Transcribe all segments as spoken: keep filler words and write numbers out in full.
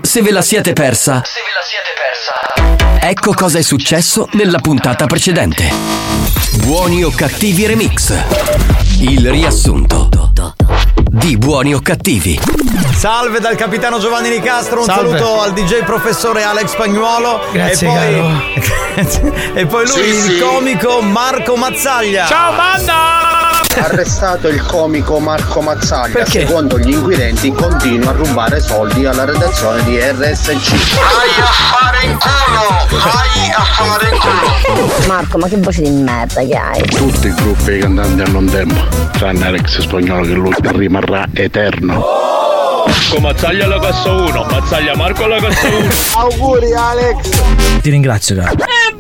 Se ve la siete persa, Se ve la siete persa, ecco cosa è successo nella puntata precedente. Buoni o cattivi remix. Il riassunto di Buoni o cattivi. Salve dal capitano Giovanni Nicastro, un Salve. saluto al D J professore Alex Spagnuolo. Grazie, e poi, caro. e poi lui, Sì, il sì. comico Marco Mazzaglia. Ciao banda! Arrestato il comico Marco Mazzaglia. Perché? Secondo gli inquirenti continua a rubare soldi alla redazione di R S C. vai a fare in culo, vai a fare in culo. Marco, ma che voce di merda che hai? Tutti i gruppi di cantanti hanno un tempo, tranne Alex Spagnolo che lui rimarrà eterno. Marco Mazzaglia alla cassa uno, Mazzaglia Marco alla cassa uno. Auguri Alex. Ti ringrazio, caro.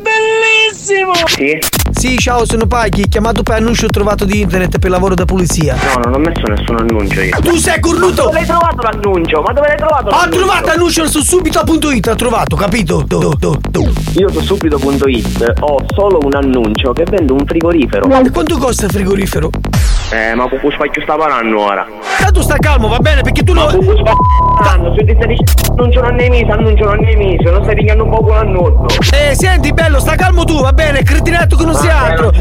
Sì? Sì, ciao, sono Paghi, chiamato per annuncio trovato di internet per lavoro da pulizia. No, non ho messo nessun annuncio io. Tu sei cornuto! Dove hai trovato l'annuncio? Ma dove l'hai trovato Ho l'annuncio? trovato annuncio su subito punto it, ho trovato, capito? Do, do, do. Io su subito punto it ho solo un annuncio che vende un frigorifero. E quanto costa il frigorifero? Eh, ma Cucù Spacchio sta parlando ora. Tanto sta calmo, va bene, perché tu Ma non... Cucù Spacchio, se ti stai dicendo annuncio non ne hai messo, annuncio non ne hai messo, non stai pigliando un po' con l'annuncio. Eh, senti, bello, sta calmo tu, va bene, cretinetto che non sia altro.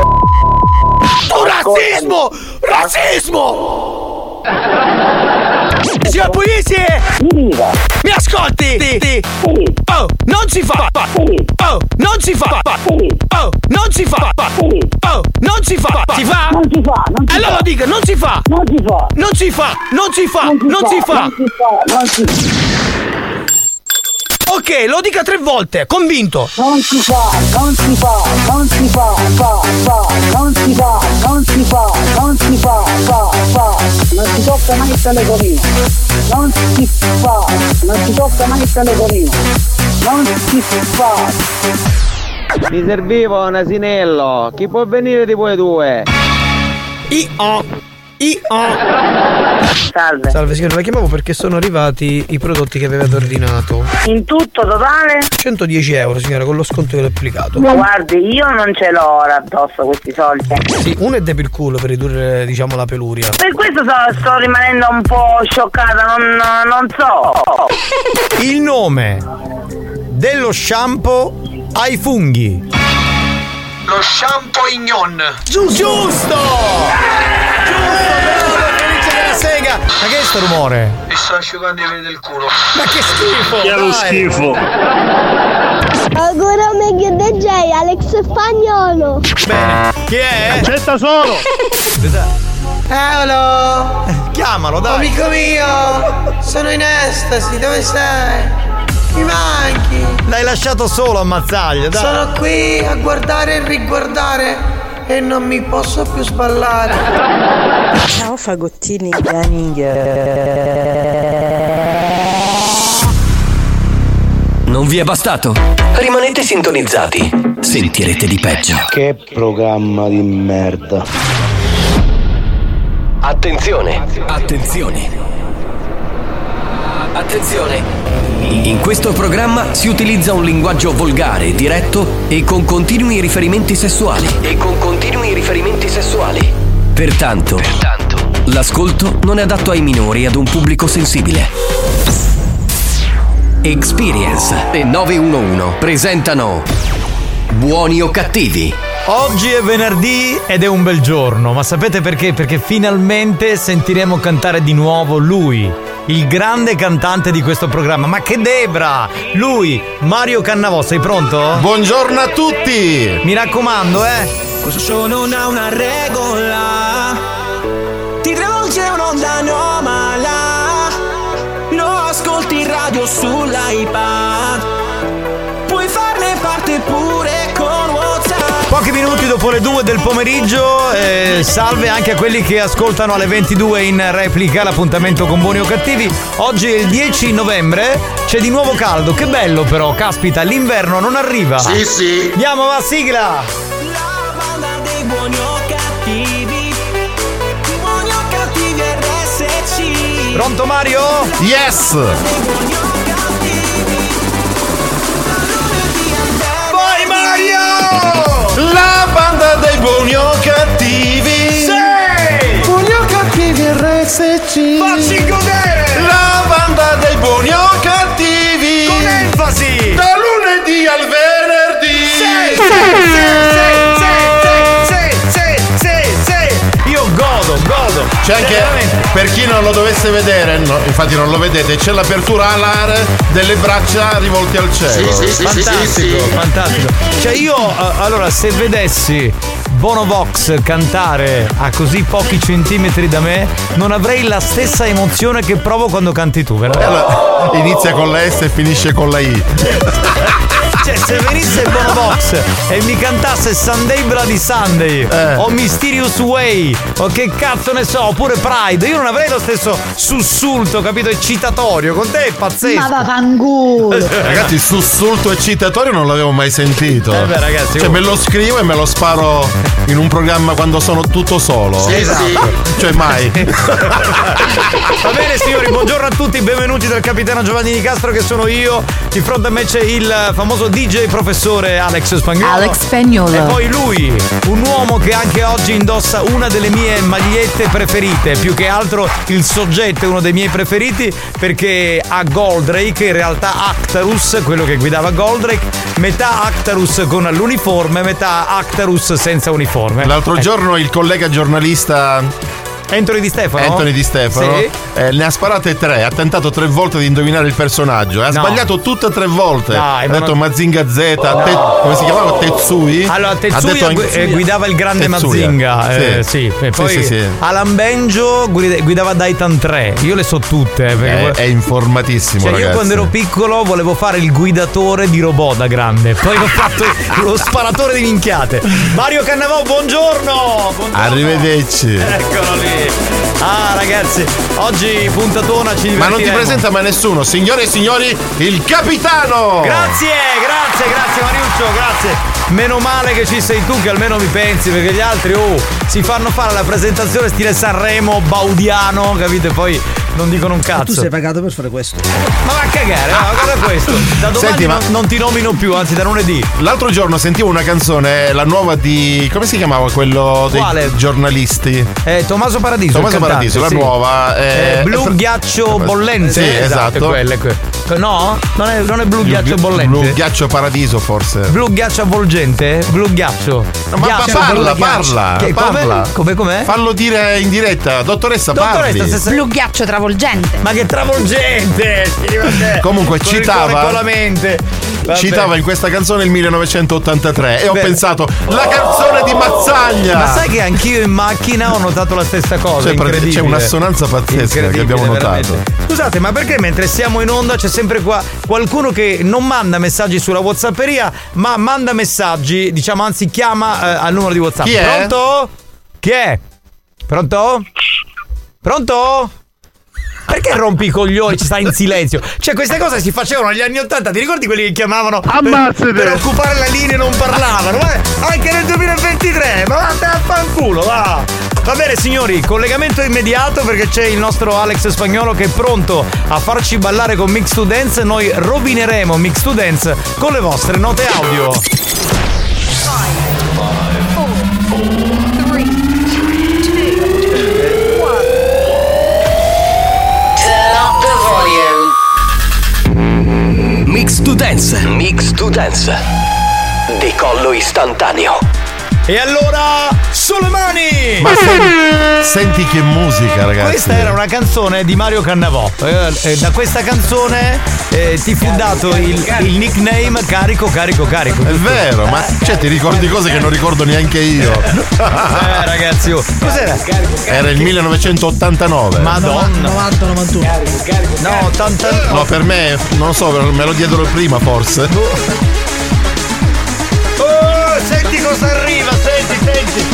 Tu razzismo! Razzismo! Signor Pugliese! Mi ascolti? Ti, ti. Oh, non si fa! Oh, non si fa! Oh, non si fa! Oh, non si fa! Si fa? Non si fa, non si Allora fa. dica, non si fa! Non si fa. Non si fa! Non si fa! Non si fa! Non si fa, non si fa. Ok, lo dica tre volte, convinto! Non si fa, non si fa, non si fa, fa, fa, non si fa, non si fa, non si fa, fa, fa, non si tocca mai il telefonino, non si fa, non si tocca mai il telefonino, non si fa. Mi serviva un asinello, chi può venire di voi due? I-O! I-O! Salve. Salve signore, la chiamavo perché sono arrivati i prodotti che avevate ordinato. In tutto totale? centodieci euro signora, con lo sconto che l'ho applicato. Guardi, io non ce l'ho ora addosso questi soldi. Sì, uno è de per il culo per ridurre, diciamo, la peluria. Per questo sto, sto rimanendo un po' scioccata, non, non so. Il nome dello shampoo ai funghi. Lo shampoo Ignon. Giusto! Giusto! Bravo, Felice della Sega! Ma che è sto rumore? Mi sto asciugando i peli del culo. Ma che schifo! Che è lo dai. schifo. Ancora meglio D J Alex Spagnolo. Bene, chi è? C'è sta solo. Eccolo! Chiamalo, dai! Amico mio! Sono in estasi, dove sei? Mi manchi! L'hai lasciato solo a Mazzaglia, dai! Sono qui a guardare e riguardare e non mi posso più sballare. Ciao fagottini. Non vi è bastato? Rimanete sintonizzati. Sentirete di peggio. Che programma di merda. Attenzione! Attenzione! Attenzione! In questo programma si utilizza un linguaggio volgare, diretto e con continui riferimenti sessuali. E con continui riferimenti sessuali. Pertanto, Pertanto, l'ascolto non è adatto ai minori e ad un pubblico sensibile. Experience e nove uno uno presentano Buoni o cattivi? Oggi è venerdì ed è un bel giorno, ma sapete perché? Perché finalmente sentiremo cantare di nuovo lui, il grande cantante di questo programma. Ma che debra! Lui, Mario Cannavò, sei pronto? Buongiorno a tutti. Mi raccomando, eh! Questo show non ha una regola, ti travolge un'onda anomala, lo ascolti in radio sull'iPad, puoi farne parte pure con WhatsApp. Pochi minuti dopo le due del pomeriggio, eh, salve anche a quelli che ascoltano alle ventidue in replica l'appuntamento con Buoni o Cattivi. Oggi è il dieci novembre, c'è di nuovo caldo, che bello però, caspita, l'inverno non arriva. Sì, sì. Andiamo, va, sigla! La banda dei buoni o cattivi, buoni o cattivi R S C. Pronto Mario? Yes. Vai Mario! La banda dei buoni o cattivi. Sì! Buoni o cattivi R S C. Facci godere! La banda dei buoni o cattivi. C'è anche, per chi non lo dovesse vedere, no, infatti non lo vedete, c'è l'apertura alare delle braccia rivolte al cielo. Sì, sì, fantastico, sì, sì, sì. fantastico. Cioè io, allora, se vedessi Bono Vox cantare a così pochi centimetri da me, non avrei la stessa emozione che provo quando canti tu, veramente. Allora, inizia con la S e finisce con la I. Cioè, se venisse Bono Vox e mi cantasse Sunday Bloody Sunday eh. o Mysterious Way o che cazzo ne so, oppure Pride, io non avrei lo stesso sussulto, capito, eccitatorio. Con te è pazzesco. Ma va fanculo. Ragazzi, sussulto eccitatorio non l'avevo mai sentito. Eh beh, ragazzi, cioè, oh. me lo scrivo e me lo sparo in un programma quando sono tutto solo. Sì, esatto. Sì. Cioè mai. Va bene signori, buongiorno a tutti, benvenuti dal capitano Giovanni Di Castro, che sono io. Di fronte a me c'è il famoso D J professore Alex Spagnuolo. Alex Spagnuolo. E poi lui, un uomo che anche oggi indossa una delle mie magliette preferite, più che altro il soggetto è uno dei miei preferiti, perché ha Goldrake, in realtà Actarus, quello che guidava Goldrake, metà Actarus con l'uniforme, metà Actarus senza uniforme. L'altro ecco. giorno il collega giornalista Anthony Di Stefano? Anthony Di Stefano sì. eh, ne ha sparate tre, ha tentato tre volte di indovinare il personaggio e ha no. sbagliato tutte e tre volte. Dai, ha detto non... Mazinga Z, no. te... come si chiamava? Tetsui? Allora Tetsuya gu- anche... guidava il grande Tetsuya. Mazinga, eh, sì. sì. E poi sì, sì, sì. Alan Benjo guidava Daitan tre. Io le so tutte. È, è informatissimo, cioè, ragazzi. Io quando ero piccolo volevo fare il guidatore di robot da grande. Poi ho fatto lo sparatore di minchiate. Mario Cannavò, buongiorno, buongiorno. Arrivederci. Eccolo lì. Ah ragazzi, oggi puntatona, ci divertiremo. Ma non ti presenta mai nessuno, signore e signori, il capitano! Grazie, grazie, grazie Mariuccio, grazie. Meno male che ci sei tu, che almeno mi pensi, perché gli altri oh, si fanno fare la presentazione stile Sanremo, baudiano, capite? Poi non dicono un cazzo. Ma tu sei pagato per fare questo. Ma va a cagare, ma cosa è questo? Da domani Senti, non, ma... non ti nomino più, anzi da lunedì. L'altro giorno sentivo una canzone, la nuova di... come si chiamava quello dei Quale? giornalisti? Eh, Tommaso Paradiso. Tommaso Paradiso, la sì. nuova. Eh, eh, blu è... ghiaccio bollente. Sì, esatto. È quella, è quella. No? Non è, non è blu ghiaccio bollente. Blu ghiaccio paradiso forse. Blu ghiaccio avvolgente? Blu ghiaccio. No, ma ghiaccio, parla, parla, che, parla. Come, com'è? Fallo dire in diretta, dottoressa, dottoressa parli. Se... Blu ghiaccio travolgente. Ma che travolgente! Comunque con citava con la mente. Citava in questa canzone il millenovecentottantatré e Beh. ho pensato la canzone di Mazzaglia. Ma sai che anch'io in macchina ho notato la stessa cosa, cioè, incredibile. C'è un'assonanza pazzesca che abbiamo notato. Veramente. Scusate, ma perché mentre siamo in onda c'è sempre qua qualcuno che non manda messaggi sulla WhatsApperia, ma manda messaggi, diciamo, anzi chiama eh, al numero di WhatsApp. Chi è? Pronto? Chi è? Pronto? Pronto? Perché rompi i coglioni? Ci stai in silenzio. Cioè, queste cose si facevano negli anni ottanta. Ti ricordi quelli che chiamavano per, per occupare la linea e non parlavano? Ma anche nel duemilaventitré. Ma vattene a fanculo, va. Va bene signori, collegamento immediato, perché c'è il nostro Alex Spagnuolo che è pronto a farci ballare con Mix to Dance. Noi rovineremo Mix to Dance con le vostre note audio. Mix to Dance. Mix to Dance. Decollo istantaneo. E allora, sulle mani! Ma senti, senti che musica, ragazzi. Questa era una canzone di Mario Cannavò. Eh, eh, da questa canzone eh, ti fu dato il, il nickname Carico, Carico, Carico. È vero, ma cioè ti ricordi cose che non ricordo neanche io. Eh, ragazzi, oh. Cos'era? Era il millenovecentottantanove. Madonna. novanta novantuno. No, ottanta. No, per me, non lo so, me lo diedero prima forse. Oh, senti cosa arriva, senti, senti.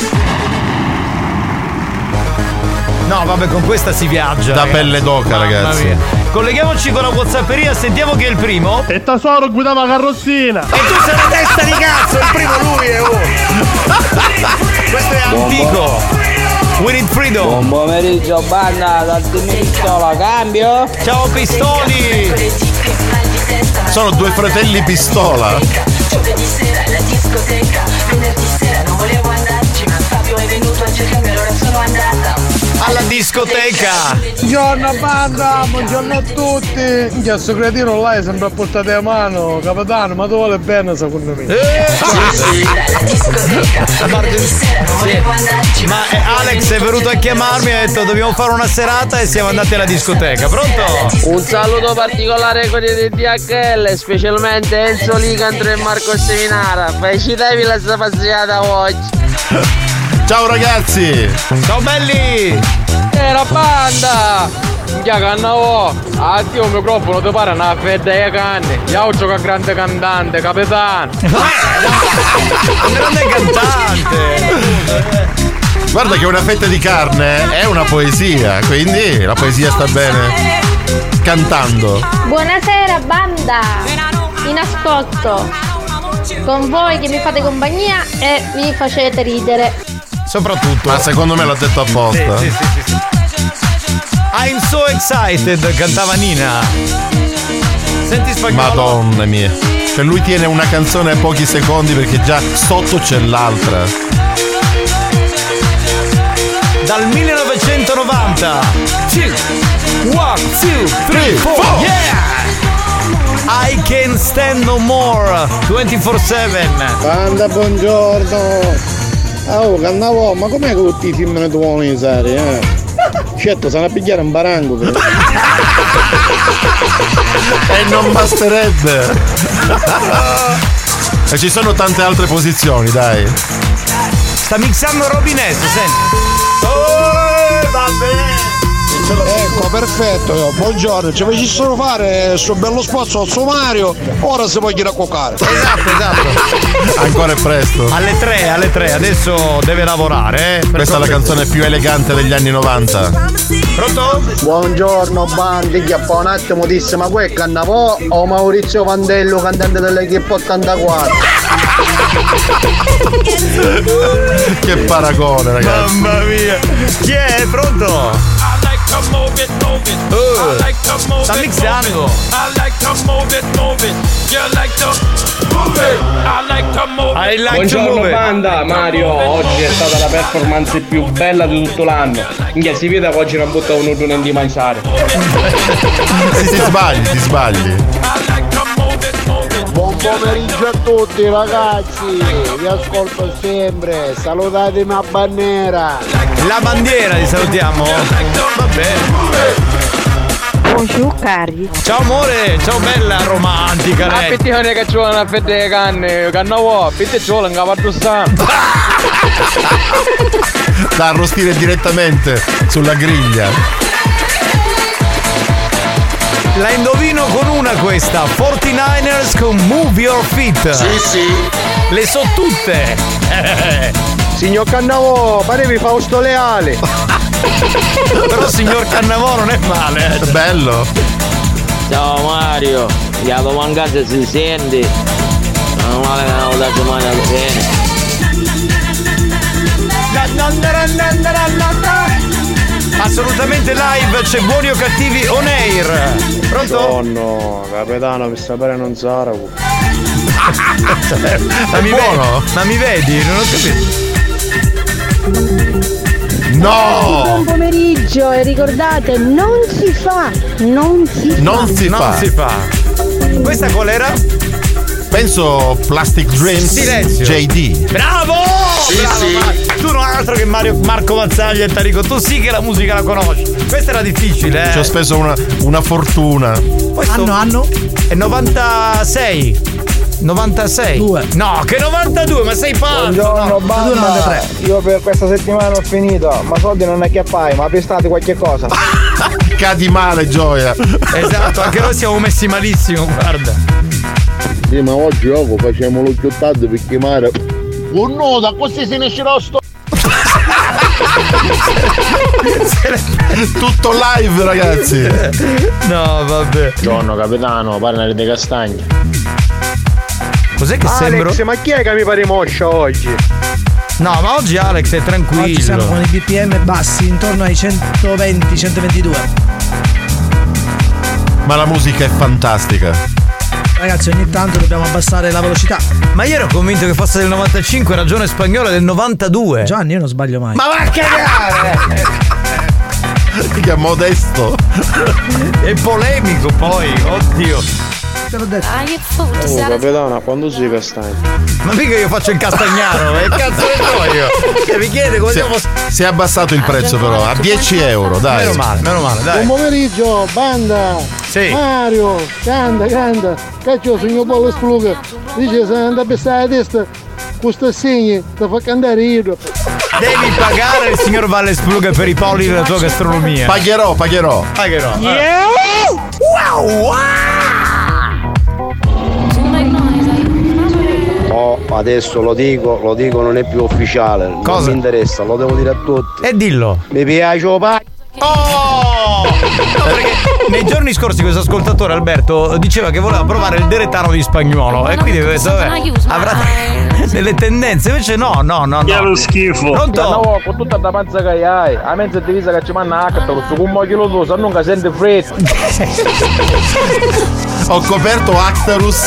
No, vabbè, con questa si viaggia. Da ragazzi. pelle d'oca, ragazzi. Mia. Colleghiamoci con la WhatsApperia, sentiamo chi è il primo. E tesoro guidava carrozzina. E tu sei una testa di cazzo, il primo lui è oh. Questo è antico. We need freedom. Buon pomeriggio, banda, datemi pistola, cambio. Ciao pistoli. Sono due fratelli pistola. Giovedì sera alla discoteca, venerdì sera non volevo andarci, ma Fabio è venuto a cercarmi, allora sono andata. alla discoteca. Buongiorno banda, buongiorno a tutti. Minchia, sto cretino là è sempre a portata di mano, capitano, ma tu vuole bene secondo me. Eh, sì, sì. Ma eh, Alex è venuto a chiamarmi e ha detto dobbiamo fare una serata e siamo andati alla discoteca. Pronto? Un saluto particolare con i D H L, specialmente Enzo Licandro e Marco Seminara. Felicitatevi la sua passeggiata oggi. Ciao ragazzi! Ciao belli! Era banda! Minchia cannavo! Addio il microfono ti pare una fetta di canne! Io gioco a grande cantante, capitano! Grande cantante! Guarda che una fetta di carne è una poesia, quindi la poesia sta bene cantando. Buonasera banda, in ascolto con voi che mi fate compagnia e mi facete ridere. Soprattutto. Ma secondo me l'ha detto apposta. Sì, sì, sì, sì. I'm so excited, cantava Nina. Senti spagnolo. Madonna mia. Cioè lui tiene una canzone a pochi secondi perché già sotto c'è l'altra. Dal millenovecentonovanta. One, two, three, four. Yeah! I Can't Stand No More ventiquattro sette. Banda, buongiorno. Oh, cannavo, ma com'è che tutti i film ne trovano in serie, eh? Certo, sono a pigliare un barango. E non basterebbe. E ci sono tante altre posizioni, dai. Sta mixando Robin S, senti. Oh, va bene. Ecco, perfetto, buongiorno, ci facessero fare il suo bello spazio al sommario, ora si vogliono coccare. Esatto, esatto. Ancora è presto. Alle tre, alle tre, adesso deve lavorare, eh. Questa è la canzone più elegante degli anni novanta. Pronto? Buongiorno bandi, che un attimo disse ma quel cannavò o Maurizio Vandello, cantante dell'Equipe ottantaquattro. Che paragone, ragazzi. Mamma mia. Chi è? Pronto? Uh, sta mixando. I like Buongiorno banda, Mario, oggi è stata la performance più bella di tutto l'anno. Minchia, si vede che oggi non butta un udine di mangiare. E ti sbagli, ti sbagli. Buon pomeriggio a tutti ragazzi, vi ascolto sempre, salutatemi a bandiera. La bandiera li salutiamo. Va bene. Buongiorno cari. Ciao amore, ciao bella romantica lei. Affettione che ci vuole una fetta di canne, cannavo, fitte ci vuole un cavallo santo. Da arrostire direttamente sulla griglia. La indovino con una questa, quarantanovers con Move Your Feet. Sì, sì. Le so tutte. Signor Cannavò, parevi Fausto Leale. Però signor Cannavò non è male. È bello. Ciao Mario, la tua mancanza si sente. Non male che non ho dato male al bene. Assolutamente live, c'è Buoni o Cattivi on air. Pronto? No, capitano, mi sta bene non sarà. ma, mi buono? Vedi, ma mi vedi? Non ho capito. No! Buon pomeriggio e ricordate, non si fa, non si non fa. Si non fa. si fa. Questa qual era? Penso Plastic Dreams. Silenzio. J D. Bravo! Sì, Bravo, sì. Mar- tu non altro che Mario, Marco Mazzaglia e Tarico. Tu sì che la musica la conosci. Questa era difficile, eh. Ci ho speso una, una fortuna. Questo Anno, anno? È novantasei. novantasei. Due. No, che novantadue, ma sei pazzo. Buongiorno No. banda, io per questa settimana ho finito, ma soldi non è che fai, ma pestate qualche cosa. Cadi male, Gioia. Esatto, anche noi siamo messi malissimo, guarda. Sì, ma oggi Oco facciamo lo giottato per chiamare. Oh no, da così se ne escerà sto. Tutto live, ragazzi. No, vabbè. Buongiorno capitano, parlare dei castagni. Cos'è che Alex, sembra? ma chi è che mi pare moscia oggi? No, ma oggi Alex è tranquillo. Oggi siamo con i B P M bassi, intorno ai centoventi centoventidue. Ma la musica è fantastica. Ragazzi, ogni tanto dobbiamo abbassare la velocità. Ma io ero convinto che fosse del novantacinque, ragione spagnola del novantadue. Gianni, io non sbaglio mai. Ma va a cagare! Che modesto. È polemico poi, oddio. Oh, capitano, quando si castagna? Ma mica io faccio il castagnaro, che cazzo ne so io? Che mi chiede come si, siamo. Si è abbassato il prezzo però, a dieci euro, dai. Meno male, meno male, dai. Buon pomeriggio, banda! Sì. Mario, canta, canta, caccio signor Pollo Spluga, dice se andare a pensare a testa, questo segni, ti fa cantare io. Devi pagare il signor Valle Spluga per i polli della tua gastronomia. Pagherò, pagherò. Pagherò. Yeah! Wow, wow! Oh, adesso lo dico, lo dico, non è più ufficiale. Cosa? Non mi interessa, lo devo dire a tutti. E dillo. Mi piace o pa- Oh! No, perché nei giorni scorsi questo ascoltatore Alberto diceva che voleva provare il deretano di spagnolo e quindi avevo detto, vabbè, avrà delle tendenze, invece no, no, no, no. Che lo schifo. Pronto? No, con tutta la panza che hai, a mezza divisa che ci manna acca, su un mochilo tu, se non che sente freddo. Ho coperto Actarus.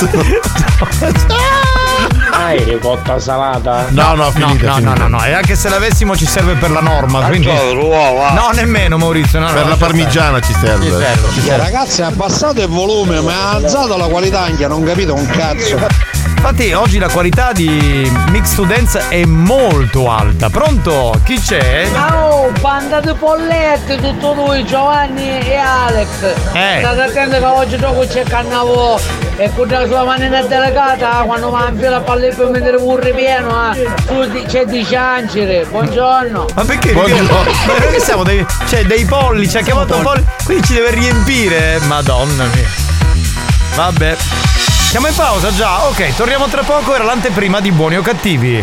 Hai ricotta salata? No, no, finita, no, finita. no, no, no, e anche se l'avessimo ci serve per la norma, quindi. No, nemmeno Maurizio, no, Per no, la parmigiana ci serve. Ci serve, ci serve. Ragazzi, abbassate il volume, ma ha alzato la qualità anche, non capite un cazzo. Infatti oggi la qualità di Mix to Dance è molto alta. Pronto? Chi c'è? Oh, banda di pollette, tutto noi, Giovanni e Alex. Eh. State attenti che oggi dopo c'è Cannavò e con la sua manina delegata quando va in fila a palle per mettere un ripieno, eh, su di- c'è di ciancere. Buongiorno. Ma perché? Buongiorno. Ma perché siamo dei. Cioè dei polli, ci ha chiamato un polli. Quindi ci deve riempire. Madonna mia. Vabbè. Siamo in pausa già? Ok, torniamo tra poco, era l'anteprima di Buoni o Cattivi.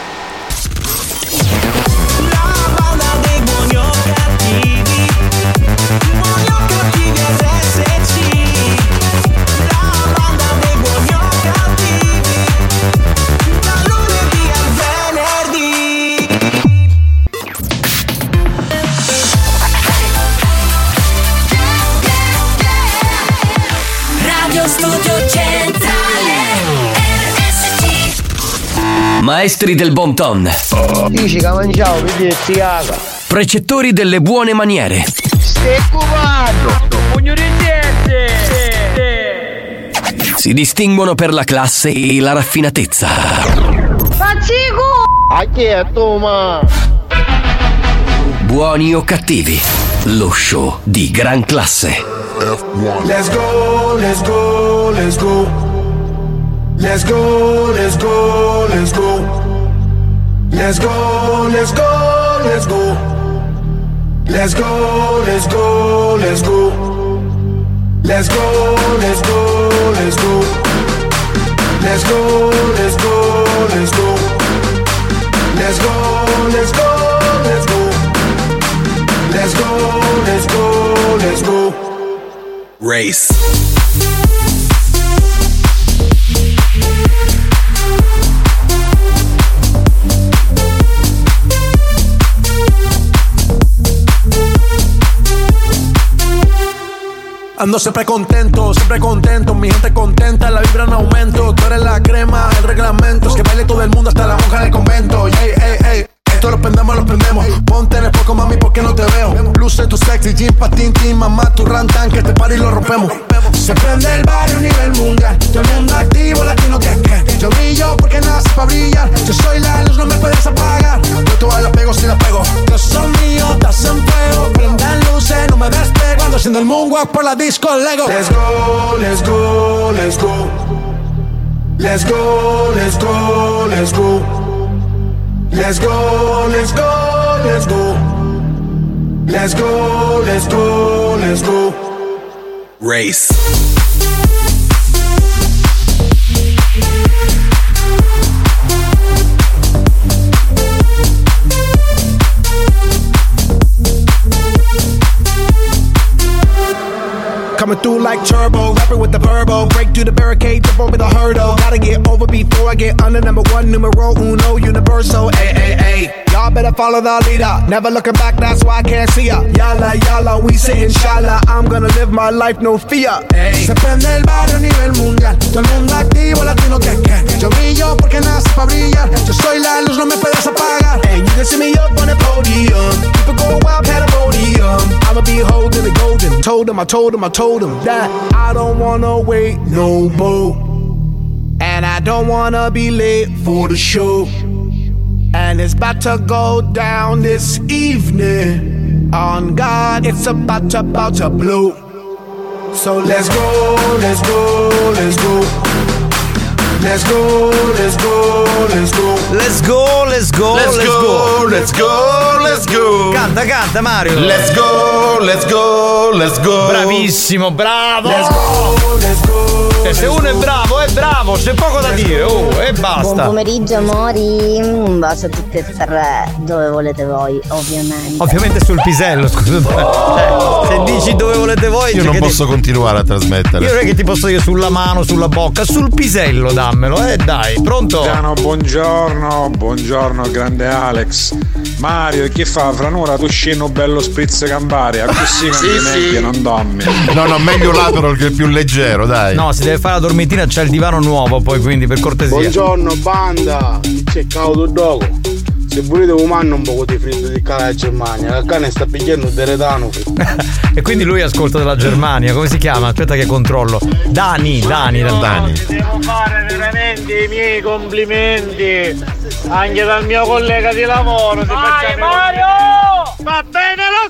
Radio Studio Centrale R S C. Maestri del bon ton. Dici che mangiavo, vedi si caga. Precettori delle buone maniere. Stai cubando. Pugno di gente. Si distinguono per la classe e la raffinatezza. Pazzico! A chi è tu, ma? Buoni o Cattivi, lo show di gran classe. Let's go, let's go, let's go. Let's go, let's go, let's go. Let's go, let's go, let's go. Let's go, let's go, let's go. Let's go, let's go, let's go. Let's go, let's go, let's go. Let's go, let's go, let's go. Let's go, let's go, let's go. Race. Ando siempre contento, siempre contento, mi gente contenta, la vibra en aumento, tú eres la crema, el reglamento, es que baile todo el mundo hasta la monja del convento, ey, ey, ey. Esto lo prendemos, lo prendemos. Ponte en el foco, mami, porque no te veo. Luce tu sexy, jean, patín, team, mamá, tu rantan, que este party lo rompemos. Se prende el barrio a nivel mundial. Todo el mundo activo, latino que que. Yo brillo porque nace para brillar. Yo soy la luz, no me puedes apagar. Yo te voy a la pego si la pego. Yo soy mío, estás en fuego. Prendan luces, no me despego. Ando haciendo el moonwalk por la disco Lego. Let's go, let's go, let's go. Let's go, let's go, let's go. Let's go, let's go, let's go. Let's go, let's go, let's go. Race. Coming through like turbo, rapping with the verbo. Break through the barricade, jump over the hurdle. Gotta get over before I get under number one, numero uno, universal. Ay, ay, ay. Y'all I better follow the leader. Never looking back, that's why I can't see ya. Yalla, yalla, we say inshallah. I'm gonna live my life, no fear. Hey. Se prende el barrio a nivel mundial. Todo el mundo activo, latino que que. Yo brillo porque nací pa' brillar. Yo soy la luz, no me puedes apagar. Hey, you can see me up on the podium. People go wild, pandemonium. I'ma be holding the golden. Told him, I told him, I told him that I don't wanna wait no more. And I don't wanna be late for the show. And it's about to go down this evening. On God, it's about to, about to blow. So let's go, let's go, let's go. Let's go, let's go, let's go. Let's go, let's go, let's, let's go, go. let's go, let's go. Canta, canta Mario. Let's go, let's go, let's go. Bravissimo, bravo. Let's go, let's go. E se uno è bravo, è bravo, c'è poco da dire, oh, e basta. Buon pomeriggio amori, un bacio a tutti e tre, dove volete voi, ovviamente. Ovviamente sul pisello, scusate. Oh! Cioè, se dici dove volete voi, io non posso ti... continuare a trasmettere. Io non è che ti posso dire sulla mano, sulla bocca, sul pisello dammelo, eh dai, pronto? Piano, buongiorno, buongiorno grande Alex. Mario, che fa? Franura, tu scendo bello spritz Campari, così non sì, ti sì. metti, non dormi. No, no, meglio l'Adderall che è più leggero, dai. No, si deve fare la dormitina, c'è il divano nuovo poi, quindi per cortesia. Buongiorno banda, c'è caldo dopo. Se volete un manno un po' di freddo di la Germania, il cane sta pigliando il deretano. E quindi lui ascolta della Germania, come si chiama? Aspetta che controllo. Dani, Dani, Mario, Dani. Devo fare veramente i miei complimenti anche dal mio collega di lavoro. Se Vai Mario! Va bene lo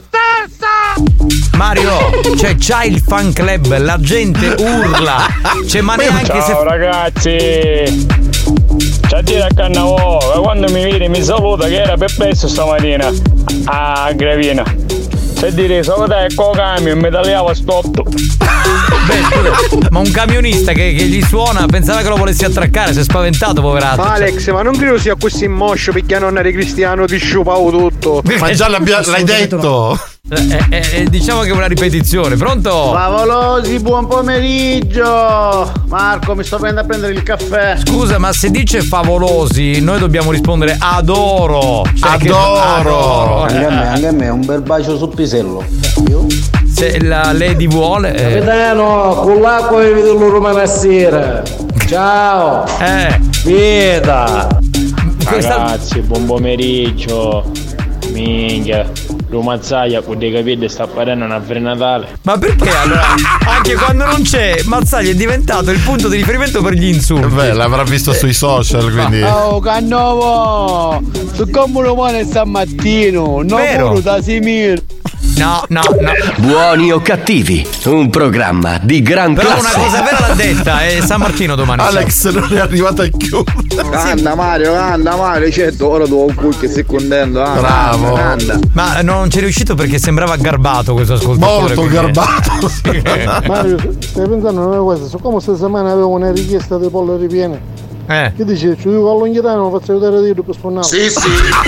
stesso! Mario, cioè c'hai il fan club, la gente urla. Cioè ma neanche Ciao, se. Ragazzi! C'è a dire a Cannavò, quando mi vede mi saluta che era perplesso stamattina a Gravina. Se dire solo te con camion mi tagliava stotto. Beh, scusa, ma un camionista che, che gli suona pensava che lo volessi attraccare, si è spaventato, poverato. Ma Alex, ma non credo sia così moscio perché non eri cristiano ti sciupavo tutto. Ma già l'hai detto. Eh, eh, eh, diciamo che è una ripetizione, pronto? Favolosi, buon pomeriggio. Marco, mi sto venendo a prendere il caffè. Scusa, ma se dice favolosi, noi dobbiamo rispondere adoro. Cioè adoro. Che, adoro. Anche a me, anche a me, un bel bacio sul pisello. Io? Se la Lady vuole. Eh. Capitano, con l'acqua vi vedo loro sera. Ciao. Eh. Vieta. Ragazzi, buon pomeriggio. Minchia. Mazzaglia con dei capelli sta parendo una frenatale. Ma perché allora? Anche quando non c'è, Mazzaglia è diventato il punto di riferimento per gli insulti. Beh, l'avrà visto eh. sui social, quindi. Oh, Cannovo! Su come lo vuole stamattina? Non da Simir. No, no, no. Buoni o cattivi, un programma di gran Però classe. una cosa vera l'ha detta, è San Martino domani. Alex non è arrivato a chiudere. Anda Mario, anda Mario, certo, ora tu un culo che stai contento. Ah, bravo. Anda. Ma non ci è riuscito perché sembrava garbato questo ascoltatore. Molto garbato. Mario, stai pensando a una cosa, su come questa settimana avevo una richiesta di pollo ripiene. Eh. Che dici? Ci dico all'unghietano, lo faccio vedere di per sponnare. Sì, sì.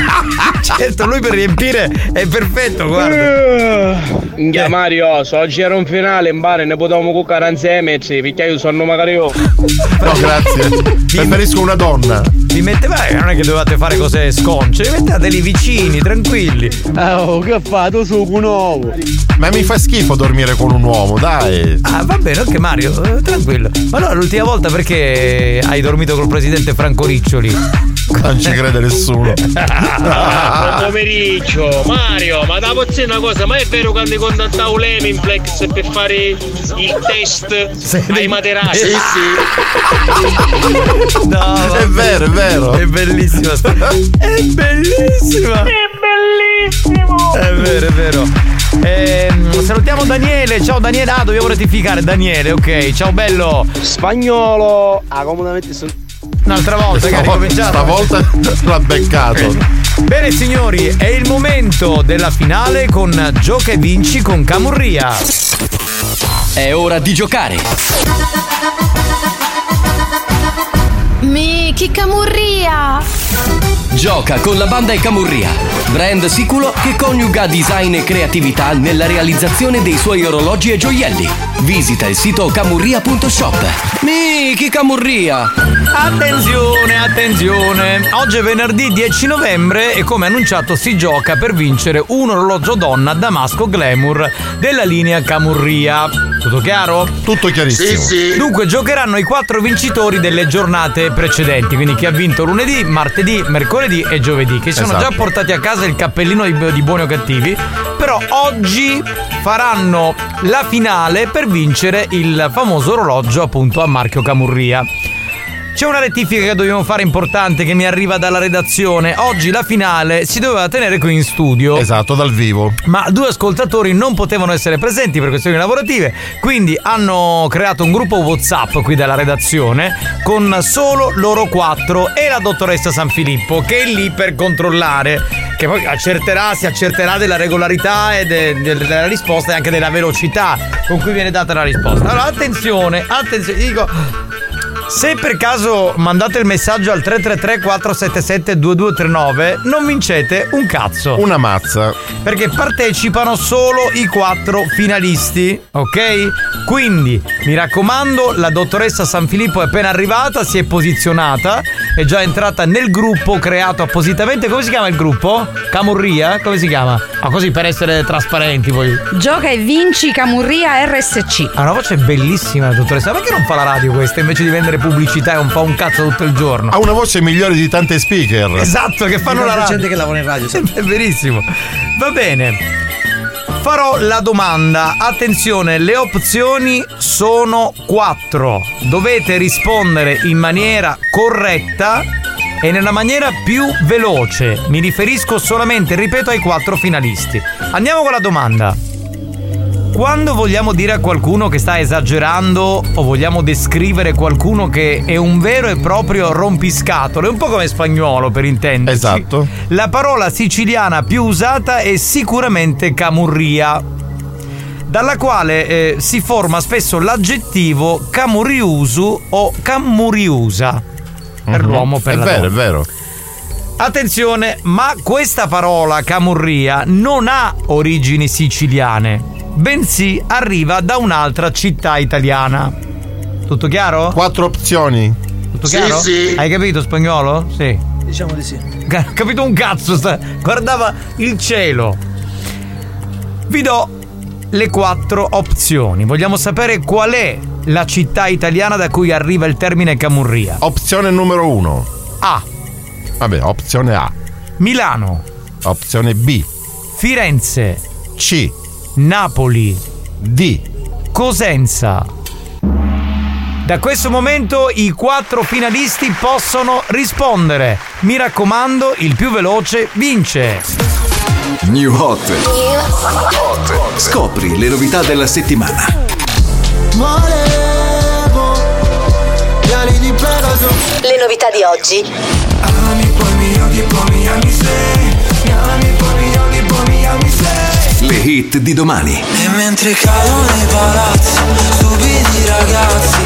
Certo, lui per riempire è perfetto, guarda. Minchia Mario, so oggi era un finale in bar e ne potevamo cuccare insieme, perché io sono magari io. No, grazie. Preferisco una donna. Vi metteva, non è che dovevate fare cose sconce, li mettete lì vicini, tranquilli. Oh, che fate su un uomo? Ma mi fa schifo dormire con un uomo, dai. Ah, va bene, ok Mario, eh, tranquillo. Ma allora l'ultima volta perché hai dormito col presidente Franco Riccioli? Non ci crede nessuno. Buon pomeriggio, Mario, ma da posso dire una cosa, ma è vero quando hai contattato l'Emimplex per fare il test sì, ai materassi? Sì, sì. No, è vero, è vero. È bellissima. È bellissima. È bellissimo. È vero, è vero. Eh, salutiamo Daniele. Ciao Daniele. Ah, dobbiamo rettificare Daniele, ok. Ciao bello. Spagnolo. Ah, comodamente sono. Un'altra volta che ha ricominciato. Stavolta l'ha beccato. Bene signori, è il momento della finale con Gioca e Vinci con Camurria. È ora di giocare. Mi, che Camurria! Gioca con la banda e Camurria, brand sicuro che coniuga design e creatività nella realizzazione dei suoi orologi e gioielli. Visita il sito camurria punto shop. Miki Camurria! Attenzione, attenzione! Oggi è venerdì dieci novembre e come annunciato si gioca per vincere un orologio donna Damasco Glamour della linea Camurria. Tutto chiaro? Tutto chiarissimo. Sì, sì. Dunque giocheranno i quattro vincitori delle giornate precedenti, quindi chi ha vinto lunedì, martedì, mercoledì e giovedì, che sono Esatto. già portati a casa il cappellino di, di buoni o cattivi, però oggi faranno la finale per vincere il famoso orologio appunto a marchio Camurria. C'è una rettifica che dobbiamo fare importante che mi arriva dalla redazione. Oggi la finale si doveva tenere qui in studio. Esatto, dal vivo. Ma due ascoltatori non potevano essere presenti per questioni lavorative, quindi hanno creato un gruppo WhatsApp qui dalla redazione con solo loro quattro e la dottoressa Sanfilippo che è lì per controllare, che poi accerterà, si accerterà della regolarità e de, de, della risposta e anche della velocità con cui viene data la risposta. Allora attenzione, attenzione, dico... Se per caso mandate il messaggio al tre tre tre quattro sette sette due due tre nove non vincete un cazzo. Una mazza. Perché partecipano solo i quattro finalisti, ok? Quindi mi raccomando, la dottoressa Sanfilippo è appena arrivata, si è posizionata, è già entrata nel gruppo creato appositamente. Come si chiama il gruppo? Camurria? Come si chiama? Ah, così per essere trasparenti voi. Gioca e vinci Camurria R S C. Ha una voce bellissima la dottoressa. Perché non fa la radio questa invece di vendere pubblicità e un po' un cazzo tutto il giorno? Ha una voce migliore di tante speaker. Esatto, che fanno la radio. gente che lavora in radio. Sì. È verissimo. Va bene. Farò la domanda. Attenzione, le opzioni sono quattro. Dovete rispondere in maniera corretta e nella maniera più veloce. Mi riferisco solamente, ripeto, ai quattro finalisti. Andiamo con la domanda. Quando vogliamo dire a qualcuno che sta esagerando o vogliamo descrivere qualcuno che è un vero e proprio rompiscatole, un po' come spagnolo per intenderci. Esatto. La parola siciliana più usata è sicuramente camurria, dalla quale eh, si forma spesso l'aggettivo camuriusu o camuriusa per Mhm. l'uomo, per È la vero, donna. è vero. Attenzione, ma questa parola camurria non ha origini siciliane, bensì arriva da un'altra città italiana. Tutto chiaro? Quattro opzioni. Tutto Sì, chiaro? sì. Hai capito spagnolo? Sì. Diciamo di sì. Ca- capito un cazzo, sta- guardava il cielo. Vi do le quattro opzioni. Vogliamo sapere qual è la città italiana da cui arriva il termine camurria. Opzione numero uno. A. Vabbè, opzione A. Milano. Opzione B. Firenze. C. Napoli. D. Cosenza. Da questo momento i quattro finalisti possono rispondere. Mi raccomando, il più veloce vince. New Hot. Scopri le novità della settimana. Le novità di oggi. Le hit di domani. E mentre cado nei palazzi, stupidi ragazzi.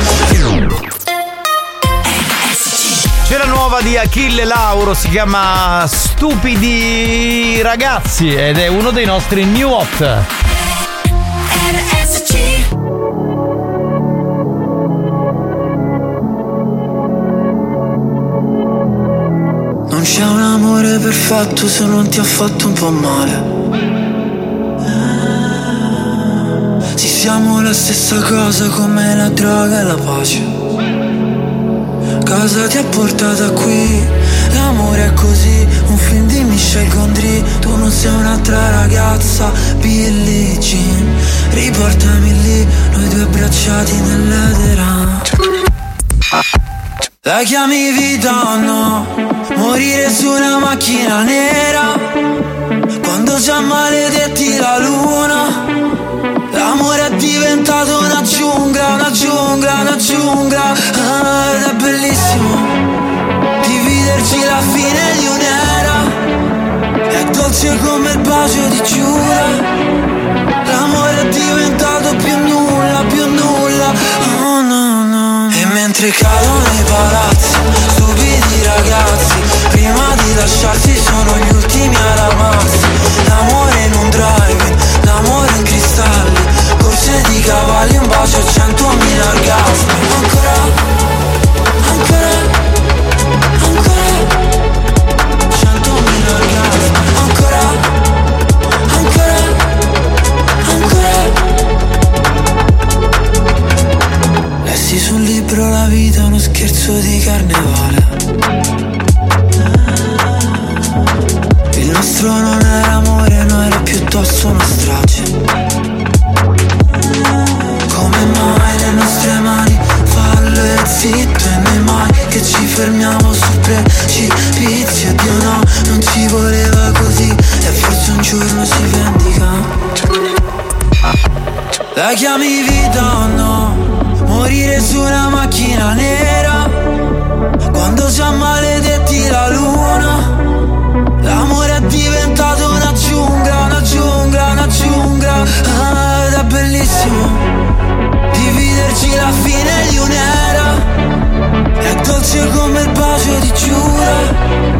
C'è la nuova di Achille Lauro, si chiama Stupidi Ragazzi ed è uno dei nostri new hot. Non c'è un amore perfetto se non ti ha fatto un po' male. Sì, siamo la stessa cosa come la droga e la pace. Cosa ti ha portata qui? L'amore è così, un film di Michel Gondry. Tu non sei un'altra ragazza, Billie Jean. Riportami lì, noi due abbracciati nell'edera. La chiami vita o no? Morire su una macchina nera quando già maledetti la luna. L'amore è diventato una giungla, una giungla, una giungla. Ah, ed è bellissimo dividerci la fine di un'era. È dolce come il bacio di Giura. L'amore è diventato più nulla, più nulla. Oh no, no. E mentre cado nei palazzi, stupidi ragazzi, prima di lasciarsi sono gli ultimi ad amarsi. L'amore in un drive-in, l'amore in cristalli, corse di cavalli, un bacio Quasi sul libro la vita è uno scherzo di carnevale. Il nostro non era amore, no, era piuttosto una strage. Come mai le nostre mani fallo e zitto e noi mai che ci fermiamo sul precipizio. Dio no, non ci voleva così e forse un giorno si vendica. La chiami vita o no? Morire su una macchina nera quando ci maledetti la luna. L'amore è diventato una giungla, una giungla, una giungla. Ah, ed è bellissimo dividerci la fine di un'era. È dolce come il bacio di Giura.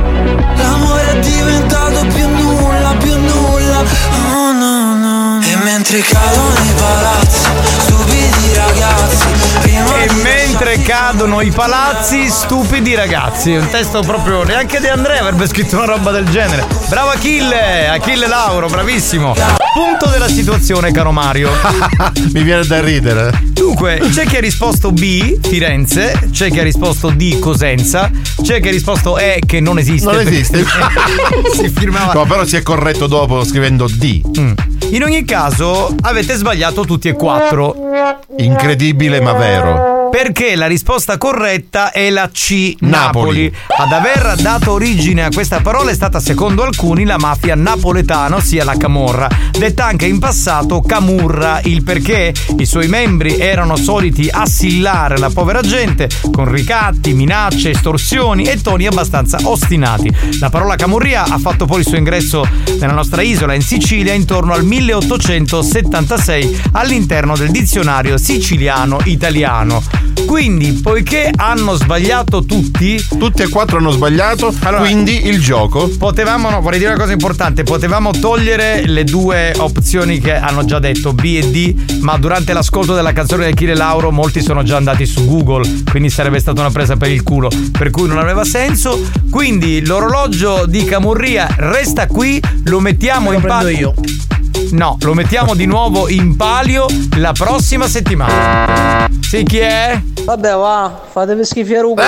L'amore è diventato più nulla, più nulla. Oh no no. E mentre cadono i palazzi, stupidi ragazzi. E mentre cadono i palazzi, stupidi ragazzi. Un testo proprio, neanche De Andrea avrebbe scritto una roba del genere. Bravo Achille, Achille Lauro, bravissimo. Punto della situazione, caro Mario. Mi viene da ridere. Dunque, c'è chi ha risposto B, Firenze, c'è chi ha risposto D, Cosenza, c'è chi ha risposto E, che non esiste. Non esiste. Si firmava. No, però si è corretto dopo scrivendo D. Mm. In ogni caso, avete sbagliato tutti e quattro. Incredibile ma vero. Perché la risposta corretta è la C, Napoli. Napoli. Ad aver dato origine a questa parola è stata, secondo alcuni, la mafia napoletana, ossia la Camorra, detta anche in passato Camurra. Il perché? I suoi membri erano soliti assillare la povera gente con ricatti, minacce, estorsioni e toni abbastanza ostinati. La parola camurria ha fatto poi il suo ingresso nella nostra isola, in Sicilia, intorno al milleottocentosettantasei all'interno del dizionario siciliano-italiano. Quindi, poiché hanno sbagliato tutti, tutti e quattro hanno sbagliato, allora, quindi il gioco. Potevamo, no, vorrei dire una cosa importante, potevamo togliere le due opzioni che hanno già detto, B e D, ma durante l'ascolto della canzone di Achille Lauro molti sono già andati su Google, quindi sarebbe stata una presa per il culo, per cui non aveva senso. Quindi l'orologio di Camurria resta qui, lo mettiamo in palio. Io. No, lo mettiamo di nuovo in palio la prossima settimana. Sì, chi è? Vabbè, va, fatevi schifare Ugo.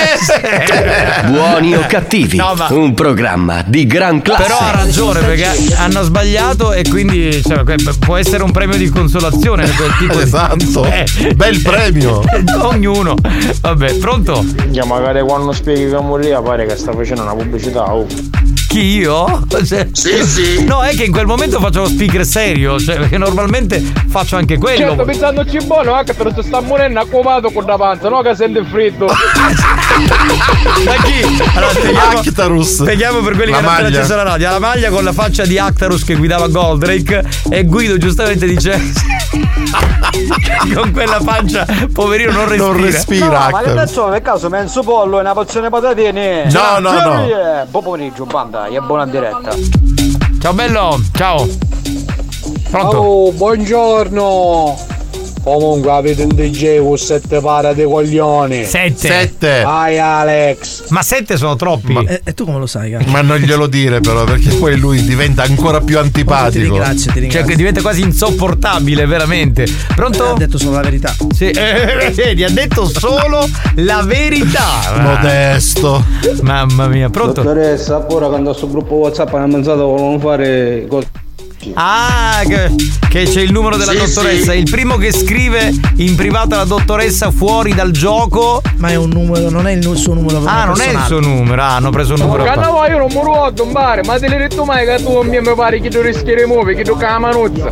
Eh! Buoni o cattivi, no, ma... un programma di gran classe. Però ha ragione, perché hanno sbagliato e quindi, cioè, può essere un premio di consolazione quel tipo. Esatto. Di... Eh. Bel premio. Ognuno. Vabbè, pronto? Ya, magari quando spieghi Camurria pare che sta facendo una pubblicità. Oh. Chi, io? Cioè, sì, sì. No, è che in quel momento faccio lo speaker serio, cioè, perché normalmente faccio anche quello. Certo, pensandoci buono, anche però se sta morendo accomodato con la panza, no che sente freddo. Da chi? Allora, spieghiamo, Actarus. Spieghiamo per quelli la che non hanno accesso alla radio. La maglia con la faccia di Actarus che guidava Goldrake, e Guido giustamente dice con quella faccia, poverino, non respira. Non respira. No, ma che cazzo, per caso menso pollo e una porzione patatine. No, no, no. Buon pomeriggio, banda, è buona diretta. Ciao bello, ciao. Pronto? Oh, buongiorno. Comunque avete un D J con sette para dei coglioni. Sette. Sette. Vai Alex. Ma sette sono troppi. Ma, e, e tu come lo sai, cara? Ma non glielo dire però, perché poi lui diventa ancora più antipatico. Ti ringrazio, ti ringrazio. Cioè che diventa quasi insopportabile, veramente. Pronto? Eh, ha detto solo la verità. Sì, eh, vedi, ha detto solo la verità. Modesto. Mamma mia, pronto? Dottoressa, ora quando sto gruppo WhatsApp hanno pensato volevano fare cose. Ah, che, che c'è il numero della sì, dottoressa. Sì. Il primo che scrive in privato alla dottoressa fuori dal gioco. Ma è un numero, non è il suo numero. Ah, non personale. È il suo numero. Ah, hanno preso un numero. Ma no, io non mi ruoto, mare, ma te l'hai detto mai che tu non mi pare che tu rischieremo, che tu la manuzza.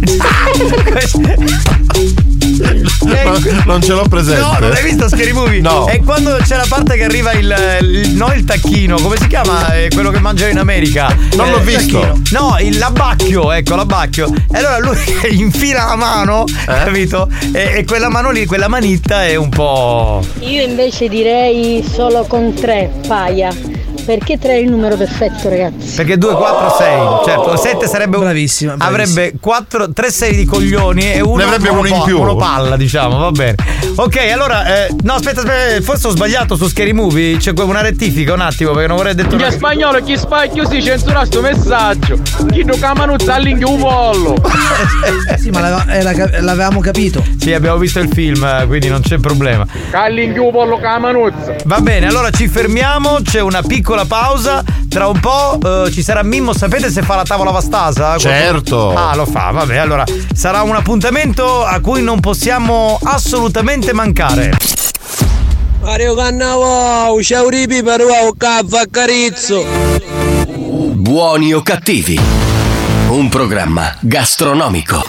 Ma non ce l'ho presente. No, non hai visto Scary Movie? No. E quando c'è la parte che arriva il, il no il tacchino, come si chiama? Eh, quello che mangiano in America. Non eh, l'ho visto. Tacchino. No, il l'abbacchio, ecco l'abbacchio. E allora lui infila la mano, eh? Capito? E, e quella mano lì, quella manitta è un po'. Io invece direi solo con tre, paia. Perché tre è il numero perfetto, ragazzi? Perché due, quattro, sei. Certo, sette sarebbe bravissima, bravissima. Avrebbe quattro, tre serie di coglioni e uno ne avrebbe uno in più. Uno palla, diciamo, va bene. Ok, allora, eh, no, aspetta, aspetta, forse ho sbagliato su Scary Movie. C'è una rettifica un attimo, perché non vorrei detto. In spagnolo chi spacchio si censura sto messaggio. Chi non camanuzza all'inghio un pollo. Sì, ma l'ave- eh, la- l'avevamo capito. Sì, abbiamo visto il film, quindi non c'è problema. All'inghio un pollo camanuzza. Va bene, allora ci fermiamo, c'è una piccola pausa. Tra un po' eh, ci sarà Mimmo, sapete se fa la tavola vastasa? Certo. Ah, lo fa, vabbè, allora sarà un appuntamento a cui non possiamo assolutamente mancare. Mario Cannavò, ciao ripi per un caffè carizzo. Buoni o cattivi? Un programma gastronomico.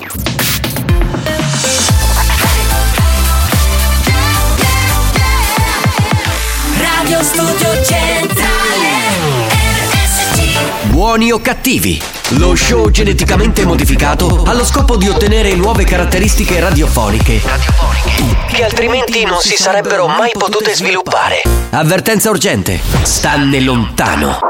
Radio Studio Centrale R S C. Buoni o cattivi? Lo show geneticamente modificato allo scopo di ottenere nuove caratteristiche radiofoniche che altrimenti non si sarebbero mai potute sviluppare. Avvertenza urgente: stanne lontano.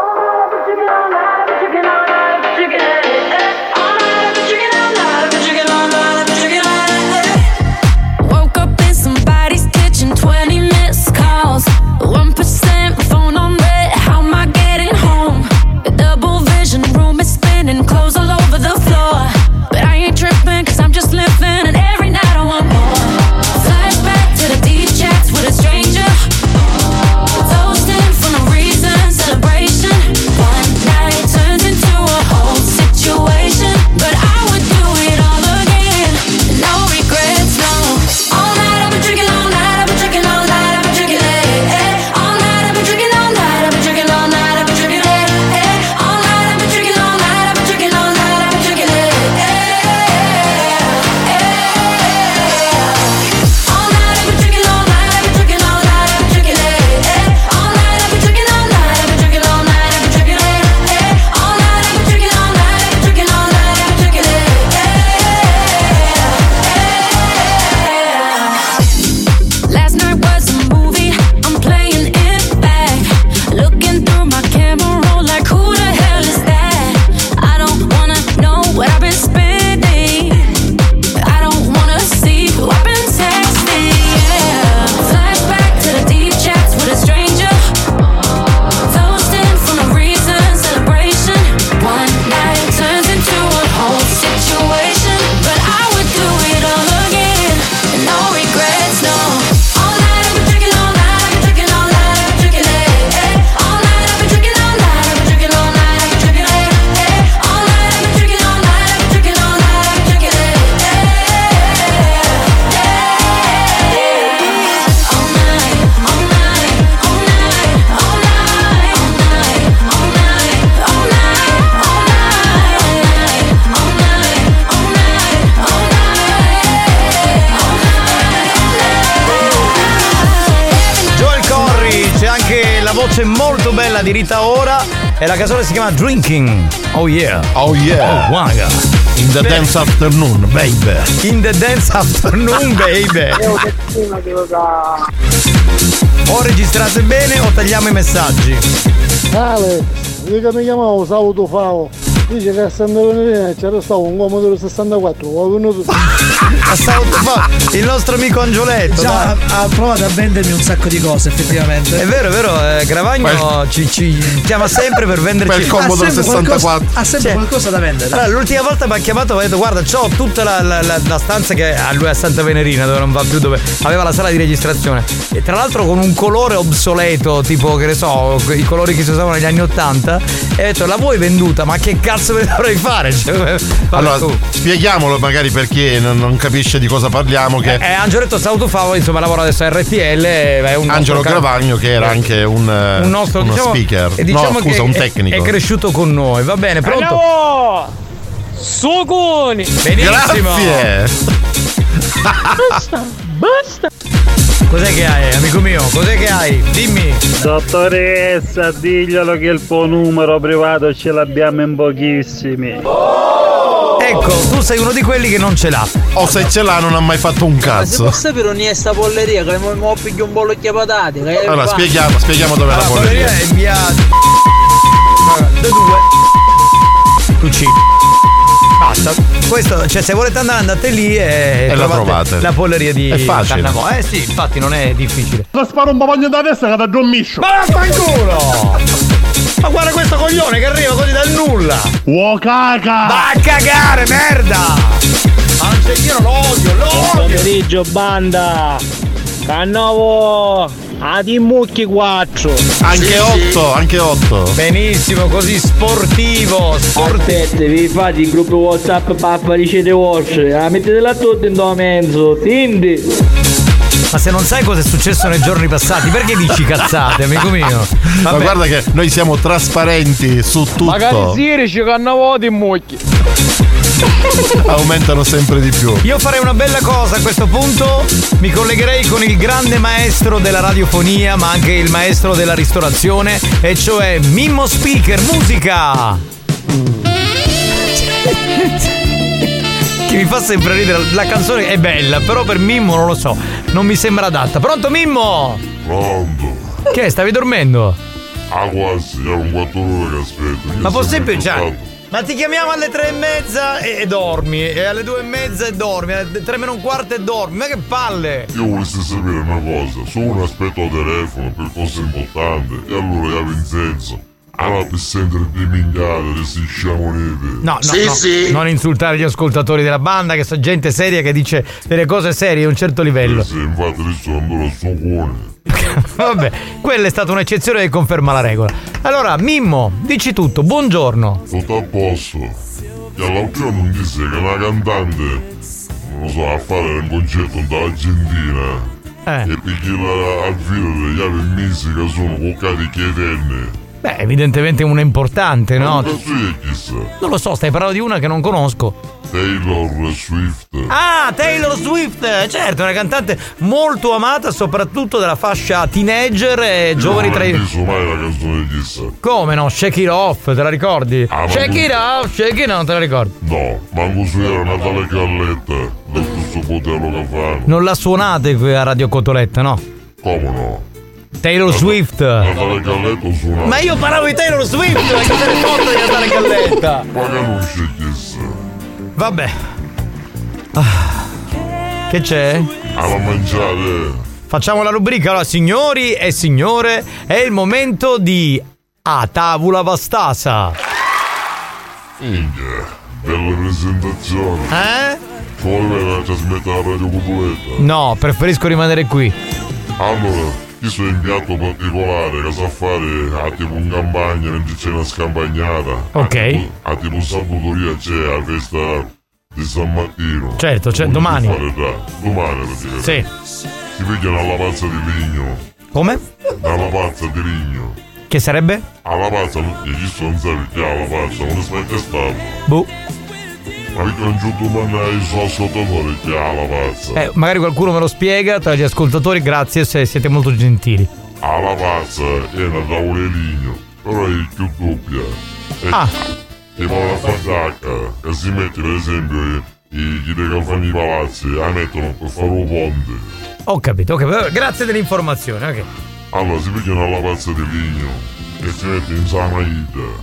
Clothes all over the floor, but I ain't tripping 'cause I'm just living, and every night I want more. Flashback to the deep chats with a stranger, toasting for no reason, celebration. One night turns into a whole situation, but I would do it all again. No regrets, no. All night I've been drinking, all night I've been drinking, all night I've been drinking late. Eh. All night I've been drinking, all night I've been drinking, all night I've been drinking late. Eh. All night I've been drinking, all night I've been drinking, all night I've been drinking late. Eh. All night I've been drinking, all night I've been drinking, all night I've been drinking late. Eh. All night I've been drinking, all night I've been drinking, all night I've been drinking late. Eh. All night I've been drinking, all night I've been drinking, all night I've been drinking late. Last night was a movie, I'm playing it back, looking through my camera roll like who the hell is that? I don't wanna know what I've been spending, I don't wanna see who I've been texting, yeah. Flashback to the deep chats with a stranger, toasting for no reason, celebration. One night turns into a whole situation, but I would do it all again, and no regrets, no. All night I've been drinking, all night I've been drinking, all night I've been drinking late. Eh. All night I've been drinking, all night I've been drinking, all night I've been drinking late. Eh. All night I've been drinking, all night I've been drinking, all night I've been drinking late. Joel Corry, c'è anche la voce molto bella di Rita Ora e la canzone si chiama Drinking. Oh yeah. Oh yeah. Oh guarda. In the Bene. dance afternoon, baby. In the dance afternoon, baby. O registrate bene o tagliamo i messaggi. Ale, io che mi chiamavo Sauto Fao. Dice che a Santa Venerina c'era stato un Commodore sessantaquattro. Ho venuto. A Sauto Fao, il nostro amico Angioletto. Già, dai. ha, ha provato a vendermi un sacco di cose, effettivamente. È vero, è vero, eh, Gravagno ci, ci chiama sempre per venderci Quel Commodore Ha sempre sessantaquattro. qualcosa- Ha sempre Sì. qualcosa da vendere. Allora, l'ultima volta mi ha chiamato e mi ha detto guarda c'ho tutta la, la- la- la stanza che ha lui a Santa Venerina dove non va più, dove aveva la sala di registrazione e tra l'altro con un colore obsoleto tipo che ne so i colori che si usavano negli anni ottanta e ha detto la vuoi venduta ma che cazzo me ne dovrei fare. Cioè, vabbè, Allora, tu. spieghiamolo magari per chi non, non capisce di cosa parliamo. Che Eh, Angioletto Sautofavo insomma lavora adesso a R T L, è un Angelo nostro ca- Gravagno, che era anche un, eh, un nostro uno diciamo, speaker. e diciamo no, scusa, che un è- tecnico. È cresciuto con noi, va bene, pronto? Andiamo! Sucuni! Benissimo. Grazie. Basta, basta! Cos'è che hai, amico mio? Cos'è che hai? Dimmi. Dottoressa, diglielo che il tuo numero privato ce l'abbiamo in pochissimi. Eh, Ecco, tu sei uno di quelli che non ce l'ha. O se ce l'ha non ha mai fatto un Ma se cazzo. può sapere ogni sta polleria che mi mi piglio un bollo di patate. che- Allora qua. spieghiamo, spieghiamo dove è la Allora, polleria. polleria è via due tu ci basta. Questo, cioè, se volete andare andate lì e, E la trovate trovate. la polleria di È facile. Cannavò. Eh sì, infatti non è difficile. La sparo un papagno da destra che da dormiscio. Ma vaffanculo! Ma guarda questo coglione che arriva così dal nulla! Oh caca! Va a cagare, merda! Ma non c'è, io lo odio, lo odio! Pomeriggio banda. Cannavo. A di mucchi quattro. Anche otto, anche otto. Benissimo, così sportivo, sportivo. Aspetta, vi fate il gruppo WhatsApp pappa ricette vostre. La mettete là tutto in do mezzo. Tindi. Ma se non sai cosa è successo nei giorni passati, perché dici cazzate, amico mio? Ma Vabbè. guarda che noi siamo trasparenti su tutto. Magari si ci cannavo di mucchi. Aumentano sempre di più. Io farei una bella cosa a questo punto, mi collegherei con il grande maestro della radiofonia, ma anche il maestro della ristorazione, e cioè Mimmo Speaker, musica! Che mi fa sempre ridere, la canzone è bella, però per Mimmo non lo so, non mi sembra adatta. Pronto Mimmo? Pronto? Che, stavi dormendo? Ah quasi, era un quattro ore che aspetto. Io Ma sono possibile, cioè, intoppato. ma ti chiamiamo alle tre e mezza e, e dormi, e alle due e mezza e dormi, alle tre meno un quarto e dormi, ma che palle! Io volessi sapere una cosa, su un aspetto al telefono per cose importanti e allora io Vincenzo. Allora per sentire di minchiate, si sciamonete. No, no, no, non insultare gli ascoltatori della banda, che sono gente seria che dice delle cose serie a un certo livello. Sì, infatti adesso andrò al suo cuore. Vabbè, quella è stata un'eccezione che conferma la regola. Allora, Mimmo, dici tutto, buongiorno. Tutto a posto. E all'altro non disse che una cantante, non lo so, a fare un concerto dall'Argentina. Eh. E picchi la al video degli altri mesi che sono coccati chiederne. Beh, evidentemente una importante, no? Ma chi è chissà? Non lo so, stai parlando di una che non conosco. Taylor Swift. Ah, Taylor Swift, certo, una cantante molto amata soprattutto dalla fascia teenager e giovani tra i... Non ho visto mai la canzone di chissà. Come no? Shake It Off, te la ricordi? Ah, ma Shake tu- It Off, Shake It, non te la ricordi? No, manco se era Natale Galletta, lo stesso Potello Cafano. Non la suonate qui a Radio Cotoletta, no? Come no? Taylor Swift. Natale Galletto suona. Ma io parlavo di Taylor Swift, che se ne fotte di Natale Galletta. Ma che non scegliesse? Vabbè. Ah. Che c'è? Alla mangiare. Facciamo la rubrica, allora signori e signore, è il momento di A Tavola Vastasa. Minchia, bella presentazione. Eh? Vuoi venire a trasmettere la Radio Cotoletta? No, preferisco rimanere qui. Allora, io sono in piatto particolare che sa fare a tipo un campagna mentre c'è una scampagnata. Ok. A tipo Salvatoria c'è la festa di San Martino. Certo, c'è Voglio domani. fare da- Domani praticamente. Sì. Si pigliano alla pazza di ligno. Come? Dalla pazza di ligno. Che sarebbe? Alla pazza, io non sai perché alla pazza, non è mai testato. Boh. Ma perché non c'è domanda ai suoi ascoltatori che ha la pazza? Eh, magari qualcuno me lo spiega tra gli ascoltatori, grazie se siete molto gentili. Alla pazza è una tavola di ligno, però è più doppia. E Ah. tipo una fatacca che si mette per esempio i, i, i che fanno i palazzi, la mettono per fare un ponte. Ho capito, ho capito. Grazie dell'informazione, ok. Allora si pigliano alla pazza di ligno e si mette in samaita.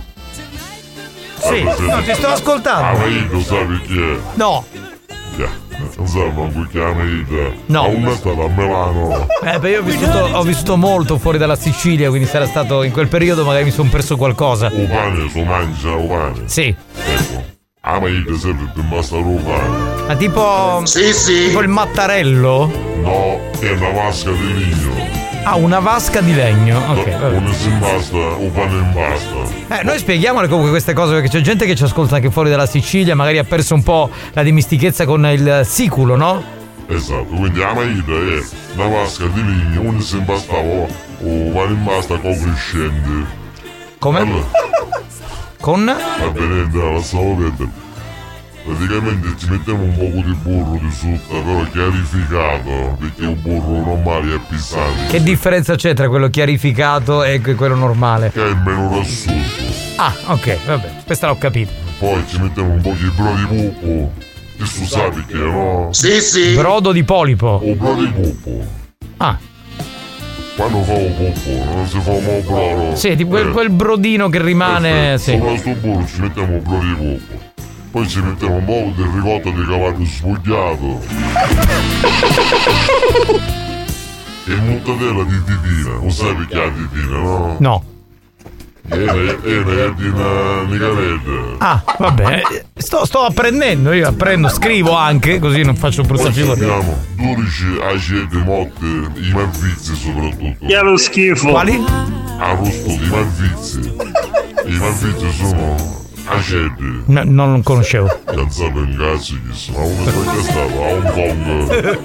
Sì, no, ti sto ascoltando. Amaita sai chi è? No. Yeah. Non so manco chi è Amaita. No. Ma una è stata a Milano. Eh, beh, io ho vissuto, ho vissuto molto fuori dalla Sicilia, quindi sarà stato in quel periodo magari mi sono perso qualcosa. O pane, so mangia o pane. Sì. Ecco. Amaita sempre per bastare o pane. Ma tipo. Sì, sì. Tipo il mattarello? No, è una vasca di legno. Ah, una vasca di legno. Ok, vabbè. Uno si imbasta, o pane in basta. Eh, noi spieghiamole comunque queste cose perché c'è gente che ci ascolta anche fuori dalla Sicilia, magari ha perso un po' la dimestichezza con il siculo, no? Esatto, quindi la maita è una vasca di legno, uno si imbastava o pane in basta con crescente. Come? Allora, Con? va bene, la stavo vedendo. Praticamente ci mettiamo un po' di burro di sotto, però chiarificato, perché il burro normale è pesante. Che differenza c'è tra quello chiarificato e quello normale? Che è meno rassoso. Ah, ok, vabbè, questa l'ho capita. poi ci mettiamo un po' di brodo di pupo. Ti scusate che no? Sì, sì. Brodo di polipo. O brodo di pupo. Ah. Quando fa un pupo, non si fa un brodo. Sì, tipo quel, quel brodino che rimane. Eh, sì. Sopra sto burro ci mettiamo un brodo di pupo. Poi ci mettiamo un po' del ricotta di cavallo sfogliato. E mortadella di titina. Non sai perché la titina, no? No. E una di Nicaretta. Ah, vabbè. Sto, sto apprendendo, io apprendo, scrivo anche, così non faccio brutta figura. Abbiamo dodici aceti motte, i malvizi soprattutto. Che è lo schifo. Quali? Arrosto di malvizi. I malvizi sono aceti. No, non lo conoscevo. Non sapevo in cazzo chi sono, ma uno è stato a Hong Kong.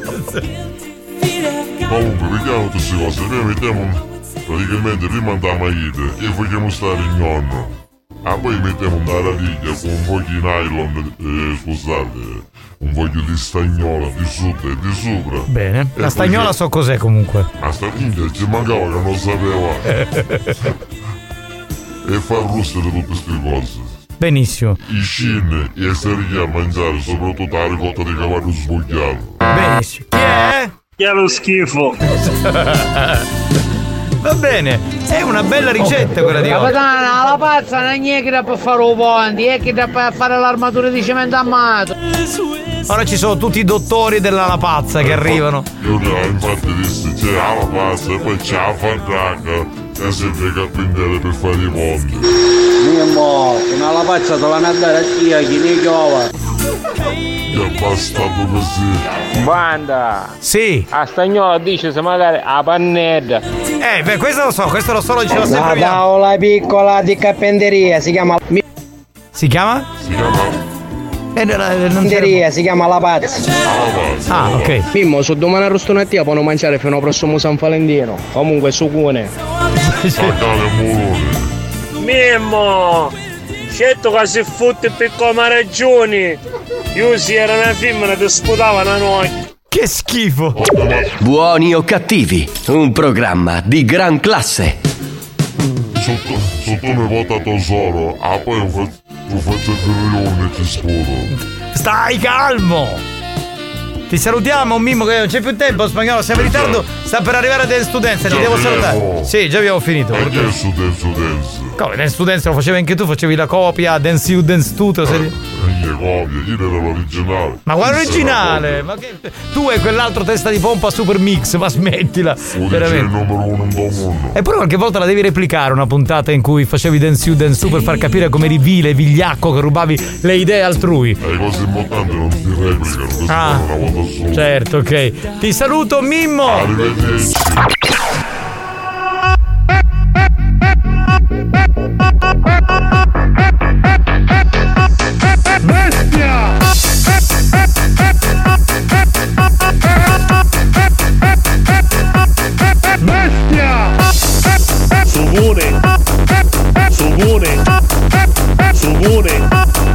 Comunque, vediamo tutte queste cose, noi mettiamo praticamente rimandiamo a ite e facciamo stare il nonno. Ah, poi mettiamo una radiglia con un foglio di nylon, eh, scusate, un foglio di stagnola di sotto e di sopra. Bene, e la stagnola so cos'è comunque. La stagnola ci mancava che non sapeva. E far rossere tutte queste cose. Benissimo. I cin e essere lì a mangiare, soprattutto la ricotta di cavallo sfogliato. Benissimo. Chi è? Che è lo schifo. Va bene, è una bella ricetta quella di oggi. Capitana, la pazza non è che da per fare un ponte, è che da per fare l'armatura di cemento armato. Ora ci sono tutti i dottori della lapazza che arrivano. Io infatti dissi c'è la lapazza e poi c'è la fandraga e sempre carpentiere per fare i ponti. Mimmo, una lapazza te la andare a tia, chi ne chiova. È bastato così. Banda. Sì. A stagnola dice se magari a pannetta. Eh, beh, questo lo so, questo lo so, lo dicevo sempre prima. La tavola piccola di carpenteria si chiama. Si chiama? Si chiama. Eh, non si chiama la pazza. Ah, ok. Mimmo, su domani a Rostonettia possono mangiare fino al prossimo San Valentino. Comunque sucune. Mimmo! Certo che si fotte per come ragioni. Io si era una femmina che sputava una notte. Che schifo. Buoni o cattivi, un programma di gran classe. Sotto, sotto mi vota tesoro. Ah, poi lo faccio il rione e ti sputo. Stai calmo. Ti salutiamo, Mimmo, che non c'è più tempo, Spagnolo, siamo in ritardo, sta per arrivare Dance to Dance, ti devo salutare. Sì, già abbiamo finito. E che è su Dance to Dance? Come, Dance to Dance lo facevi anche tu, facevi la copia, Dance You, Dance Tu, te lo sei... Eh, copia, io ero l'originale. Ma quale originale? Ma che... Tu e quell'altro testa di pompa Super Mix, ma smettila. Veramente. Il numero uno in mondo. Eppure qualche volta la devi replicare, una puntata in cui facevi Dance You, Dance Tu per far capire come eri vile, vigliacco, che rubavi le idee altrui. Le cose importanti non si replicano, questo ah, è una volta sola. Certo, ok. Ti saluto, Mimmo. Arrivederci. Bestia! Bestia! Sugone! Sugone! Sugone!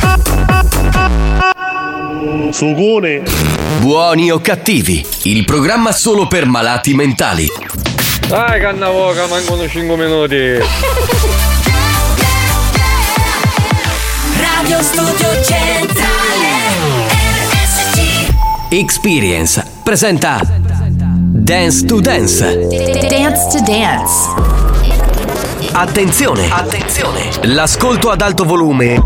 Sugone! Buoni o cattivi, il programma solo per malati mentali. Dai, cannavoca, mancano cinque minuti. Radio Studio Centrale R S C Experience presenta Dance to Dance. Dance to Dance. Attenzione, attenzione. L'ascolto ad alto volume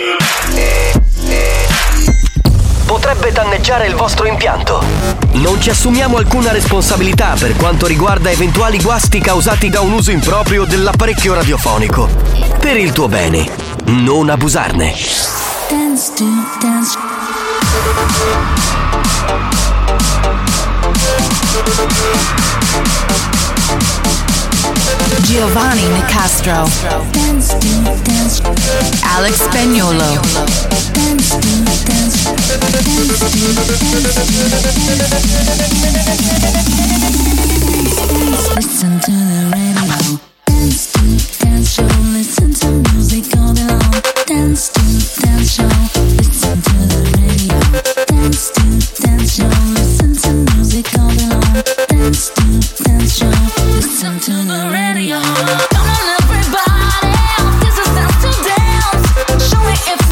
potrebbe danneggiare il vostro impianto. Non ci assumiamo alcuna responsabilità per quanto riguarda eventuali guasti causati da un uso improprio dell'apparecchio radiofonico. Per il tuo bene, non abusarne. Dance to Dance. Giovanni Nicastro. Dance to Dance. Alex Spagnuolo. Dance to Dance. Dance to Listen to the radio. Dance to Dance show. Listen to music all day long. Dance to Dance show. Listen to the radio. Dance to Dance show. Listen to music all day long. Dance to Dance show. Listen to the radio. Come on everybody, this is Dance to Dance. Show me if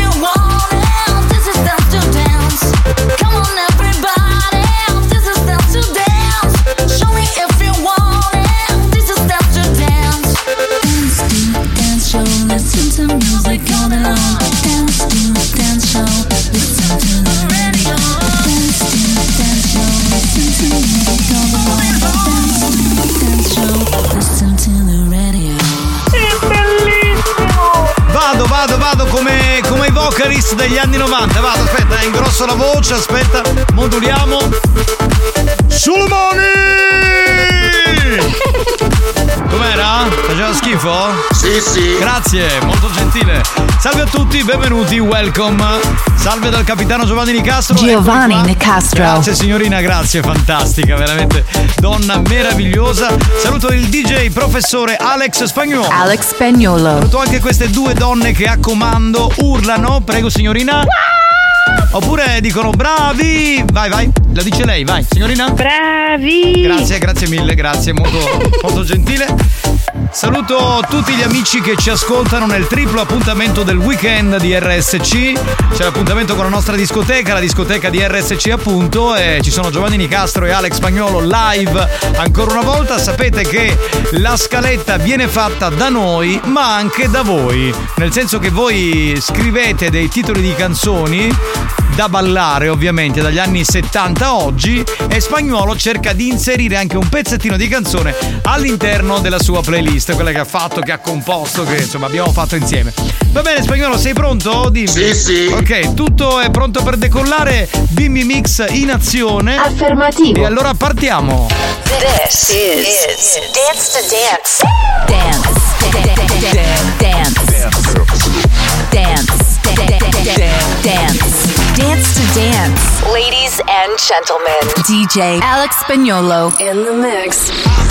vado come, come i vocalist degli anni novanta. Vado, aspetta, ingrosso la voce, aspetta, moduliamo. Sulle mani! Com'era? Faceva schifo? Sì, sì. Grazie, molto gentile. Salve a tutti, benvenuti, welcome. Salve dal capitano Giovanni Nicastro. Giovanni Nicastro. Grazie signorina, grazie, fantastica, veramente donna meravigliosa. Saluto il D J professore Alex Spagnuolo. Alex Spagnuolo. Saluto anche queste due donne che a comando urlano, prego signorina. Oppure dicono bravi. Vai, vai, la dice lei, vai, signorina. Bravi. Grazie, grazie mille, grazie, molto, molto gentile. Saluto tutti gli amici che ci ascoltano nel triplo appuntamento del weekend di R S C. C'è l'appuntamento con la nostra discoteca, la discoteca di R S C appunto, e ci sono Giovanni Nicastro e Alex Spagnuolo live ancora una volta. Sapete che la scaletta viene fatta da noi ma anche da voi, nel senso che voi scrivete dei titoli di canzoni da ballare ovviamente dagli anni settanta a oggi, e Spagnuolo cerca di inserire anche un pezzettino di canzone all'interno della sua playlist, quella che ha fatto, che ha composto, che insomma abbiamo fatto insieme. Va bene Spagnuolo, sei pronto? Dimmi. Sì, sì. Ok, tutto è pronto per decollare. Bimbi Mix in azione. Affermativo. E allora partiamo. This is Dance to Dance. Dance. Dance. Dance. Dance. Dance to Dance. Ladies and gentlemen, D J Alex Spagnuolo in the mix.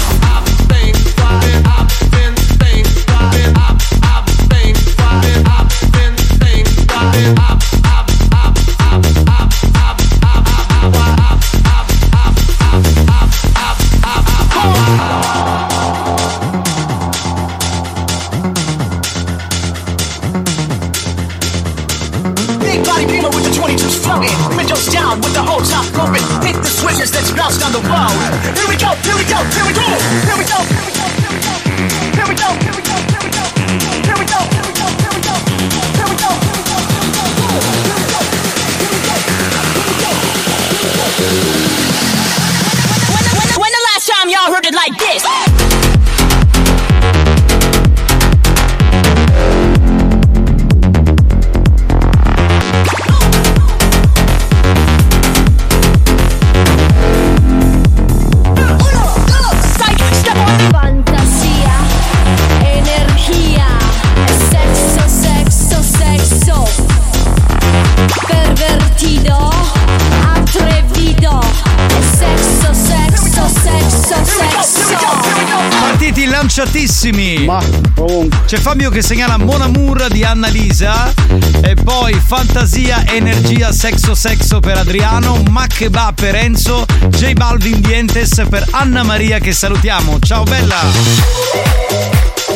Windows down with the whole top open. Hit the switches, let's bounce down the road. Here we go, here we go, here we go, here we go, here we go, here we go, here we go, here we go, here we go, here we go, here we go, here we go, here we go. When the last time y'all heard it like this? Lanciatissimi. Ma c'è Fabio che segnala Mon Amour di Annalisa, e poi Fantasia, Energia, Sexo Sexo per Adriano, Maccheba per Enzo, J Balvin Dientes per Anna Maria, che salutiamo. Ciao bella.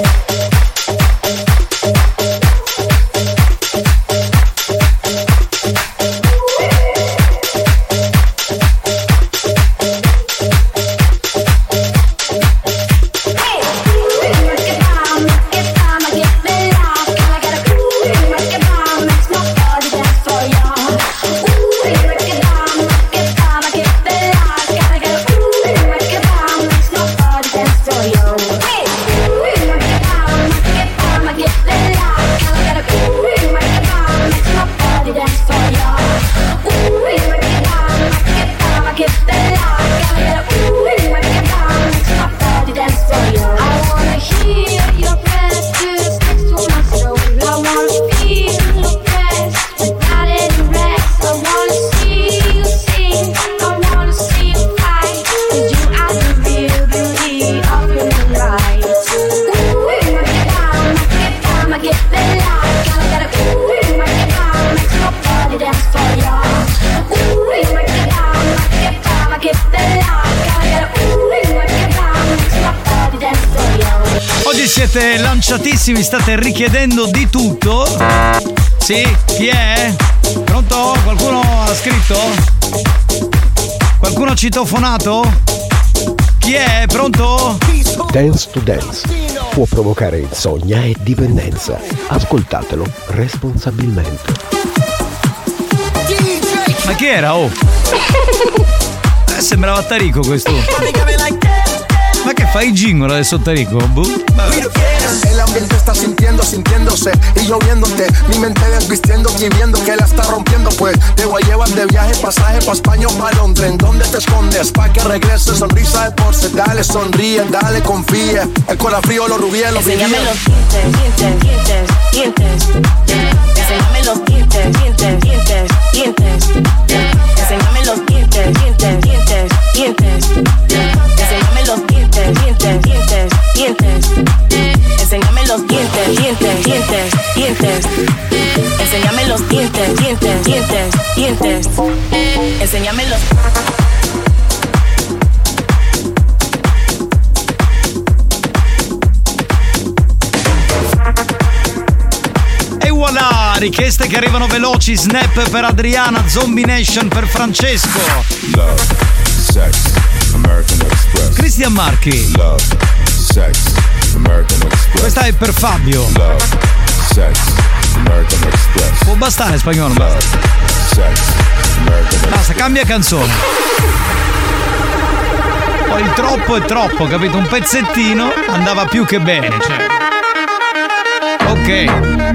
Siete lanciatissimi, state richiedendo di tutto. Sì, chi è? Pronto? Qualcuno ha scritto? Qualcuno ha citofonato? Chi è? Pronto? Dance to Dance può provocare insonnia e dipendenza. Ascoltatelo responsabilmente. Ma chi era? Oh! Eh, sembrava Tarico questo. Ma che fai, jingle adesso Tarico? Boh. El ambiente está sintiendo, sintiéndose y yo viéndote, mi mente desvistiendo y viendo que la está rompiendo. Pues te voy a llevar de viaje, pasaje pa' España o pa' Londres. ¿Dónde te escondes? Pa' que regrese, sonrisa de porce. Dale, sonríe, dale, confía. El corazón frío, los rubíes, los Enséñame los dientes, dientes, dientes, dientes. Enséñame los dientes, dientes, dientes, dientes. Enséñame los dientes, dientes, dientes, dientes. Enséñame los dientes, dientes, dientes, dientes. Enséñame los dientes, dientes, dientes, dientes. Enséñame los dientes, dientes, dientes, dientes. Enséñame los. E voilà, richieste che arrivano veloci. Snap per Adriana, Zombie Nation per Francesco. Love, sex, American Express. Cristian Marchi. Love, sex, American Express. Questa è per Fabio. Love, sex, American Express. Può bastare spagnolo, Love, basta. sex, American Express. Basta, cambia canzone. Poi il troppo è troppo, capito? Un pezzettino andava più che bene, cioè. Ok.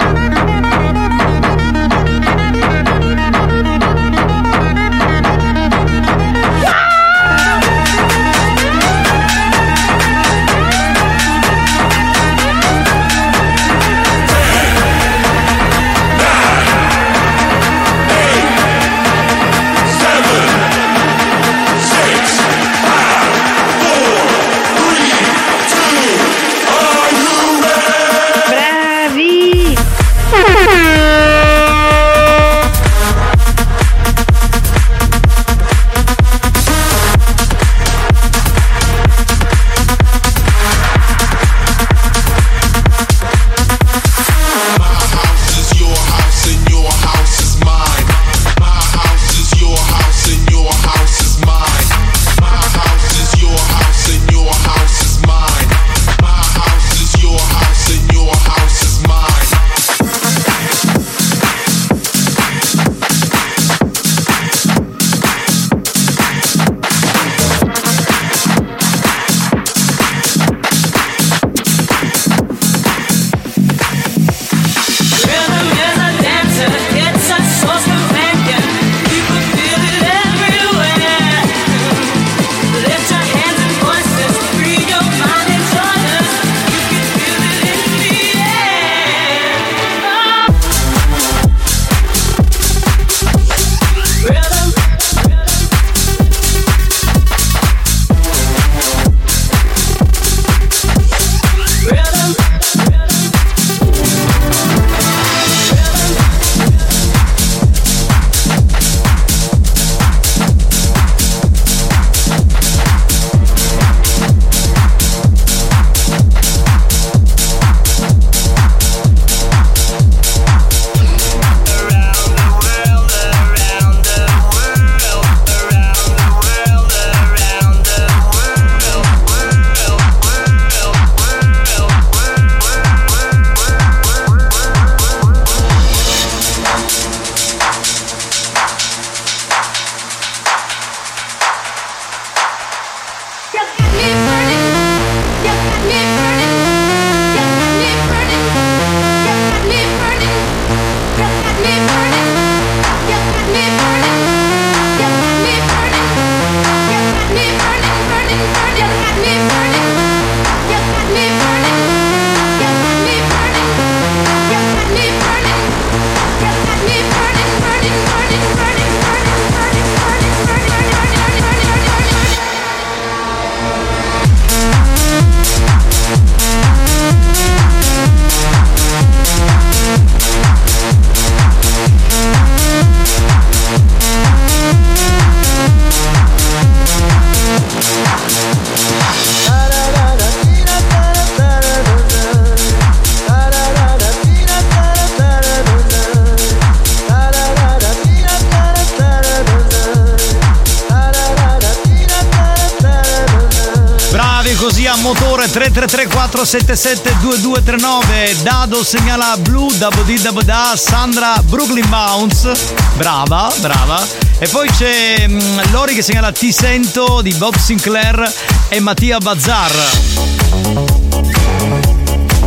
Motore tre tre tre quattro sette sette due due tre nove. Dado segnala blu, Dabodi Daboda, Sandra Brooklyn Bounce. Brava, brava. E poi c'è mh, Lori che segnala Ti sento di Bob Sinclair e Mattia Bazzar. Che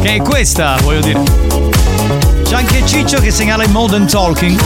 che è questa, voglio dire. C'è anche Ciccio che segnala in Modern Talking.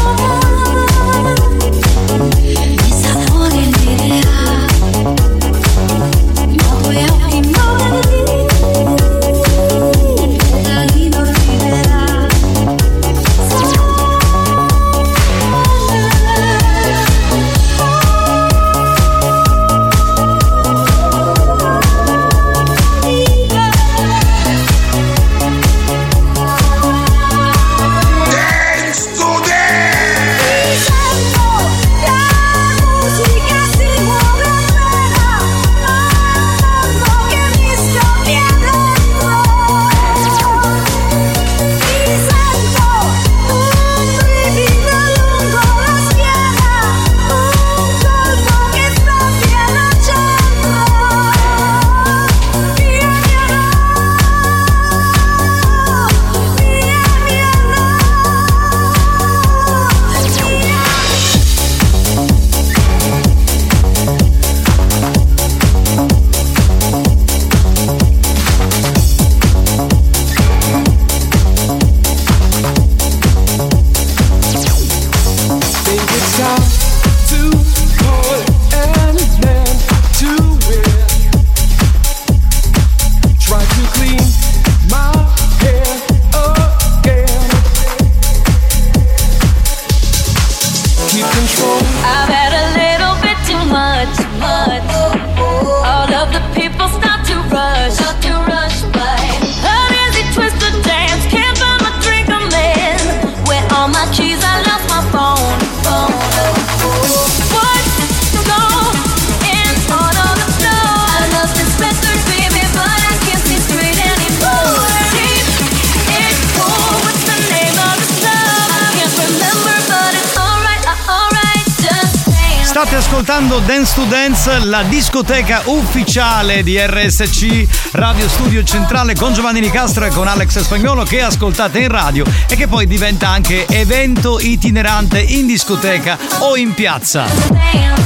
State ascoltando Dance to Dance, la discoteca ufficiale di R S C Radio Studio Centrale con Giovanni Nicastro e con Alex Spagnuolo, che ascoltate in radio e che poi diventa anche evento itinerante in discoteca o in piazza.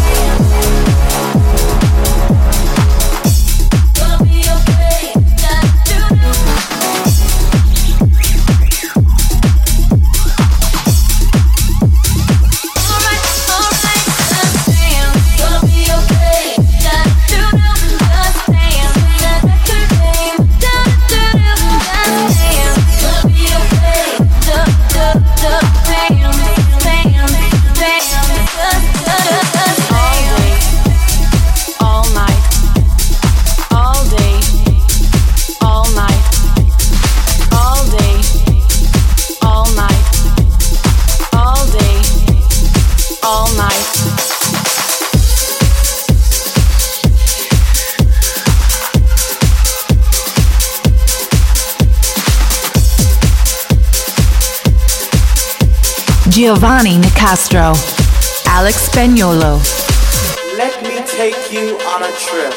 Giovanni Nicastro, Alex Spagnuolo. Let me take you on a trip.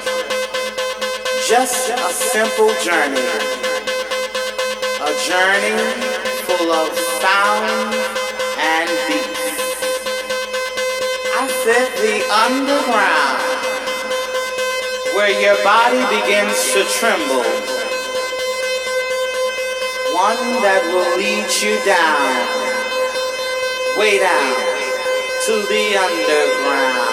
Just a simple journey. A journey full of sound and beat. I said the underground, where your body begins to tremble. One that will lead you down, way down to the underground.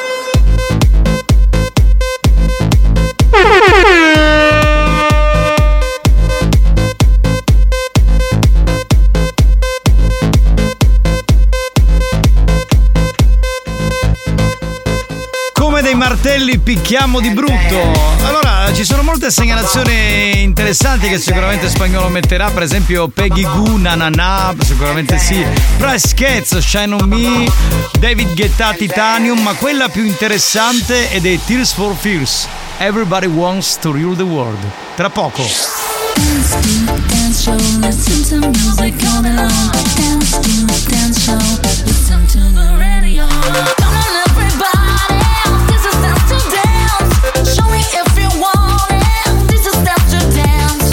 Come dei martelli picchiamo di brutto. Allora, ci sono molte segnalazioni interessanti che sicuramente Spagnuolo metterà, per esempio Peggy Goo, Na Na Na, sicuramente sì, Price Cats, Shine On Me, David Guetta, Titanium, ma quella più interessante è dei Tears for Fears, Everybody Wants to Rule the World. Tra poco. Dance to dance show, listen to music all day long. Dance to dance show, listen to the radio. Come on everybody, this is dance to dance. Show me if you want it, this is dance to dance.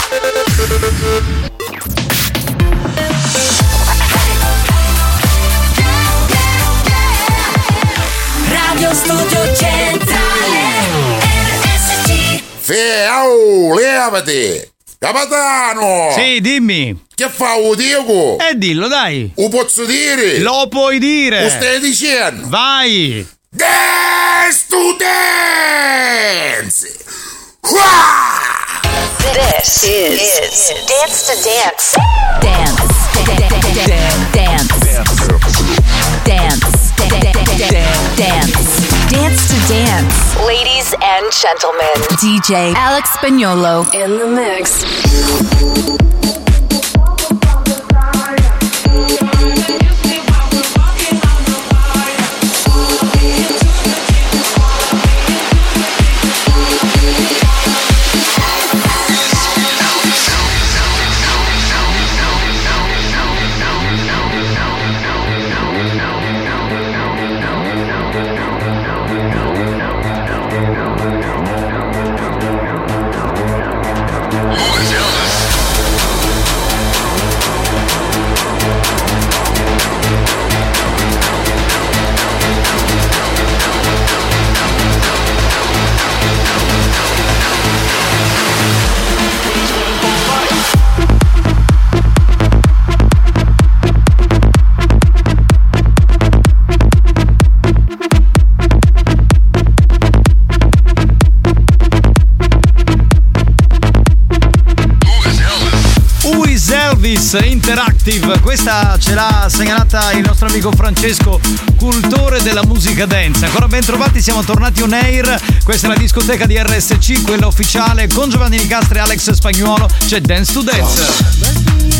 Radio Studio Centrale R S C. Fiau, levati! Capitano! Sì, dimmi. Che fa o dico? Eh, dillo, dai. Lo posso dire? Lo puoi dire. Lo stai dicendo? Vai. Dance to Dance! This is, is Dance to Dance. Dance. Dance. Dance. Dance. Dance to Dance. Ladies and gentlemen, D J Alex Spagnolo in the mix. Interactive, questa ce l'ha segnalata il nostro amico Francesco, cultore della musica dance. Ancora ben trovati, siamo tornati on air. Questa è la discoteca di R S C, quella ufficiale, con Giovanni Nicastri e Alex Spagnuolo. C'è Dance to Dance.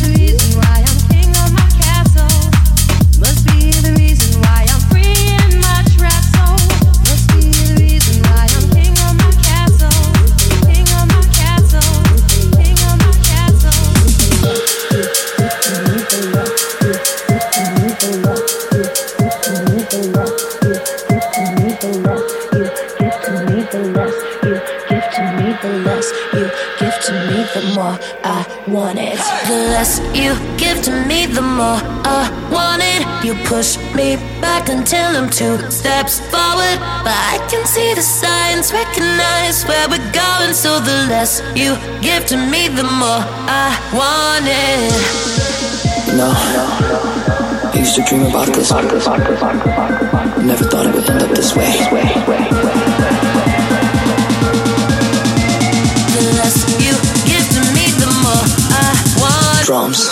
You give to me, the more I want it. You push me back until I'm two steps forward, but I can see the signs, recognize where we're going. So the less you give to me, the more I want it. No, I used to dream about this. Never thought it would end up this way. The less you give to me, the more I want. Drums.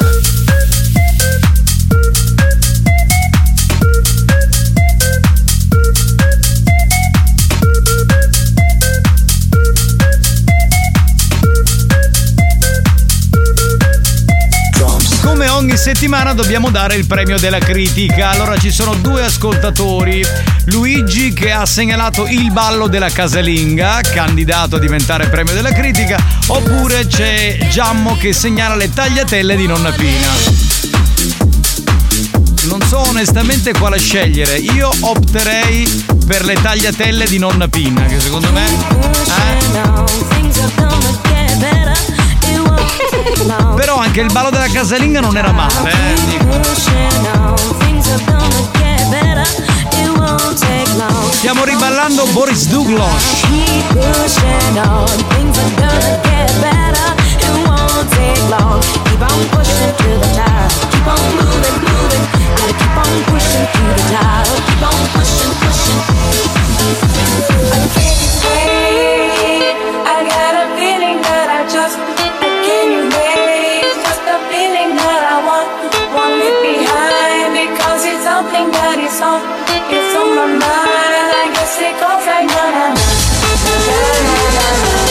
Come ogni settimana dobbiamo dare il premio della critica. Allora ci sono due ascoltatori. Luigi che ha segnalato il ballo della casalinga, candidato a diventare premio della critica, oppure c'è Giammo che segnala le tagliatelle di Nonna Pina. Non so onestamente quale scegliere. Io opterei per le tagliatelle di Nonna Pina, che secondo me eh? Però anche il ballo della casalinga non era male, eh? Stiamo riballando Boris Douglas. I got a feeling that I just can't erase. Just a feeling that I want, want it behind, because it's something that is on, it's on my mind. I guess it goes like na na na na na na.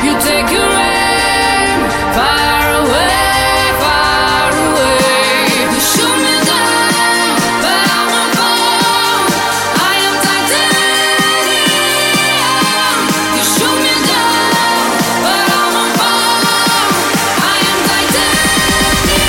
You take your aim far away, far away. You shoot me down, but I won't fall. I am titanium. You shoot me down, but I won't fall. I am titanium.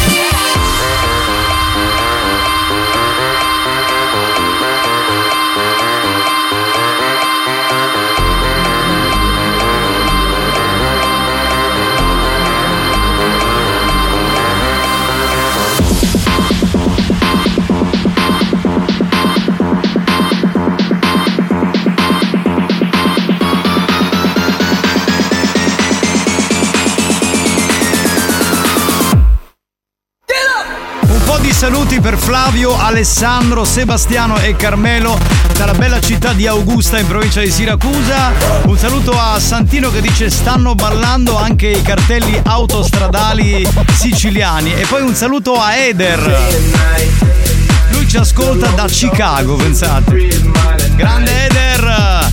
Un po' di saluti per Flavio, Alessandro, Sebastiano e Carmelo dalla bella città di Augusta in provincia di Siracusa. Un saluto a Santino che dice stanno ballando anche i cartelli autostradali siciliani. E poi un saluto a Eder. Lui ci ascolta da Chicago, pensate. Grande Eder!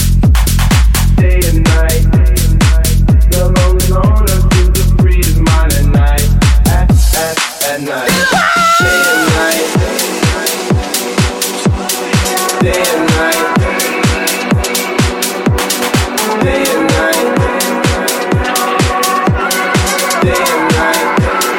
At night, day and night, day and night, day and night, day and night.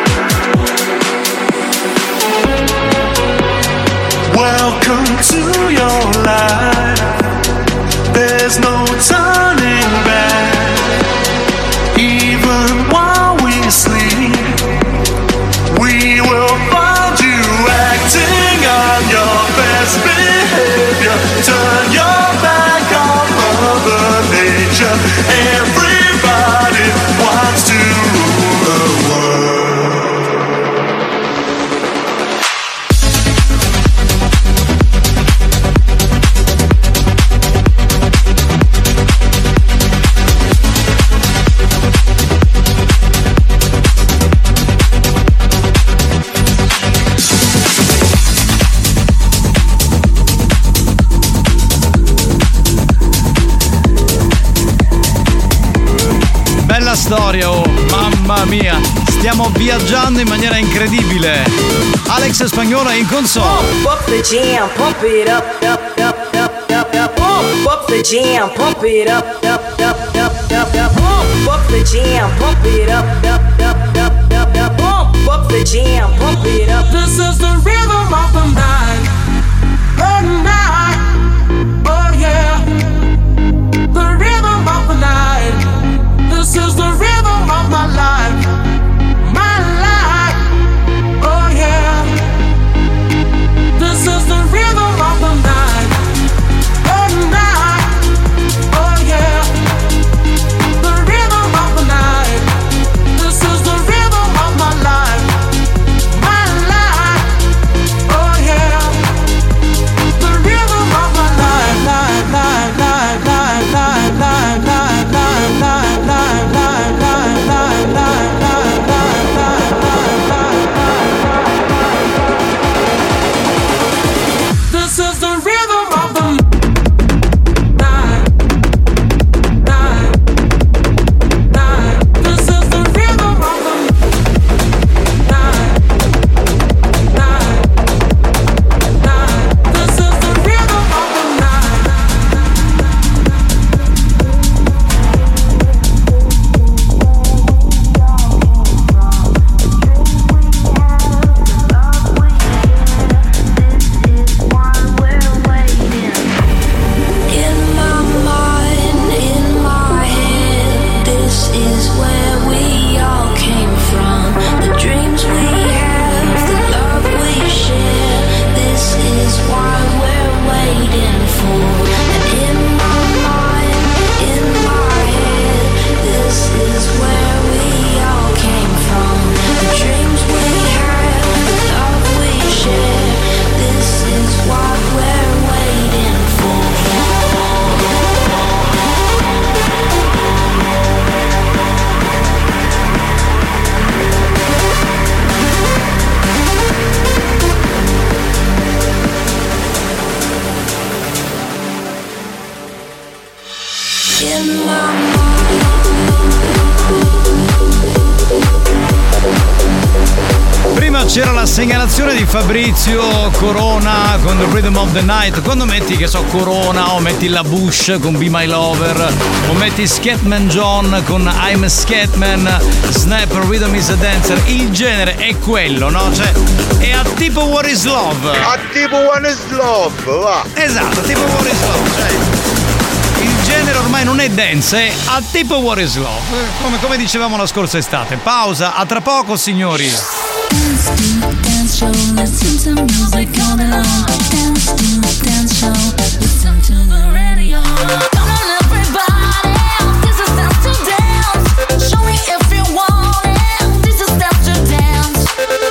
Welcome to your life. There's no turning back. Even while we sleep, we will find you acting on your best behavior. Turn your back on Mother Nature. Everybody wants to rule the world. Storia, oh, mamma mia, stiamo viaggiando in maniera incredibile. Alex Spagnuolo è in console. Pump up the jam, pump it up, up, up, up, up, up. Pump up the jam, pump it up, up, up, up, up, up. Pump up the jam, pump it up, up, up, up, up, up. Pump up the jam, pump it up. This is the rhythm of the night, the night. Oh yeah, the rhythm of the night. This is the rhythm of my life, my life, oh yeah. This is the rhythm of the night, oh night, oh yeah. The rhythm of the night. This is the rhythm of my life, my life, oh yeah. The rhythm c'era la segnalazione di Fabrizio Corona con The Rhythm of the Night. Quando metti, che so, Corona, o metti la Bush con Be My Lover, o metti Scatman John con I'm a Scatman, Snap, Rhythm is a Dancer, il genere è quello, no? Cioè, è a tipo What is Love. A tipo What is Love, va. Esatto, tipo What is Love, cioè il genere ormai non è dance, è a tipo What is Love, come, come dicevamo la scorsa estate. Pausa, a tra poco signori. Dance to dance show, listen to music all day long. Dance to dance show, listen to the radio. Come on everybody, this is dance to dance. Show me if you want it, this is dance to dance.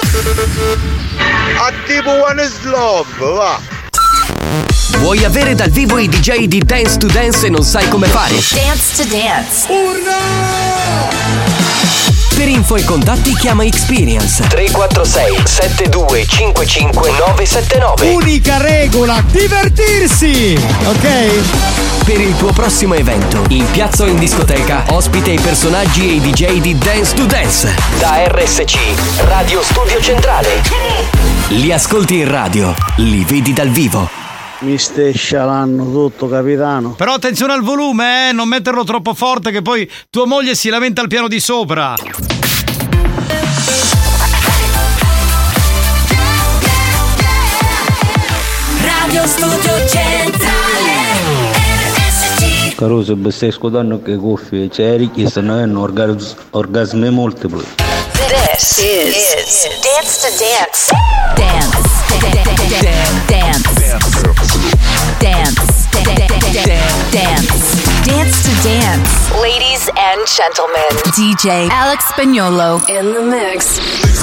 A tipo One is Love, va. Vuoi avere dal vivo i D J di Dance to Dance e non sai come fare? Dance to Dance. Urna! Per info e contatti chiama Experience tre quattro sei sette due cinque cinque nove sette nove. Unica regola, divertirsi! Ok? Per il tuo prossimo evento, in piazza o in discoteca, ospite i personaggi e i D J di Dance to Dance. Da R S C, Radio Studio Centrale. Li ascolti in radio, li vedi dal vivo. Mi stai scialando tutto, capitano. Però attenzione al volume, eh, non metterlo troppo forte che poi tua moglie si lamenta al piano di sopra. Radio Studio Centrale R S C. Caruso, mi stai ascoltando che cuffie? C'è richiesto un orgas- orgasmi multipli. This is, is Dance to Dance. Dance. Dance. Dance. Dance. Dance to Dance. Ladies and gentlemen, D J Alex Spagnolo in the mix.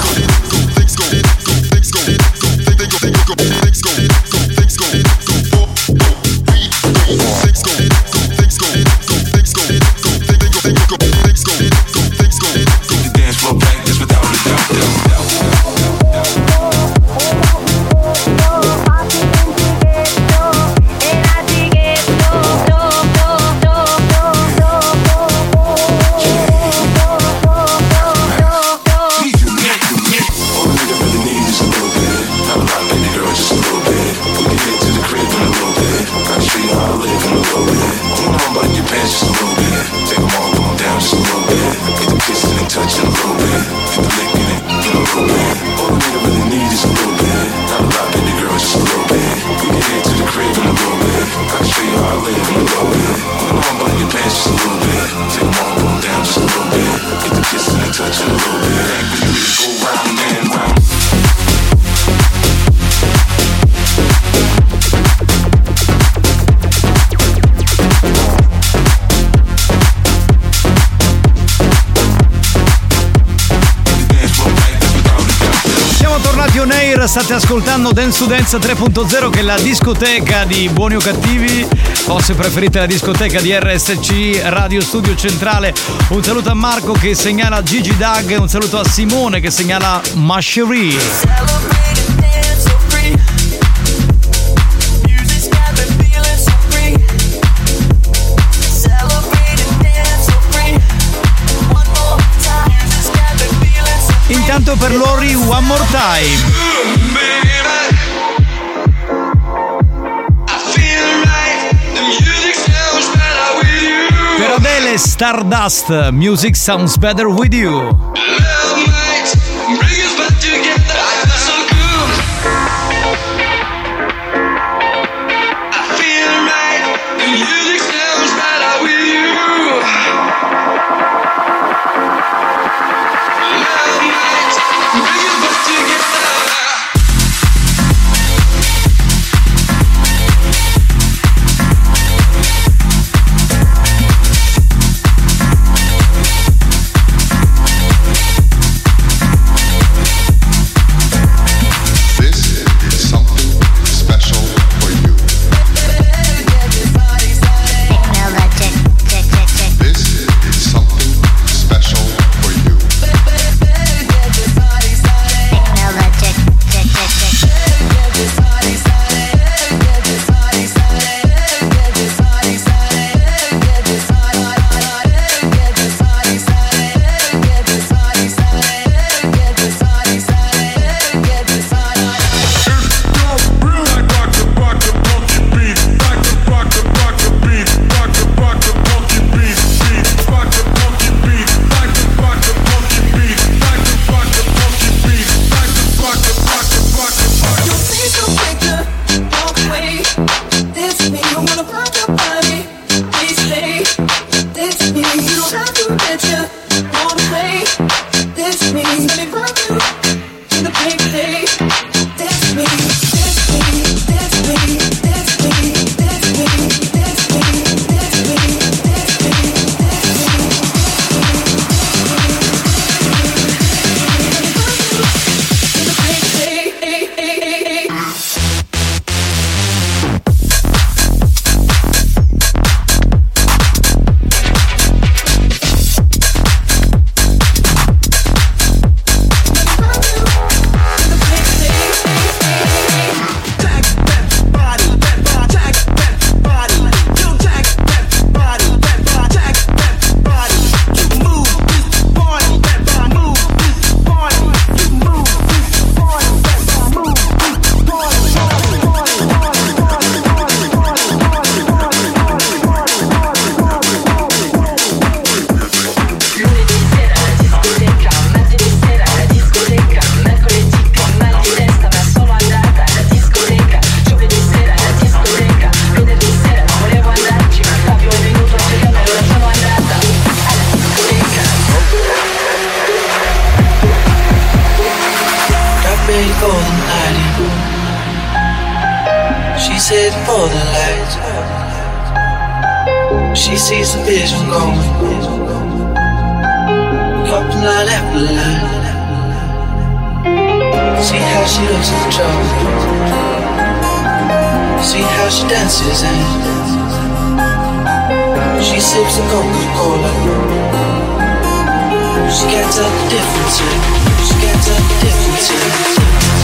State ascoltando Dance to Dance tre punto zero, che è la discoteca di Buoni o Cattivi, o se preferite la discoteca di R S C Radio Studio Centrale. Un saluto a Marco che segnala Gigi Dag, un saluto a Simone che segnala Masherie. Intanto per Lori One More Time. Per Adele Stardust, Music Sounds Better With You. headed for the lights. She sees the vision going, couple line after line. See how she looks at the trouble, see how she dances and she sips the Coca-Cola. She can't tell the difference, she can't tell the difference.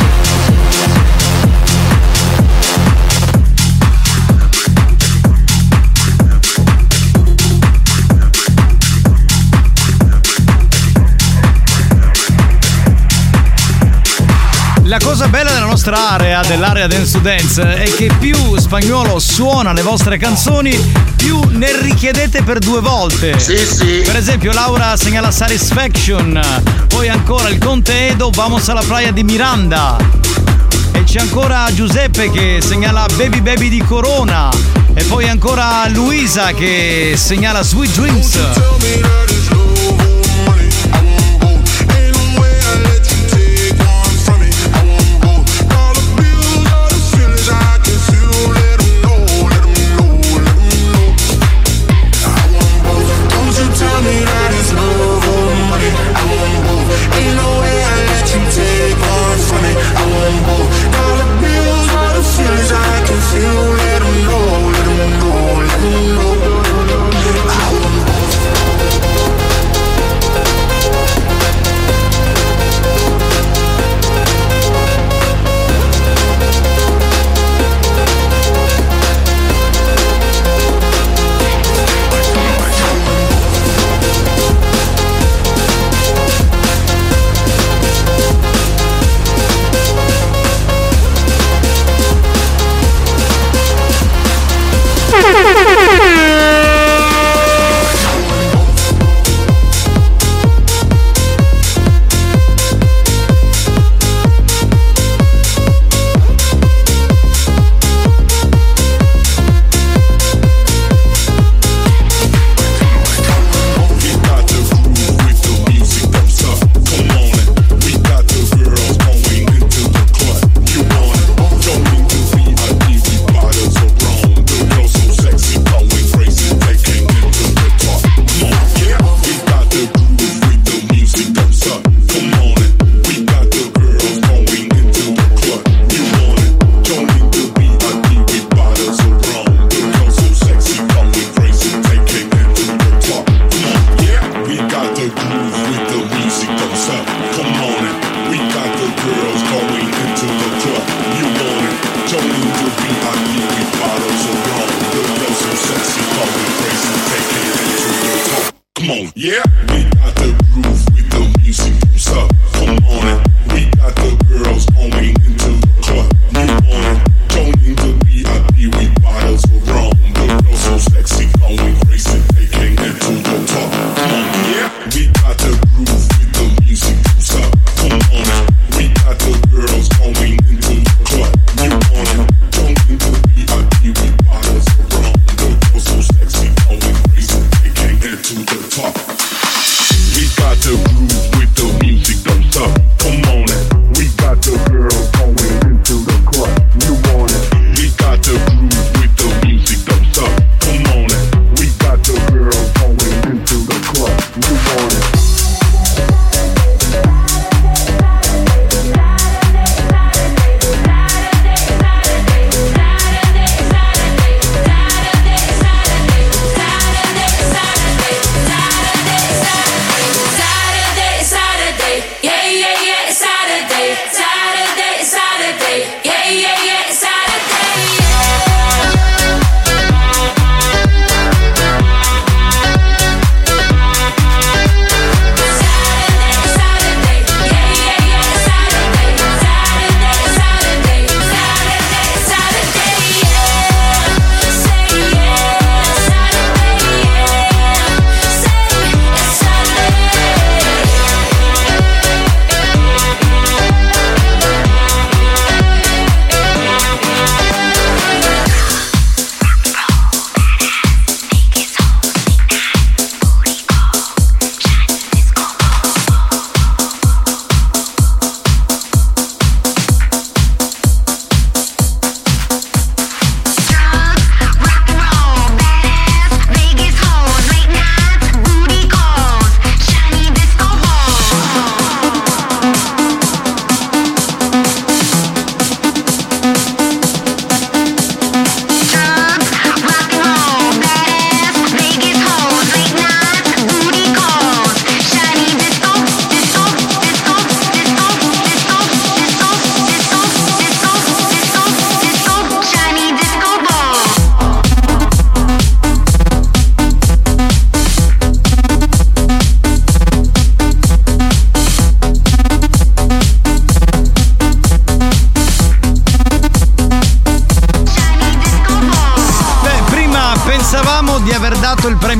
La cosa bella della nostra area, dell'area Dance to Dance, è che più Spagnuolo suona le vostre canzoni, più ne richiedete per due volte. Sì, sì. Per esempio Laura segnala Satisfaction, poi ancora il Conte Edo, Vamos alla playa di Miranda. E c'è ancora Giuseppe che segnala Baby Baby di Corona. E poi ancora Luisa che segnala Sweet Dreams.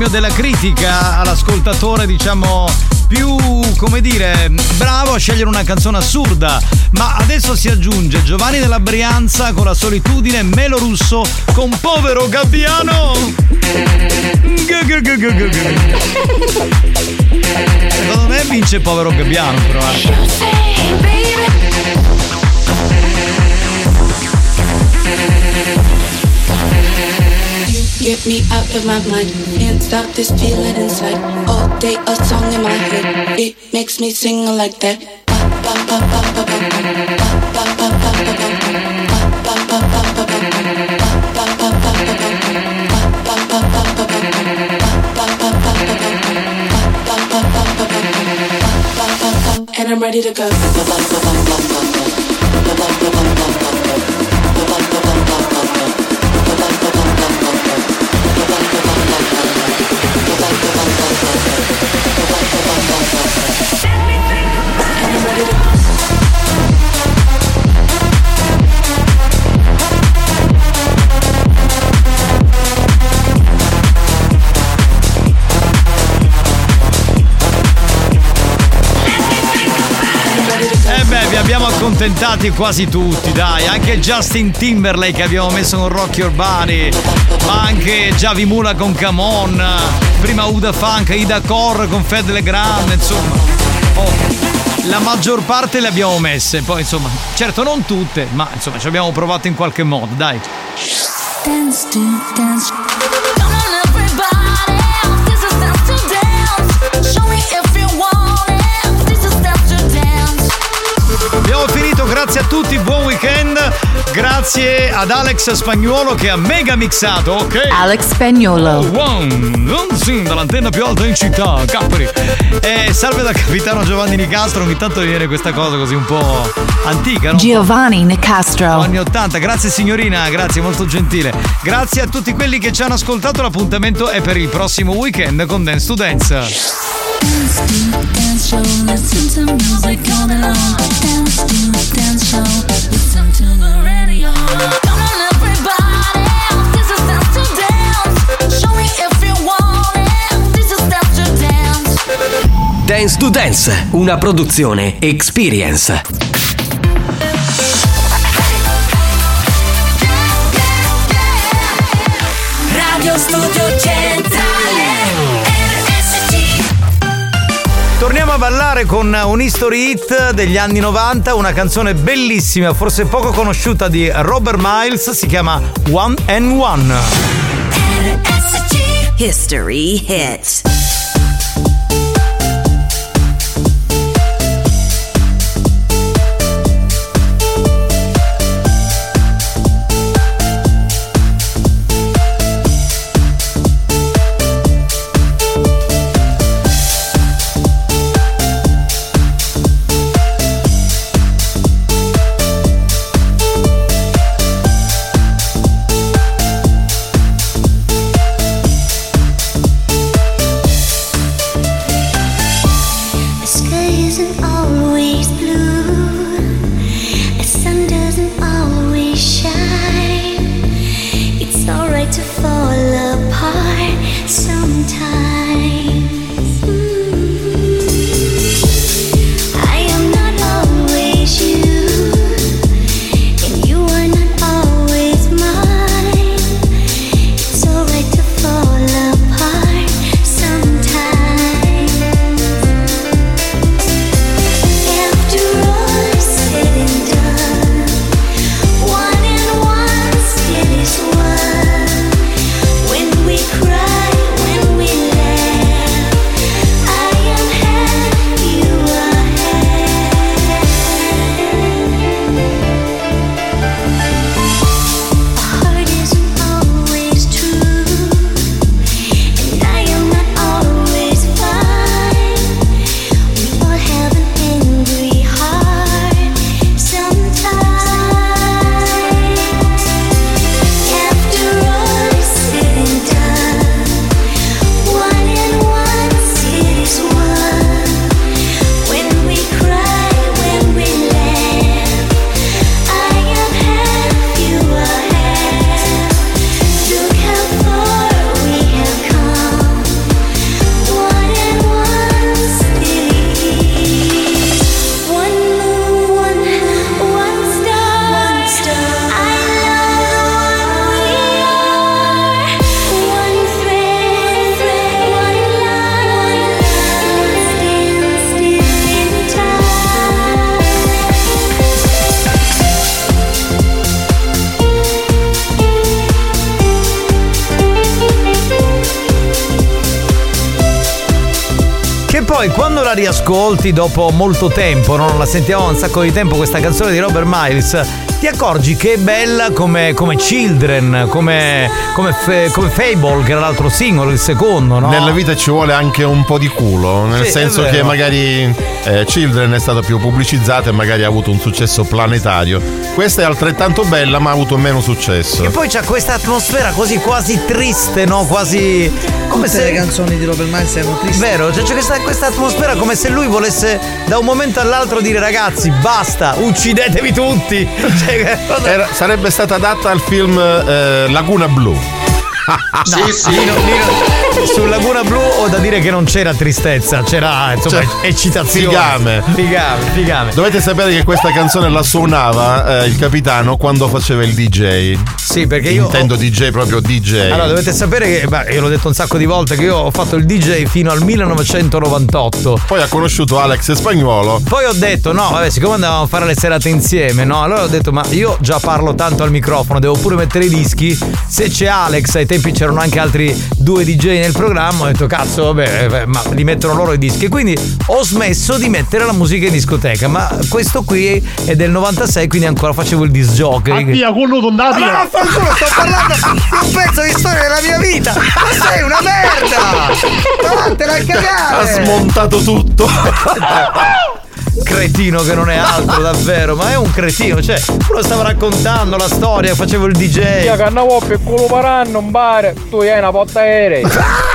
della critica all'ascoltatore, diciamo, più, come dire, bravo a scegliere una canzone assurda. Ma adesso si aggiunge Giovanni della Brianza con La solitudine, Melo Russo con Povero Gabbiano. Secondo me vince Povero Gabbiano, però Get me out of my mind, can't stop this feeling inside. All day a song in my head, it makes me sing like that. And I'm ready to go. Eh beh, vi abbiamo accontentati quasi tutti, dai. Anche Justin Timberlake abbiamo messo con Rocky Urbani, ma anche Javi Mula con Come On, prima Uda Funk, Ida Core con Fed Legrand, insomma. Oh, la maggior parte le abbiamo messe, poi insomma, certo non tutte, ma insomma ci abbiamo provato in qualche modo, dai. Dance to dance. Come on everybody, this is dance to dance. Show me if you want it, this is dance to dance. Abbiamo finito, grazie a tutti, buon weekend. Grazie ad Alex Spagnuolo che ha mega mixato, ok? Alex Spagnuolo. One, non sì, dall'antenna più alta in città, Capri. E salve dal capitano Giovanni Nicastro, ogni tanto viene questa cosa così un po' antica, no? Giovanni Nicastro. Anni ottanta, grazie signorina, grazie, molto gentile. Grazie a tutti quelli che ci hanno ascoltato, l'appuntamento è per il prossimo weekend con Dance to Dance. Dance to dance show, listen to music all day long. Dance to dance show, listen to the radio. Come on everybody, this is dance to dance. Show me if you want it, this is dance to dance. Dance to Dance, una produzione Experience. Radio Studio Centrale R S C. Torniamo a ballare con un history hit degli anni novanta, una canzone bellissima, forse poco conosciuta di Robert Miles, si chiama One and One. R S C History Hits. After all Che poi quando la riascolti dopo molto tempo, no? Non la sentiamo un sacco di tempo questa canzone di Robert Miles, ti accorgi che è bella come, come Children, come, come, fe, come Fable, che era l'altro singolo, il secondo, no? Nella vita ci vuole anche un po' di culo, nel Sì, senso che magari eh, Children è stata più pubblicizzata e magari ha avuto un successo planetario. Questa è altrettanto bella ma ha avuto meno successo. E poi c'ha questa atmosfera così quasi triste, no? Quasi come Tutte se le canzoni di Robert Miles erano tristi. Vero, cioè c'è questa, questa atmosfera come se lui volesse da un momento all'altro dire ragazzi basta, uccidetevi tutti. Cioè, Era, sarebbe stata adatta al film eh, Laguna Blu. No, sì, sì. Lino, Lino, su Laguna Blu ho da dire che non c'era tristezza, c'era insomma Cioè, eccitazione. Figame. Figame, figame. Dovete sapere che questa canzone la suonava eh, il capitano quando faceva il D J. Sì, perché io intendo D J proprio D J. Allora dovete sapere che, beh, io l'ho detto un sacco di volte, che io ho fatto il D J fino al millenovecentonovantotto. Poi ha conosciuto Alex Spagnuolo. Poi ho detto no, vabbè, siccome andavamo a fare le serate insieme, no, allora ho detto ma io già parlo tanto al microfono, devo pure mettere i dischi. Se c'è Alex, ai tempi c'erano anche altri due D J nel programma, ho detto cazzo vabbè, ma li mettono loro i dischi, e quindi ho smesso di mettere la musica in discoteca. Ma questo qui è del novantasei, quindi ancora facevo il disc jockey. Via, quello non da via. Ma fanculo, sto parlando di un pezzo di storia della mia vita. Ma sei una merda! Vattene a cagare! Ha smontato tutto. Cretino che non è altro davvero, ma è un cretino, cioè uno stava raccontando la storia, facevo il D J. Io che andavo per culo paranno un bar, tu hai una porta aerea.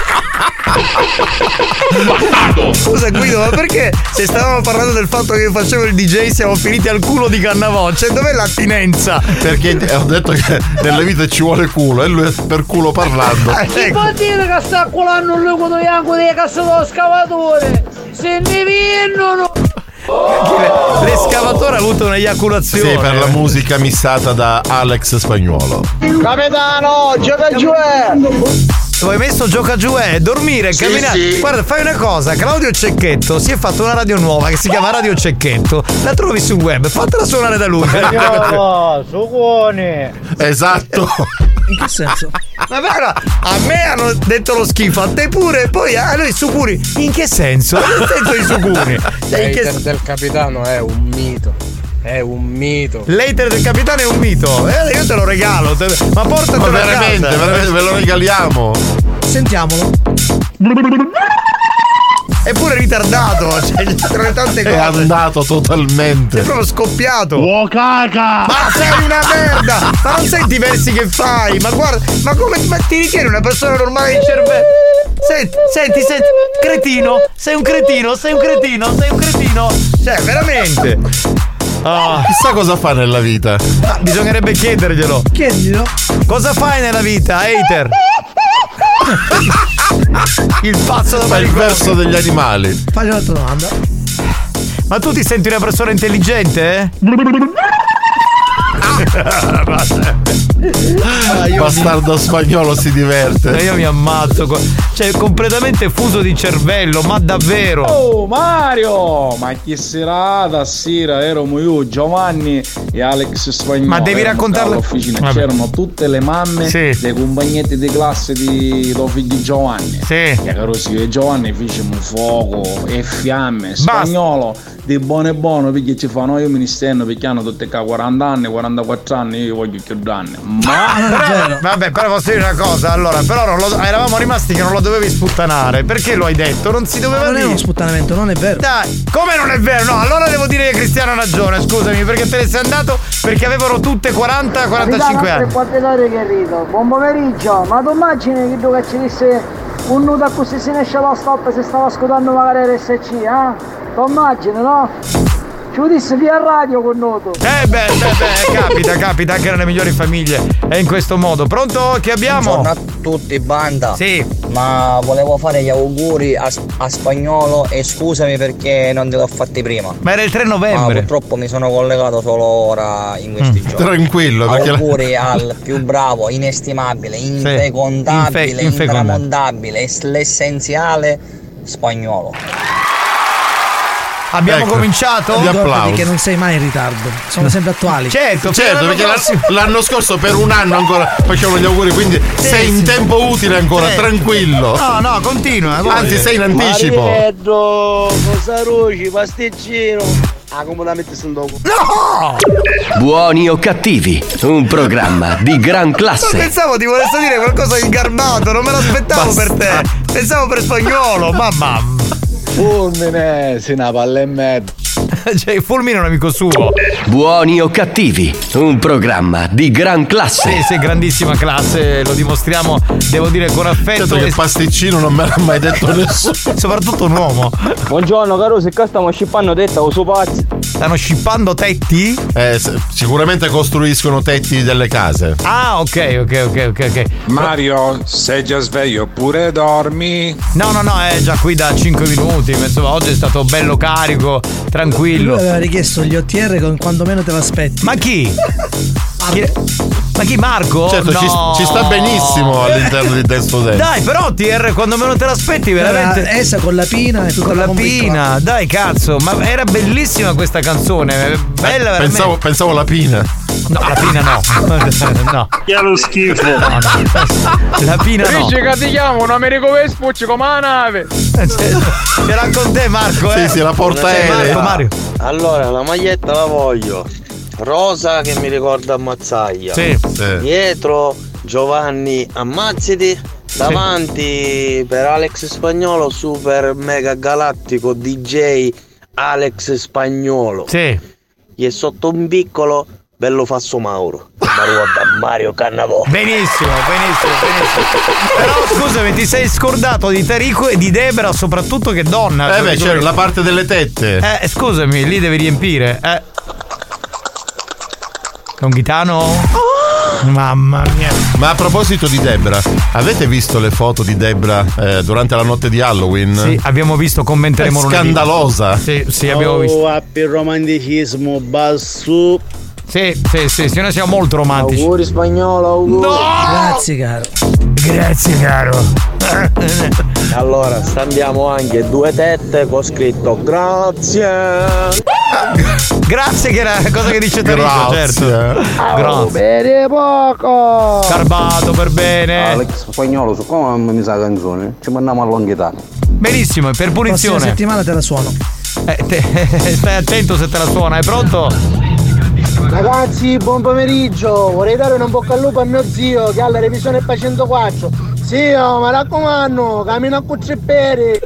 Scusa Guido, ma perché se stavamo parlando del fatto che io facevo il D J siamo finiti al culo di Cannavò? Cioè dov'è l'attinenza? Perché ho detto che nella vita ci vuole culo e lui per culo parlando. Chi può dire che sta culando lui con i anco delle casse dello scavatore? Se ne vengono! L'escavatore ha avuto un'eiaculazione. Sì, per la musica missata da Alex Spagnuolo. Capitano, gioca giù! Tu hai messo gioca giù e dormire, Sì, camminare. sì. Guarda, fai una cosa, Claudio Cecchetto si è fatto una radio nuova che si chiama Radio Cecchetto. La trovi sul web, fatela suonare da lui. No, suconi. Esatto. In che senso? Ma guarda, a me hanno detto lo schifo, a te pure, poi a noi sucuri. In che senso? Che senso i sucuri? Cioè, in che... L'hater del capitano è un mito. È un mito. L'hater del capitano è un mito. Eh, io te lo regalo. Te... Ma portatelo Ma a veramente, casa. veramente ve lo regaliamo. Sentiamolo. Eppure ritardato, cioè gli tra le tante cose. È andato totalmente. È proprio scoppiato. Oh caca! Ma sei una merda! Ma non senti i versi che fai? Ma guarda, ma come ma ti ritieni una persona normale di cervello? Senti, senti, senti, cretino, sei un cretino, sei un cretino, sei un cretino. Cioè, veramente. Oh. Chissà cosa fa nella vita. Ah, bisognerebbe chiederglielo. Chiediglielo. Cosa fai nella vita, hater? Il pazzo da Fa il manicomio. verso degli animali. Fagli un'altra domanda. Ma tu ti senti una persona intelligente, eh? Ah, io Bastardo mi... Spagnolo si diverte. Io mi ammazzo. Cioè, completamente fuso di cervello, ma davvero. Oh Mario! Ma che serata sera ero io, Giovanni e Alex Spagnolo. Ma devi raccontarlo. All'officina c'erano tutte le mamme Sì. dei compagnetti di classe di tuo figlio Giovanni. Sì. E caro sì, e Giovanni fecimo fuoco e fiamme. Spagnolo di buono e buono perché ci fanno io ministero perché hanno tutte qua quaranta anni, quarantaquattro anni, io voglio più danni. Ma Però, vabbè, però posso dire una cosa, allora, però non lo, eravamo rimasti che non lo dovevi sputtanare. Perché lo hai detto? Non si doveva Ma non dire. è uno sputtanamento, non è vero. Dai, come non è vero? No, allora devo dire che Cristiano ha ragione, scusami, perché te ne sei andato perché avevano tutte quaranta quarantacinque anni. Capitano, che rido. Buon pomeriggio, ma tu immagini che tu che ci disse un nudo a così si ne esce la stop se stava ascoltando magari R S C, eh? Tu immagini, no? Ci lo disse via radio con nudo. Eh beh, beh, beh, capita, capita anche nelle migliori famiglie. È in questo modo. Pronto? Che abbiamo? Buongiorno a tutti, banda. Sì. Ma volevo fare gli auguri a, a Spagnolo e scusami perché non te l'ho fatti prima. Ma era il tre Ma novembre. purtroppo mi sono collegato solo ora in questi Mm. giorni. Tranquillo, perché la- Auguri al più bravo, inestimabile, infecondabile, Infe- infecondabile. intramondabile, es- l'essenziale Spagnolo. Abbiamo Ecco, cominciato? gli applausi. Che non sei mai in ritardo, sono sempre attuali. Certo, Certo, perché l'anno, l'anno scorso per un anno ancora facevano gli auguri, quindi Sì, sei in sì. tempo utile ancora, Sì. tranquillo. No, no, continua. Anzi, sei in anticipo. Marinetto, Cosaruci, pasticcino. Ah, completamente sono No! Buoni o cattivi, un programma di gran Ma classe. pensavo ti volessi dire qualcosa di garbato, non me l'aspettavo per te. Pensavo per Spagnolo, mamma. Fulmine, si una palla e mezzo. Cioè, Fulmine è un amico suo. Buoni o cattivi, un programma di gran classe. Sì, sì, grandissima classe, lo dimostriamo, devo dire, con affetto. Certo che il pasticcino non me l'ha mai detto nessuno. Soprattutto un uomo. Buongiorno caro, se qua stiamo scippando tetta o su pazzi. Stanno scippando tetti? Eh, s- sicuramente costruiscono tetti delle case. Ah, ok, ok, ok, ok, ok. Mario, sei già sveglio oppure dormi? No, no, no, è già qui da cinque minuti. Insomma, oggi è stato bello carico, tranquillo. Lui aveva richiesto gli O T R con quando meno te l'aspetti. Ma chi? Chi- Ma chi, Marco? Certo, no. ci, ci sta benissimo all'interno di Del Studente. Dai, però T R quando meno te l'aspetti, veramente. Era essa con la pina e tutta Con la pompa in pina, dai cazzo, ma era bellissima questa canzone, bella veramente. Pensavo, pensavo la pina. No, la pina no. No. Che è lo schifo. No, no. La pina no. Dice che ti chiamo un Americo Vespucci come la nave. Ce l'ha con te Marco, eh? Sì, sì, la portaerei. Marco, Mario. Allora, la maglietta la voglio. Rosa che mi ricorda Ammazzaglia. Sì. Sì. Dietro Giovanni Ammazziti. Davanti per Alex Spagnolo super mega galattico D J Alex Spagnolo. Sì. E sotto un piccolo bello Fasso Mauro. Mario, Mario Cannavò. Benissimo, benissimo, benissimo. Però scusami, ti sei scordato di Tarico e di Debra, soprattutto che donna. Eh beh, c'è la parte delle tette. Eh, scusami, lì devi riempire. Eh. Longhitano? Mamma mia. Ma a proposito di Debra, avete visto le foto di Debra eh, durante la notte di Halloween? Sì, abbiamo visto, commenteremo È lunedì. scandalosa. Sì, sì, abbiamo visto. Oh, appi il romanticismo basso. Sì, sì, sì, sì, noi siamo molto romantici. Auguri Spagnolo, auguri. No! Grazie caro. Grazie caro. Allora, stambiamo anche due tette con scritto grazie. Grazie che era cosa che dice Tarico, certo. Grazie. Bene poco. Garbato per bene. Alex Spagnolo, su come mi sa canzone? Ci mandiamo a Longhitano. Benissimo, per Prossima punizione. settimana te la suono. Eh, te- stai attento se te la suona, è pronto? Ragazzi, buon pomeriggio. Vorrei dare un bocca al lupo a mio zio che ha la revisione P centoquattro. Zio, mi raccomando, cammina a cuccippere.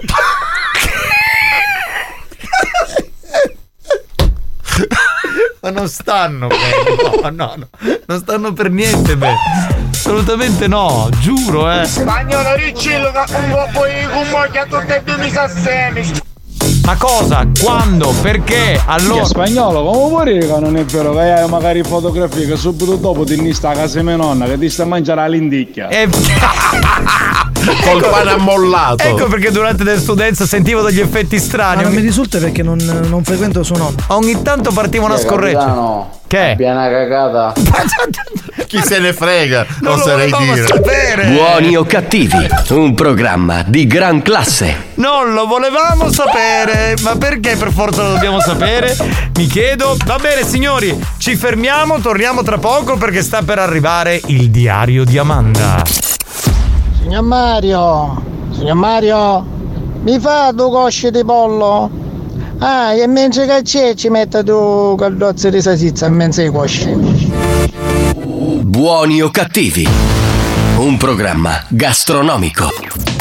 Ma non stanno bene, no, no, no, non stanno per niente bene. Assolutamente no, giuro, eh. Spagnolo Riccillo che un po' poi con moglie a tutte e due mi sa semi. Ma cosa? Quando? Perché? Allora. Spagnolo, come vuoi dire che non è vero che hai magari fotografie che subito dopo ti inista a casa mia nonna che ti sta a mangiare la lindicchia? Eh, Col pane ammollato. Ecco perché durante le studenza sentivo degli effetti strani. Ma non Ogni, mi risulta perché non, non frequento suo nonno. ogni tanto partiva una scorreggia. Che? Piena cagata. Chi se ne frega, Non lo oserei volevamo dire. sapere. Buoni o cattivi, un programma di gran classe. Non lo volevamo sapere. Ma perché per forza lo dobbiamo sapere? Mi chiedo. Va bene signori, ci fermiamo, torniamo tra poco perché sta per arrivare il diario di Amanda. Signor Mario, signor Mario, mi fa due cosce di pollo? Ah, e mentre che c'è ci mette due caldozze di salsiccia in mezzo ai cosci. Buoni o cattivi, un programma gastronomico.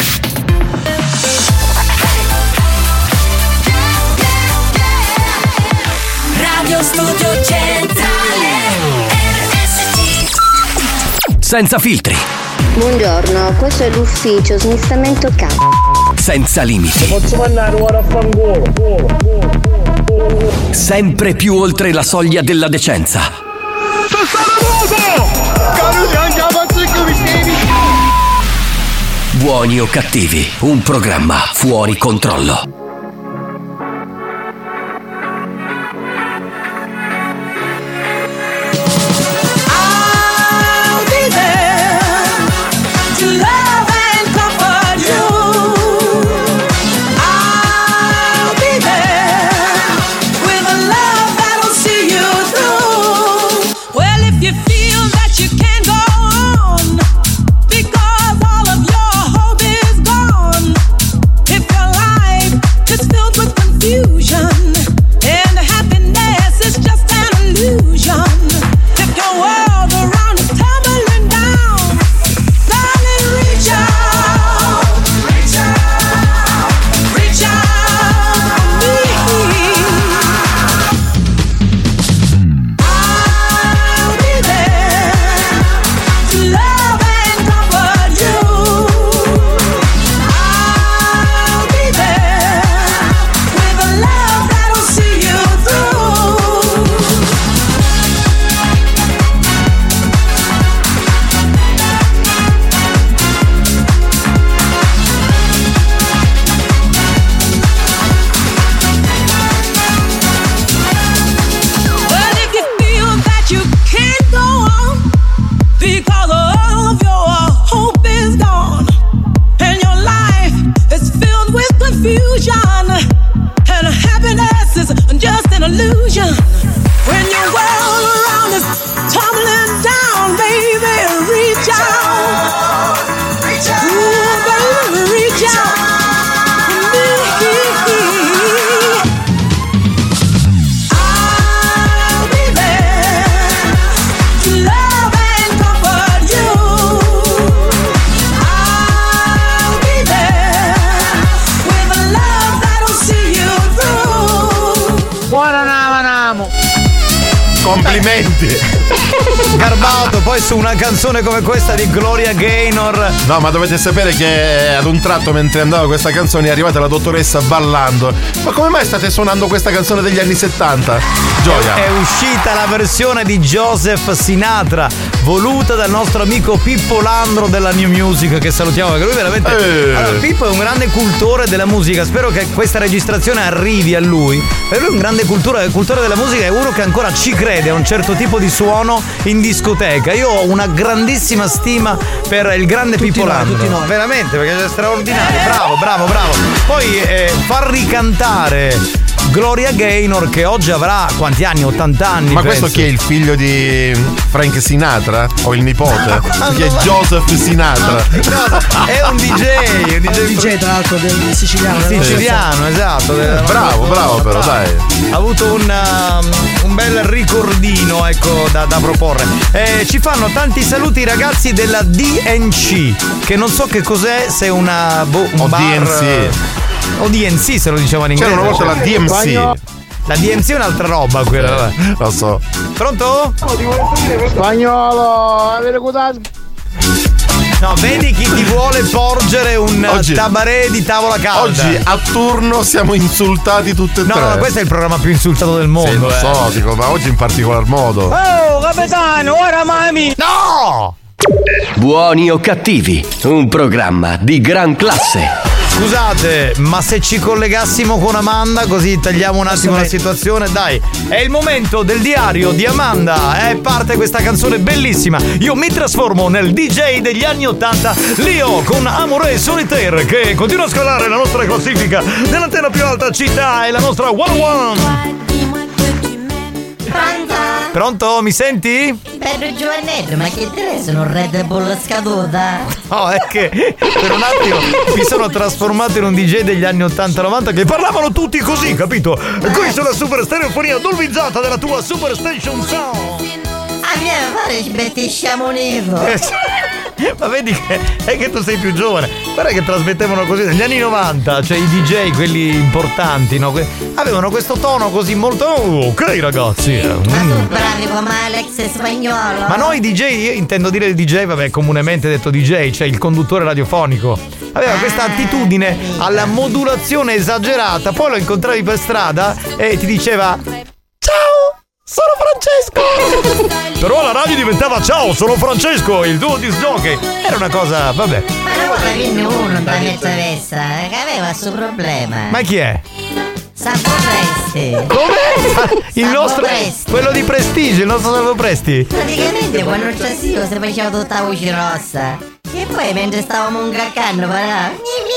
Radio Studio Centrale R S C. Senza filtri, Buongiorno, questo è l'ufficio smistamento C. senza limiti, Posso mandare ora a fangolo? sempre più oltre la soglia della decenza. Buoni o cattivi, un programma fuori controllo. I'll be there to love and comfort you. I'll be there and happiness is just an illusion. When your world around is tumbling down, baby, reach out. Reach out. Ooh, baby, reach out. I'll be there to love and comfort you. I'll be there with a love that'll see you through. Buona namo namo. Complimenti. Garbato, poi su una canzone come questa di Gloria Gaynor. No, ma dovete sapere che ad un tratto, mentre andava questa canzone, è arrivata la dottoressa ballando. Ma come mai state suonando questa canzone degli anni settanta? Gioia. È uscita la versione di Joseph Sinatra, voluta dal nostro amico Pippo Landro della New Music, che salutiamo perché lui veramente. Eh. Allora, Pippo è un grande cultore della musica. Spero che questa registrazione arrivi a lui. Per lui è un grande cultore, cultore della musica, è uno che ancora ci crede a un certo tipo di suono in discoteca. Io ho una grandissima stima per il grande Tutti Pippo noi, Landro. tutti noi. Veramente, perché è straordinario. Bravo, bravo, bravo. Poi eh, far ricantare Gloria Gaynor, che oggi avrà quanti anni? ottanta anni. Ma penso. questo chi è, il figlio di Frank Sinatra? O il nipote? Chi è Joseph Sinatra? No, è un D J, un D J, D J tra l'altro del siciliano. siciliano, esatto. Bravo, bravo però, dai. Ha avuto un, um, un bel ricordino, ecco, da, da proporre. Eh, ci fanno tanti saluti i ragazzi della D N C, che non so che cos'è, se è una boh, un O bar, D N C. O D N C se lo dicevano in inglese. C'era una volta la D M C. La D M C è un'altra roba quella, vabbè. Lo so. Pronto? Spagnolo, avere codato. No, vedi chi ti vuole porgere un Oggi- tabaré di tavola calda. Oggi a turno siamo insultati tutte e No, tre. no, questo è il programma più insultato del mondo. Sì, lo eh. so, dico, ma oggi in particolar modo. Oh, capitano, ora mami. No! Buoni o cattivi, un programma di gran classe. Scusate, ma se ci collegassimo con Amanda, così tagliamo un attimo la situazione. Dai, è il momento del diario di Amanda. Eh, parte questa canzone bellissima. Io mi trasformo nel D J degli anni ottanta, Leo con Amore Solitaire, che continua a scalare la nostra classifica nell'antena più alta città, è la nostra one one. Pronto, mi senti? Pedro Giovannetto, ma che te sono un Red Bull scaduta? No, è che per un attimo mi sono trasformato in un D J degli anni ottanta novanta che parlavano tutti così, capito? E questa è la super stereofonia dolbizzata della tua Super Station Sound. A mia pare ci metti Sciamonero. Eh, sì. Ma vedi che è che tu sei più giovane. Guarda che trasmettevano così negli anni novanta, cioè i D J, quelli importanti, no? Que- avevano questo tono così molto. Oh, ok ragazzi. eh, Ma mm. tu bravi come Alex Spagnolo. Ma noi D J, io intendo dire D J, vabbè, comunemente detto D J, cioè il conduttore radiofonico. Aveva questa attitudine alla modulazione esagerata, poi lo incontravi per strada e ti diceva: ciao, sono Francesco! Però la radio diventava: ciao, sono Francesco, il tuo disc jockey. Era una cosa, vabbè. Ma non vuole venire uno da mia travessa che aveva questo problema. Ma chi è? Salvo Presti. Come? Il Salvo nostro. Presti. Quello di Prestige, il nostro Salvo Presti. Praticamente quando non c'è si faceva tutta la voce rossa. E poi mentre stavamo ingraccando parlava.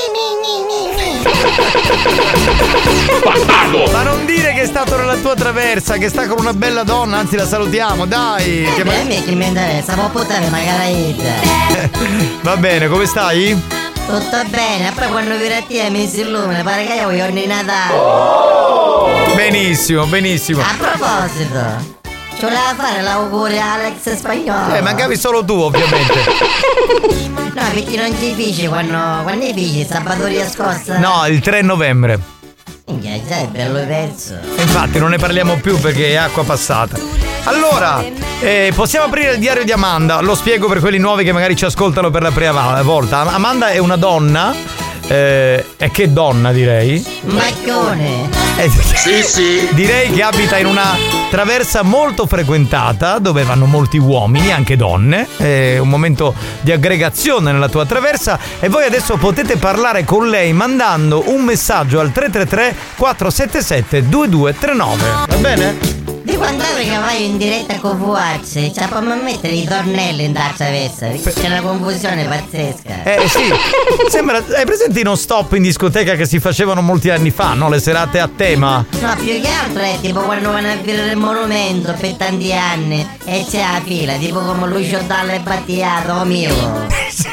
Ma non dire che è stato nella tua traversa, che sta con una bella donna, anzi la salutiamo, dai. Che Che a me che mi interessa, può puttane magari. Va bene, come stai? Tutto bene, e poi quando vi a mi si illumina, pare che io giorni di Natale. Benissimo, benissimo. A proposito, ci voleva fare l'augurio a Alex Spagnolo. Eh, mancavi solo tu, ovviamente. No, perché non ci dici quando, quando è dici sabatoria scorsa? No, il tre novembre. Minchia, già è bello perso. Infatti non ne parliamo più perché è acqua passata. Allora, eh, possiamo aprire il diario di Amanda. Lo spiego per quelli nuovi che magari ci ascoltano per la prima volta. Amanda è una donna. Eh, e che donna, direi? Macchione. Eh, sì, sì. Direi che abita in una traversa molto frequentata dove vanno molti uomini, anche donne. È un momento di aggregazione nella tua traversa e voi adesso potete parlare con lei mandando un messaggio al tre tre tre quattro sette sette due due tre nove. Va bene? Di quando che vai in diretta con V H, cioè possiamo mettere i tornelli in tazza vessa, c'è una confusione pazzesca. Eh sì, sembra. Hai presente i non stop in discoteca che si facevano molti anni fa, no? Le serate a tema? No, più che altro è tipo quando vanno a vedere il monumento per tanti anni e c'è la fila, tipo come Lucio Dalla e Battiato, o mio.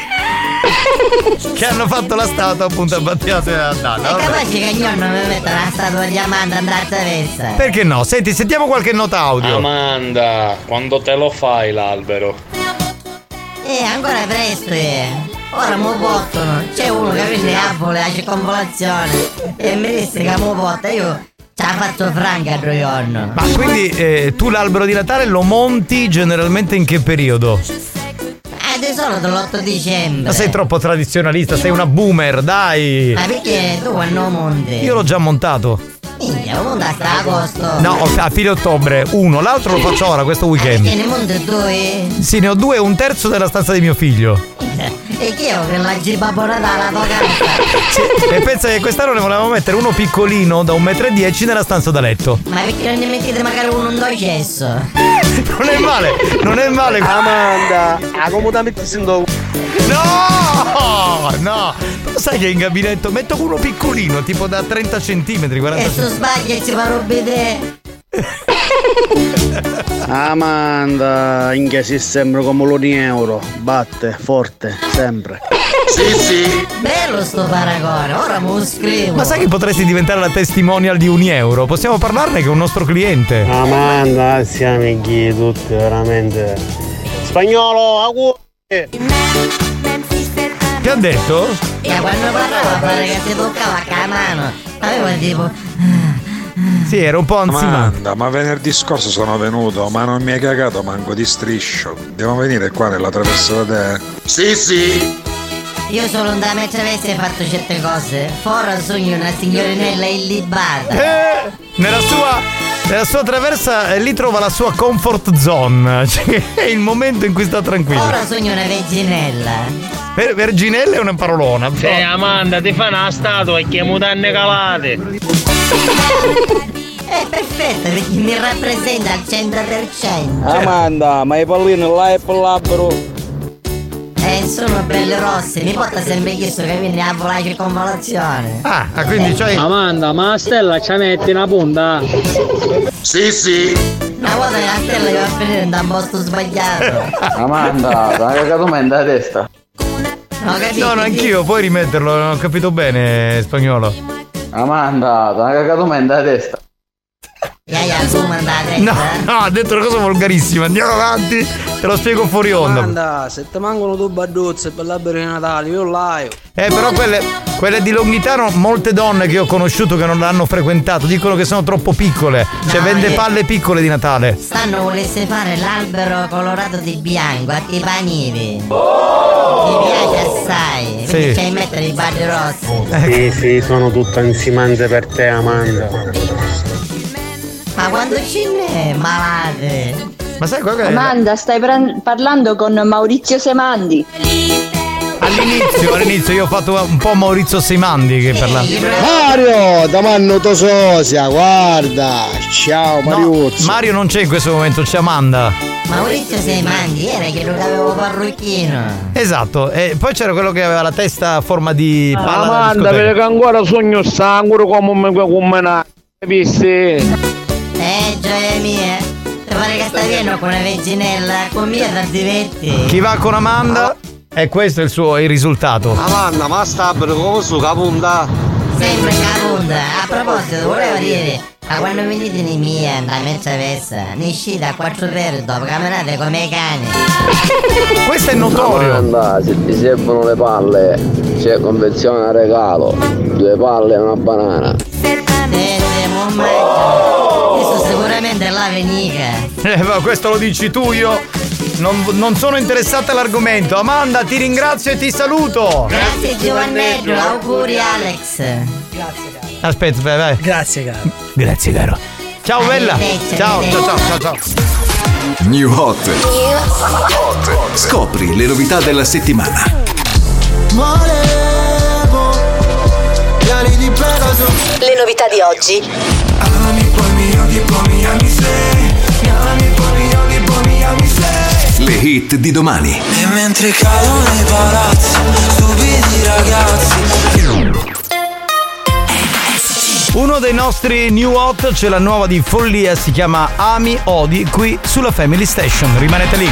Che hanno fatto la statua appunto a Battiato e a Dalla. È capace che io non mi metto la statua di Amanda in tazza vessa. Perché no? Senti, sentiamo qualche nota audio. Amanda, quando te lo fai l'albero? Eh, ancora presto, eh. Ora mo pottono. C'è uno che viene a vole, la circonvolazione. E mi disse che mo potta, io ci ha fatto franca a giorno. Ma quindi eh, tu l'albero di Natale lo monti generalmente in che periodo? Eh, di solito l'otto dicembre. Ma sei troppo tradizionalista, sei una boomer, dai. Ma perché tu quando lo monti? Io l'ho già montato. Minchia, lo monta sta agosto. No, a fine ottobre, uno, l'altro lo faccio ora, questo weekend. Perché ne monti due? Sì, ne ho due, un terzo della stanza di mio figlio. E che io che la Babbo Natale la sì, e pensa che quest'anno ne volevamo mettere uno piccolino da un metro e dieci nella stanza da letto. Ma perché non ne mettete magari uno in cesso? Non è male, non è male. Amanda, la comoda metti sento. No, no. Però sai che in gabinetto metto uno piccolino, tipo da trenta centimetri, quaranta e su sbaglia ci fa robe te. Amanda, inghia si sembra come l'uno euro. Batte, forte, sempre. Sì, sì. Bello sto paragone, ora me lo scrivo. Ma sai che potresti diventare la testimonial di un euro? Possiamo parlarne che è un nostro cliente. Amanda, siamo amici tutti, veramente. Spagnolo, auguri. Che ha detto? E quando parlava pare che si toccava la mano. Aveva tipo. Sì, era un po' ansimante. Amanda, ma venerdì scorso sono venuto, ma non mi hai cagato manco di striscio. Devo venire qua nella traversa da te? Sì, sì. Io sono da me ci avessi fatto certe cose. Fora sogno una signorinella illibata. Eh, nella sua nella sua traversa eh, lì trova la sua comfort zone. Cioè, è il momento in cui sta tranquillo. Ora sogno una verginella. Per, verginella è una parolona. Sì, Amanda, ti fa una statua e che mutanne calate. È perfetta perché mi rappresenta al cento per cento. Amanda, ma i pallini là e per l'albero? Eh, sono belle rosse, mi porta sempre chiesto che viene a volare circonvolazione. Ah, ah quindi c'hai. Amanda, ma la stella ci metti una punta? Sì, sì. Una volta che la stella che va a finire da un posto sbagliato. Amanda, l'ha cagato mente la testa. No, capito, no, no, anch'io, puoi rimetterlo, non ho capito bene, spagnolo. Amanda, l'ha cagato mente la testa. Ya, ya, tu mandate. No, no, ha detto una cosa volgarissima. Andiamo avanti, te lo spiego fuori onda. Amanda, se ti mancano due badduzze per l'albero di Natale, io l'aio. Eh, però quelle, quelle di Longhitano, molte donne che ho conosciuto che non l'hanno frequentato dicono che sono troppo piccole. Cioè, no, vende eh. palle piccole di Natale. Stanno volesse fare l'albero colorato di bianco a tipo neve. Oh! Mi piace assai. Sì. Quindi c'hai mettere i barri rossi. Sì, sì, sono tutto ansimante per te, Amanda. Ma quando ce n'è malate? Ma sai quello che Amanda, stai pre- parlando con Maurizio Semandi. All'inizio, all'inizio io ho fatto un po' Maurizio Semandi che parla. Mario, da manno tososia, guarda. Ciao Mariuzzo. No, Mario non c'è in questo momento, c'è Amanda. Maurizio Semandi era quello che avevo parrucchino. Esatto, e poi c'era quello che aveva la testa a forma di palla. Amanda, perché ancora sogno sangue come come na. Capisci? Eh, gioia mia, ti pare che sta pieno con una verginella, con mia da divetti. Chi va con Amanda? E questo è il suo il risultato. Amanda, ma sta per come su capunta? Sempre capunta. A proposito, volevo dire, ma quando venite nei miei, da mezza vessa, ne uscite a quattro per dopo camminate come i cani. Questo è notorio. Amanda, se ti servono le palle, c'è confezione a regalo. Due palle e una banana. Questo sicuramente la venica. Eh, ma questo lo dici tu, io non, non sono interessato all'argomento. Amanda, ti ringrazio e ti saluto. Grazie Giovannello, auguri Alex. Grazie caro. Aspetta, vai, vai. Grazie caro. Grazie caro. Ciao bella. Ciao, ciao, ciao, ciao, ciao. New Hot. Scopri le novità della settimana. Le novità di oggi. Ami poi mi odi, poi mi ami se hit di domani. E mentre cadono nei palazzi, stupidi ragazzi. Uno dei nostri new hot c'è la nuova di Follia, si chiama Ami Odi, qui sulla Family Station. Rimanete lì.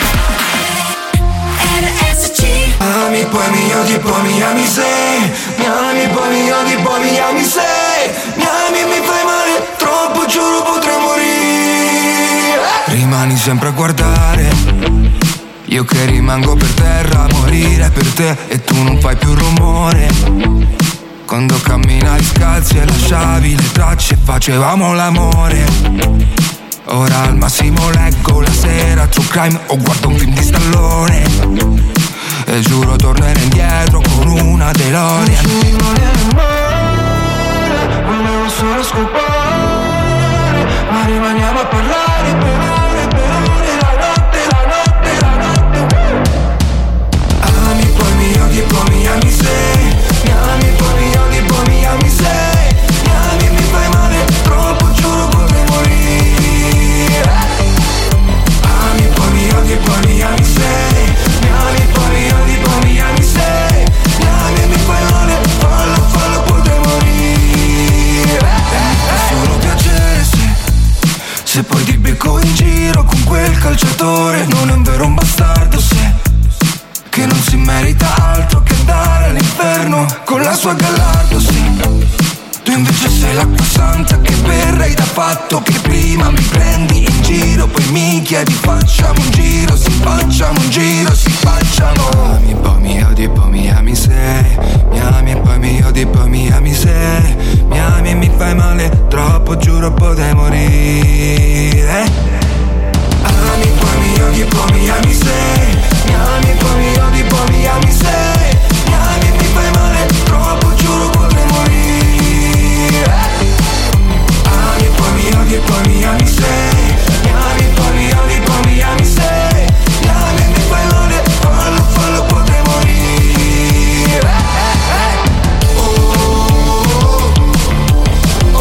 Ami poi mi odi, poi mi ami sei. Mi ami poi mi odi, poi mi ami sei. Mi ami e mi fai male, troppo giuro potrei morire. Rimani sempre a guardare, io che rimango per terra a morire per te. E tu non fai più rumore, quando camminavi scalzi e lasciavi le tracce, facevamo l'amore. Ora al massimo leggo la sera True Crime o guardo un film di Stallone. E giuro tornerò indietro con una DeLorean. Non ci rimane male, volevo solo scopare, ma rimaniamo a parlare per ore, per ore, la notte, la notte, la notte. Ami poi mi odi, poi mi ami sei. Mi ami poi mi odi, poi mi ami sei. Mi ami e mi fai male, troppo giuro potrei morire. Ami poi mi odi, poi mi ami sei. Mi ami poi mi odi, poi mi ami sei. Mi ami e mi fai male, fallo, fallo, potrei morire. È solo piacere se, se poi ti becco in giro con quel calciatore. Non è un vero un bastardo se, che non si merita altro che andare all'inferno con la sua Gallardo, sì. Tu invece sei l'acqua santa che berrei da fatto, che prima mi prendi in giro, poi mi chiedi facciamo un giro, si facciamo un giro, si facciamo. Ami poi mi odi, poi mi ami sei. Mi ami e poi mi odi, poi mi ami sei. Mi ami e mi fai male, troppo giuro potrei morire. Ami poi mi odi, poi mi ami sei. Mi ami e poi mi odi, poi mi ami sei. Mi ami e mi fai male, troppo giuro potrei morire. Ami poi mi odi, poi mi ami sei. Mi ami poi mi odi, poi mi ami sei. Mi ami e mi fai male, fallo, fallo, potrei morire. Oh, oh, oh,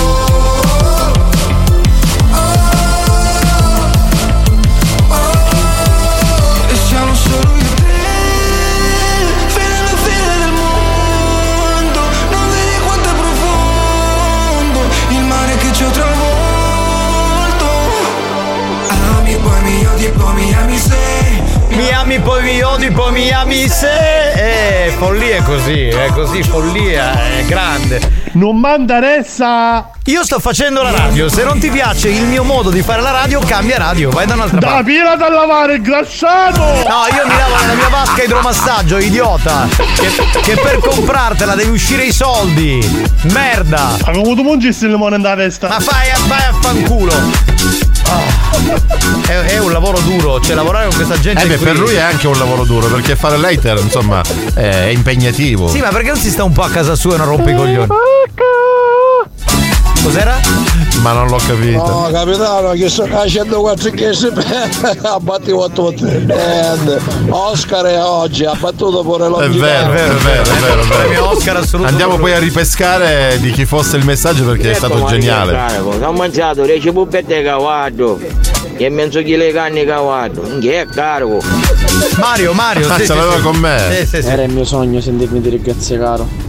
oh, oh. E siamo solo io e te, fino alla fine del mondo. Non vedi quanto è profondo il mare che ci ho travolto. Ami poi mi odi, poi mi ami sei. Mi ami poi mi odi, poi mi ami se. Eh, Follia è così, è così, Follia è grande. Non manda ressa. Io sto facendo la radio, se non ti piace il mio modo di fare la radio, cambia radio, vai da un'altra da parte. pila da lavare, grassato! No, io mi lavo nella mia vasca idromassaggio, idiota! Che, che per comprartela devi uscire i soldi! Merda! Avevo avuto un gesto il limone nella testa. Ma fai, vai a fanculo! Oh. È, è un lavoro duro, cioè lavorare con questa gente. Eh beh, qui. per lui è anche un lavoro duro, perché fare l'hater, insomma, è impegnativo. Sì, ma perché non si sta un po' a casa sua e non rompe i coglioni? Cos'era? Ma non l'ho capito. No, capitano, che sto facendo quattro chiese a battere quattro volte. Oscar è oggi, ha battuto pure È l'Omnità. vero, è vero, è vero, è vero, è vero. Oscar assoluto. Andiamo poi a ripescare di chi fosse il messaggio, perché è stato geniale. Ho mangiato le cipoppette cavato e mezzo chilo di carne cavato. Che è caro. Mario, Mario, Ah, sì, ce sì, l'aveva sì. con me. Sì, sì, sì. Era il mio sogno sentirmi dire grazie caro.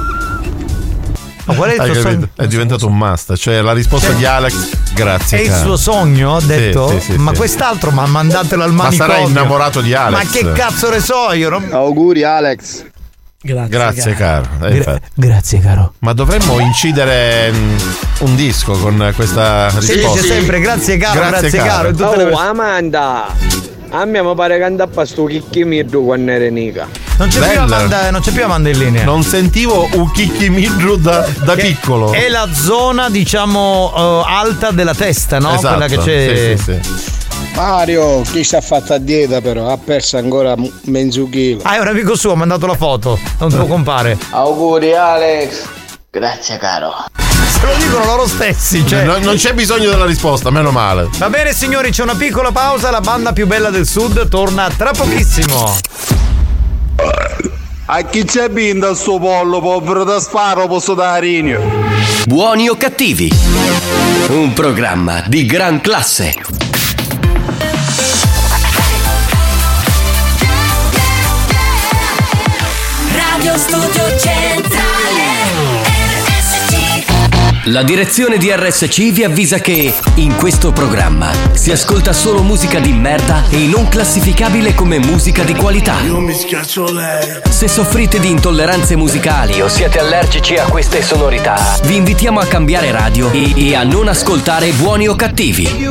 Ma qual è il Hai tuo capito? sogno? È diventato un must. Cioè la risposta Cioè, di Alex, grazie. È il caro. suo sogno, ha detto? Sì, sì, sì, ma sì. quest'altro, ma mandatelo al Ma manicomio. sarà innamorato di Alex. Ma che cazzo ne so io? Non... Auguri Alex. Grazie, Grazie caro. Eh, Gra- infatti. grazie caro. Ma dovremmo incidere mh, un disco con questa Si risposta. dice sempre grazie caro, grazie, Grazie, caro. caro. in tutte le Oh, vers- Amanda! A me mi pare che andava a sto chicchimiddu quando era nica. non, c'è più Bella. Amanda, non c'è più Amanda in linea. Non sentivo un chicchimidru da, da Che piccolo. È la zona, diciamo, eh, alta della testa, no? Esatto. Quella che c'è. Sì, sì, sì. Mario, chi si è fatta a dieta però, ha perso ancora m- mezzo chilo. Ah, è un amico suo, ha mandato la foto. Non tuo compare. Auguri Alex! Grazie caro. Se lo dicono loro stessi, cioè. Non, non c'è bisogno della risposta, meno male. Va bene signori, c'è una piccola pausa, la banda più bella del sud torna tra pochissimo. A chi c'è binda sto pollo, povero da sparo, posso dare Rinio. Buoni o cattivi? Un programma di gran classe. Lo studio centrale R S C. La direzione di R S C vi avvisa che in questo programma si ascolta solo musica di merda e non classificabile come musica di qualità. Io mi schiaccio lei. Se soffrite di intolleranze musicali o siete allergici a queste sonorità, vi invitiamo a cambiare radio e, e a non ascoltare Buoni o Cattivi.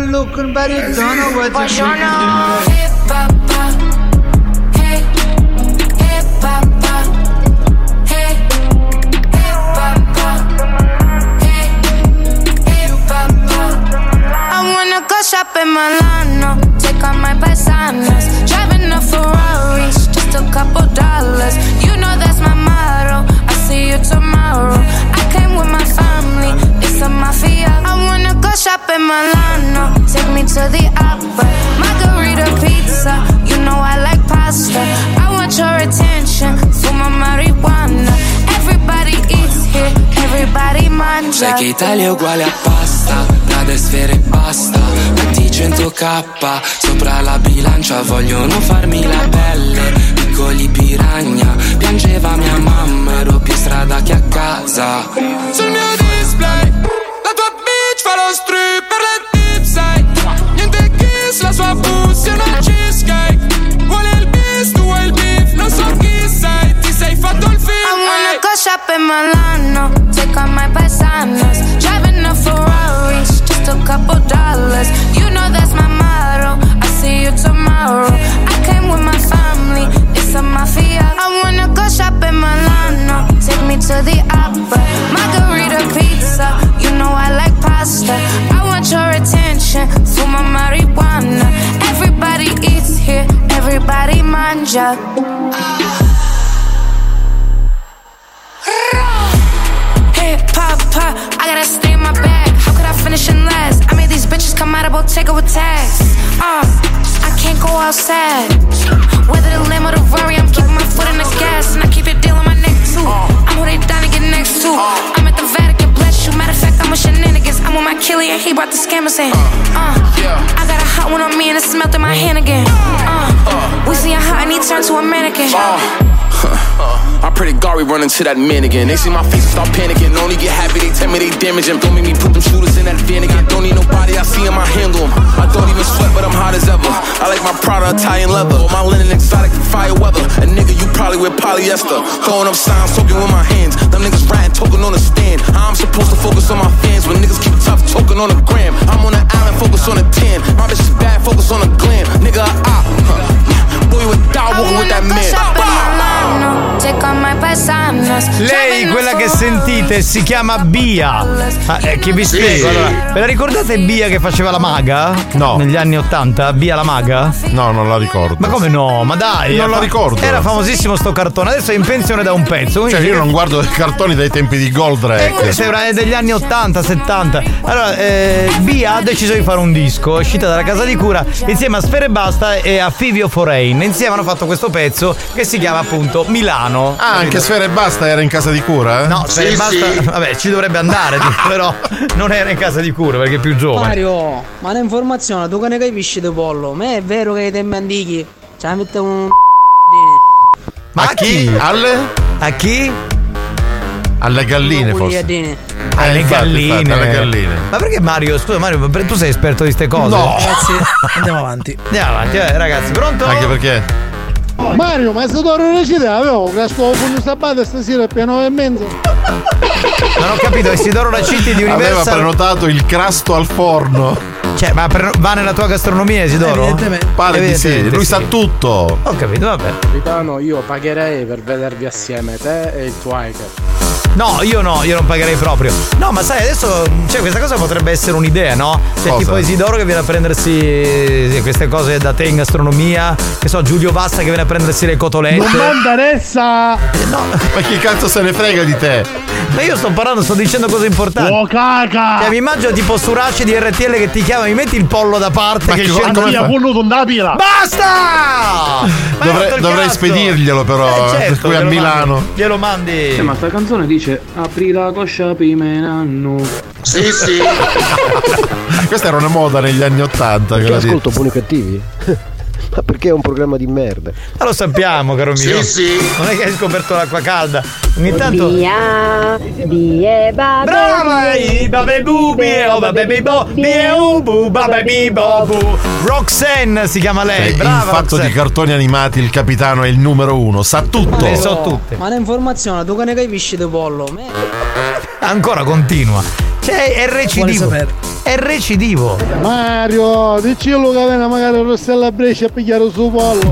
Go shop in Milano, take all my paisanos, driving a Ferrari, just a couple dollars. You know that's my motto. I see you tomorrow. I came with my family, it's a mafia. I wanna go shop in Milano, take me to the opera, margarita pizza. You know I like pasta. I want your attention, fuma marijuana. Everybody eats here, everybody mangia. Sai che Italia è uguale a pasta, Prada e sfere e basta. Metti cento k sopra la bilancia, vogliono farmi la pelle. Piccoli piragna, piangeva mia mamma, ero più strada che a casa. Sul mio display, la tua bitch fa lo strip per le tip, sai. Niente kiss, la sua pussy è una cheesecake. Vuole il bis, tu vuoi il beef, non so chi sei, ti sei fatto il film. I wanna go shop in Milano, take all my paisanos, driving a Ferrari, just a couple dollars. You know that's my motto. I see you tomorrow. I came with my family, it's a mafia. I wanna go shop in Milano, take me to the opera, margarita pizza. You know I like pasta. I want your attention, fuma marijuana. Everybody eats here, everybody mangia. Hey, papa, I gotta stay in my bag. How could I finish in last? I made these bitches come out of Bottega with tags. Uh, I can't go outside. Whether the lamb or the Rari, I'm keeping my foot in the gas. And I keep your deal on my neck too. I'm who they down to get next to. I'm at the Vatican, bless you. Matter of fact, I'm with shenanigans. I'm with my Killian, he brought the scammers in. Uh, I got a hot one on me and it's melting my hand again. Uh, we see a hot and he turned to a mannequin. I'm pretty Gary running to that man again. They see my face and start panicking. Only get happy, they tell me they damage him. Don't make me put them shooters in that van again. Don't need nobody, I see him, I handle him. I don't even sweat, but I'm hot as ever. I like my Prada Italian leather. My linen exotic for fire weather. A nigga, you probably wear polyester. Throwing up signs, soaking with my hands. Them niggas ratting, talking on the stand. I'm supposed to focus on my fans, but niggas keep tough, talking on the gram. I'm on the island, focus on the tan. My bitch is bad, focus on the glam. Nigga, ah, boy, you a dog walking with that man. Lei, quella che sentite, si chiama Bia. Ah, eh, che vi spiego. Sì. Allora, ve la ricordate Bia che faceva la maga? No. Negli anni ottanta? Bia la maga? No, non la ricordo. Ma come no? Ma dai. Non la fa- ricordo. Era famosissimo sto cartone, adesso è in pensione da un pezzo. Cioè, io non guardo i cartoni dai tempi di E Goldrake. questo era degli anni ottanta settanta. Allora, eh, Bia ha deciso di fare un disco, è uscita dalla casa di cura insieme a Sfere Basta e a Fivio Foreign. Insieme hanno fatto questo pezzo che si chiama appunto Milano. Ah, anche Sfere e Basta era in casa di cura? Eh? No, Sfere e Basta, vabbè, ci dovrebbe andare, però non era in casa di cura perché è più giovane. Mario, ma un'informazione, tu che ne capisci di pollo? Ma è vero che i tempi antichi ci ha messo un Ma a chi? Alle? A chi? Alle galline forse. Pugliadine. Alle Eh, infatti, galline. infatti, alle galline. Ma perché Mario, scusa Mario, tu sei esperto di ste cose? No. Ragazzi, andiamo avanti. Andiamo avanti, eh, ragazzi, pronto? Anche perché? Mario, ma se d'oro recite avevo che sto con sabato stasera per nove e mezzo. Non ho capito, Isidoro Raciti di Universal Aveva prenotato il crasto al forno. Cioè, ma per- va nella tua gastronomia, Isidoro? Evidentemente. Pare di sì, Evidentemente lui sì. sa tutto. Ho capito, vabbè. Capitano, io pagherei per vedervi assieme, te e il tuo hiker. No, io no, io non pagherei proprio. No, ma sai, adesso, cioè, questa cosa potrebbe essere un'idea, no? Cioè, Cosa? tipo Isidoro che viene a prendersi sì, queste cose da te in gastronomia. Che so, Giulio Basta che viene a prendersi le cotolette. Non manda Nessa! No, Ma chi cazzo se ne frega di te? ma io sto parlando, sto dicendo cose importanti. Oh caca! Cioè, mi immagino tipo Surace di R T L che ti chiama, mi metti il pollo da parte. Ma che che- scende- come Via, fa? quello non da pila! Basta! Ma hai Dovrei, rotto il dovrei cazzo! spedirglielo però, Eh, eh, certo, qui a glielo Milano. mandi, glielo mandi. ma sta canzone dice apri la coscia prima in anno. Sì, sì. Questa era una moda negli anni ottanta. Io ascolto Buoni o Cattivi. Ma perché è un programma di merda. Ma lo sappiamo, caro mio. Sì, sì. Non è che hai scoperto l'acqua calda. Ogni tanto. Via, via, babe. Brava! Babe bubi, oh babe bo, bu, babe bo, bu. Roxanne si chiama lei. Cioè, Brava. in fatto Roxanne. di cartoni animati il capitano è il numero uno, sa tutto. Le so tutte. Ma un'informazione, tu che ne capisci di pollo? Me... Ancora continua. Cioè è recidivo. È recidivo. Mario, dicilo che viene magari a Rossella Brescia a pigliare il suo pollo.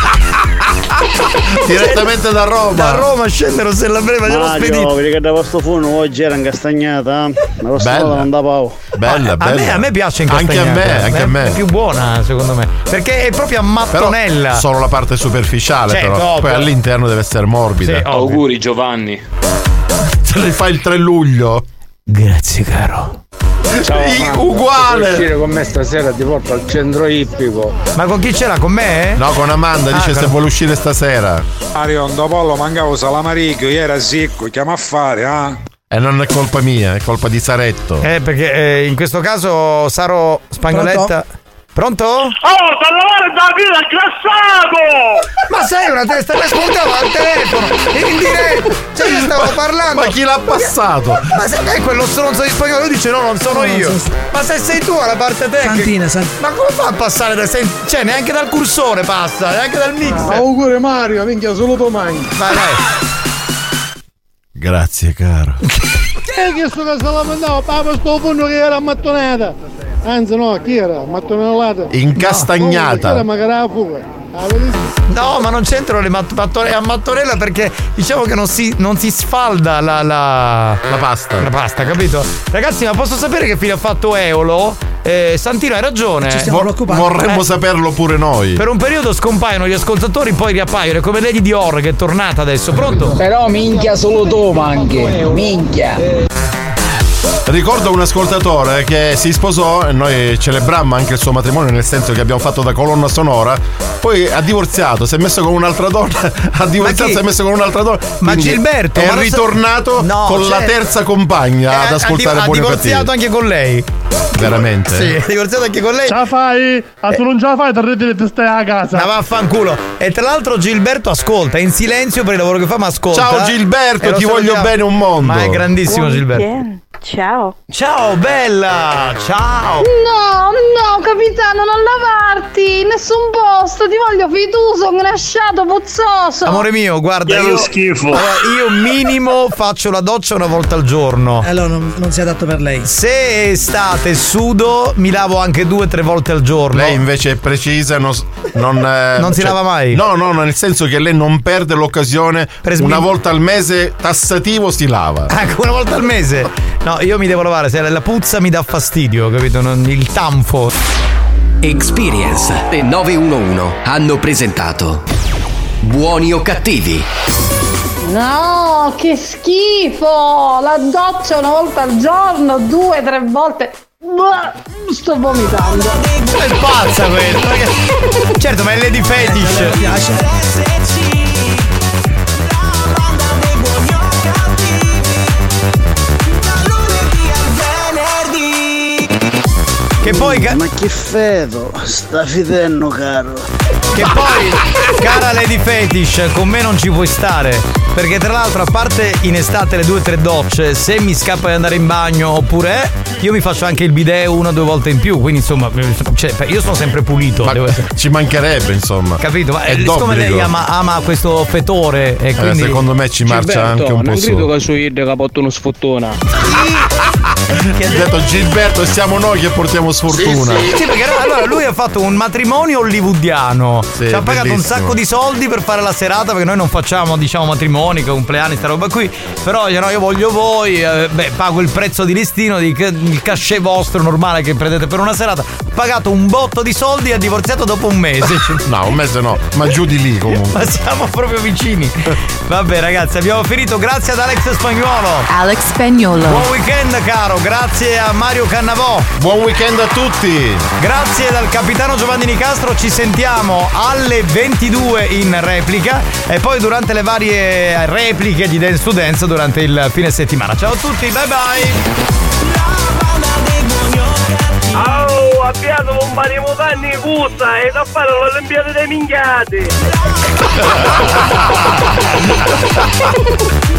Direttamente da Roma. Da Roma scende Rossella Brescia, glielo spedito. Mario, perché da vostro forno oggi era incastagnata. eh? Ma vostra Bella. volta non da pavo. Bella, a bella. me, a me piace Anche a incastagnata. me, anche è, a me. È più buona secondo me. Perché è proprio a mattonella. Però solo la parte superficiale, Cioè, però. dopo. Poi all'interno deve essere morbida. Sì, ovvio. Auguri Giovanni. Se li fai il tre luglio. Grazie caro. Ciao, I- Marco, uguale. puoi uscire con me stasera, ti porto al centro ippico. Ma con chi c'era? Con me? No, con Amanda, Ah, dice se con- vuole uscire stasera. Mario, un pollo mancavo salamaricchio, ieri era secco, chiama a fare, ah? E non è colpa mia, è colpa di Saretto. Eh, perché eh, in questo caso Saro Spagnoletta. Pronto? Oh, sta lavando da vita, inclassato! Ma sei una testa, mi spuntava al telefono in diretta. Cioè io stavo parlando. Ma chi l'ha passato? Ma se è quello stronzo di spagnolo, lui dice no, non sono No, io. non so- Ma se sei tu alla parte tecnica. Santina, San- Ma come fa a passare da sen- cioè neanche dal cursore passa, neanche dal mixer. Auguri Mario, minchia, solo tu manchi. Vai, vai. Grazie, caro. E che sto che se la mandavo, papà sto punto che era mattonata. Anzi no, chi era? Mattonellata. Incastagnata. No, chi era magari la fuga. Ah, vedi? No, ma non c'entrano le mat- mattone- a mattonella perché diciamo che non si, non si sfalda la, la, La pasta. la pasta, capito? Ragazzi, ma posso sapere che fine ha fatto Eolo? Eh, Santino, hai ragione. Ci stiamo Vo- preoccupando. vorremmo Eh. saperlo pure noi. Per un periodo scompaiono gli ascoltatori, poi riappaiono. È come Lady Dior che è tornata adesso. Pronto? Però minchia solo tu manchi. Minchia. Ricordo un ascoltatore che si sposò e noi celebrammo anche il suo matrimonio, nel senso che abbiamo fatto da colonna sonora. Poi ha divorziato, si è messo con un'altra donna. Ha divorziato, chi? si è messo con un'altra donna. Ma Quindi Gilberto, è ma lo sa- ritornato No, con la cioè- terza compagna Eh, ad ascoltare ha, di- Buoni ha o Cattivi. divorziato anche con lei. Veramente? Sì, ha divorziato anche con lei. Ce la fai? Ah, tu non ce la fai, ti te stai a casa. Ma vaffanculo. E tra l'altro Gilberto ascolta, è in silenzio per il lavoro che fa, ma ascolta. Ciao Gilberto, E lo ti voglio salutiamo. bene un mondo. Ma è grandissimo Gilberto. Ciao. Ciao bella, ciao. No, no, capitano, non lavarti in nessun posto, ti voglio fituso, ingrasciato, puzzoso. Amore mio, guarda, Che io, schifo. allora, io minimo faccio la doccia una volta al giorno. Allora non, non si adatto per lei. Se è estate e sudo, mi lavo anche due o tre volte al giorno. Lei invece è precisa, non, non, eh, Non si lava mai? No, no, no, nel senso che lei non perde l'occasione. Per smin- Una volta al mese tassativo si lava. Anche una volta al mese. No, io mi devo lavare, se la puzza mi dà fastidio, capito? Non- il tanfo. Experience e nove uno uno hanno presentato Buoni o Cattivi. No, che schifo! La doccia una volta al giorno, due, tre volte. Blah, sto vomitando. È pazza quella. Certo, ma è Lady Fetish. Piace. Che poi ca- Ma che feto, sta fidendo, caro. Che poi, cara Lady Fetish, con me non ci puoi stare. Perché tra l'altro, a parte in estate le due o tre docce, se mi scappa di andare in bagno oppure eh, io mi faccio anche il bidet una o due volte in più. Quindi insomma, cioè, io sono sempre pulito. Ma devo essere- ci mancherebbe, insomma. Capito? Ma È eh, siccome lei d'obbligo. ama, ama questo fetore e Eh, quindi secondo me ci marcia anche un po' non credo su. che su Id capotto uno sfottona. Che ha detto Gilberto, siamo noi che portiamo sfortuna. Sì, perché allora lui ha fatto un matrimonio hollywoodiano. Sì, ci ha pagato un bellissimo. sacco di soldi per fare la serata, perché noi non facciamo, diciamo, matrimoni, compleanni, sta roba qui. Però io, no, io voglio voi, eh, beh, pago il prezzo di listino, di, il cachet vostro normale che prendete per una serata. Ha pagato un botto di soldi e ha divorziato dopo un mese. No, un mese no, ma giù di lì comunque. Ma siamo proprio vicini. Vabbè, ragazzi, abbiamo finito. Grazie ad Alex Spagnuolo. Alex Spagnuolo. Buon weekend, caro. Grazie a Mario Cannavò. Buon weekend a tutti. Grazie dal capitano Giovanni Nicastro. Ci sentiamo alle ventidue in replica e poi durante le varie repliche di Dance to Dance durante il fine settimana. Ciao a tutti, bye bye. Oh, abbiamo un compare i mutanni puzza e da fare le Olimpiadi dei minchiati.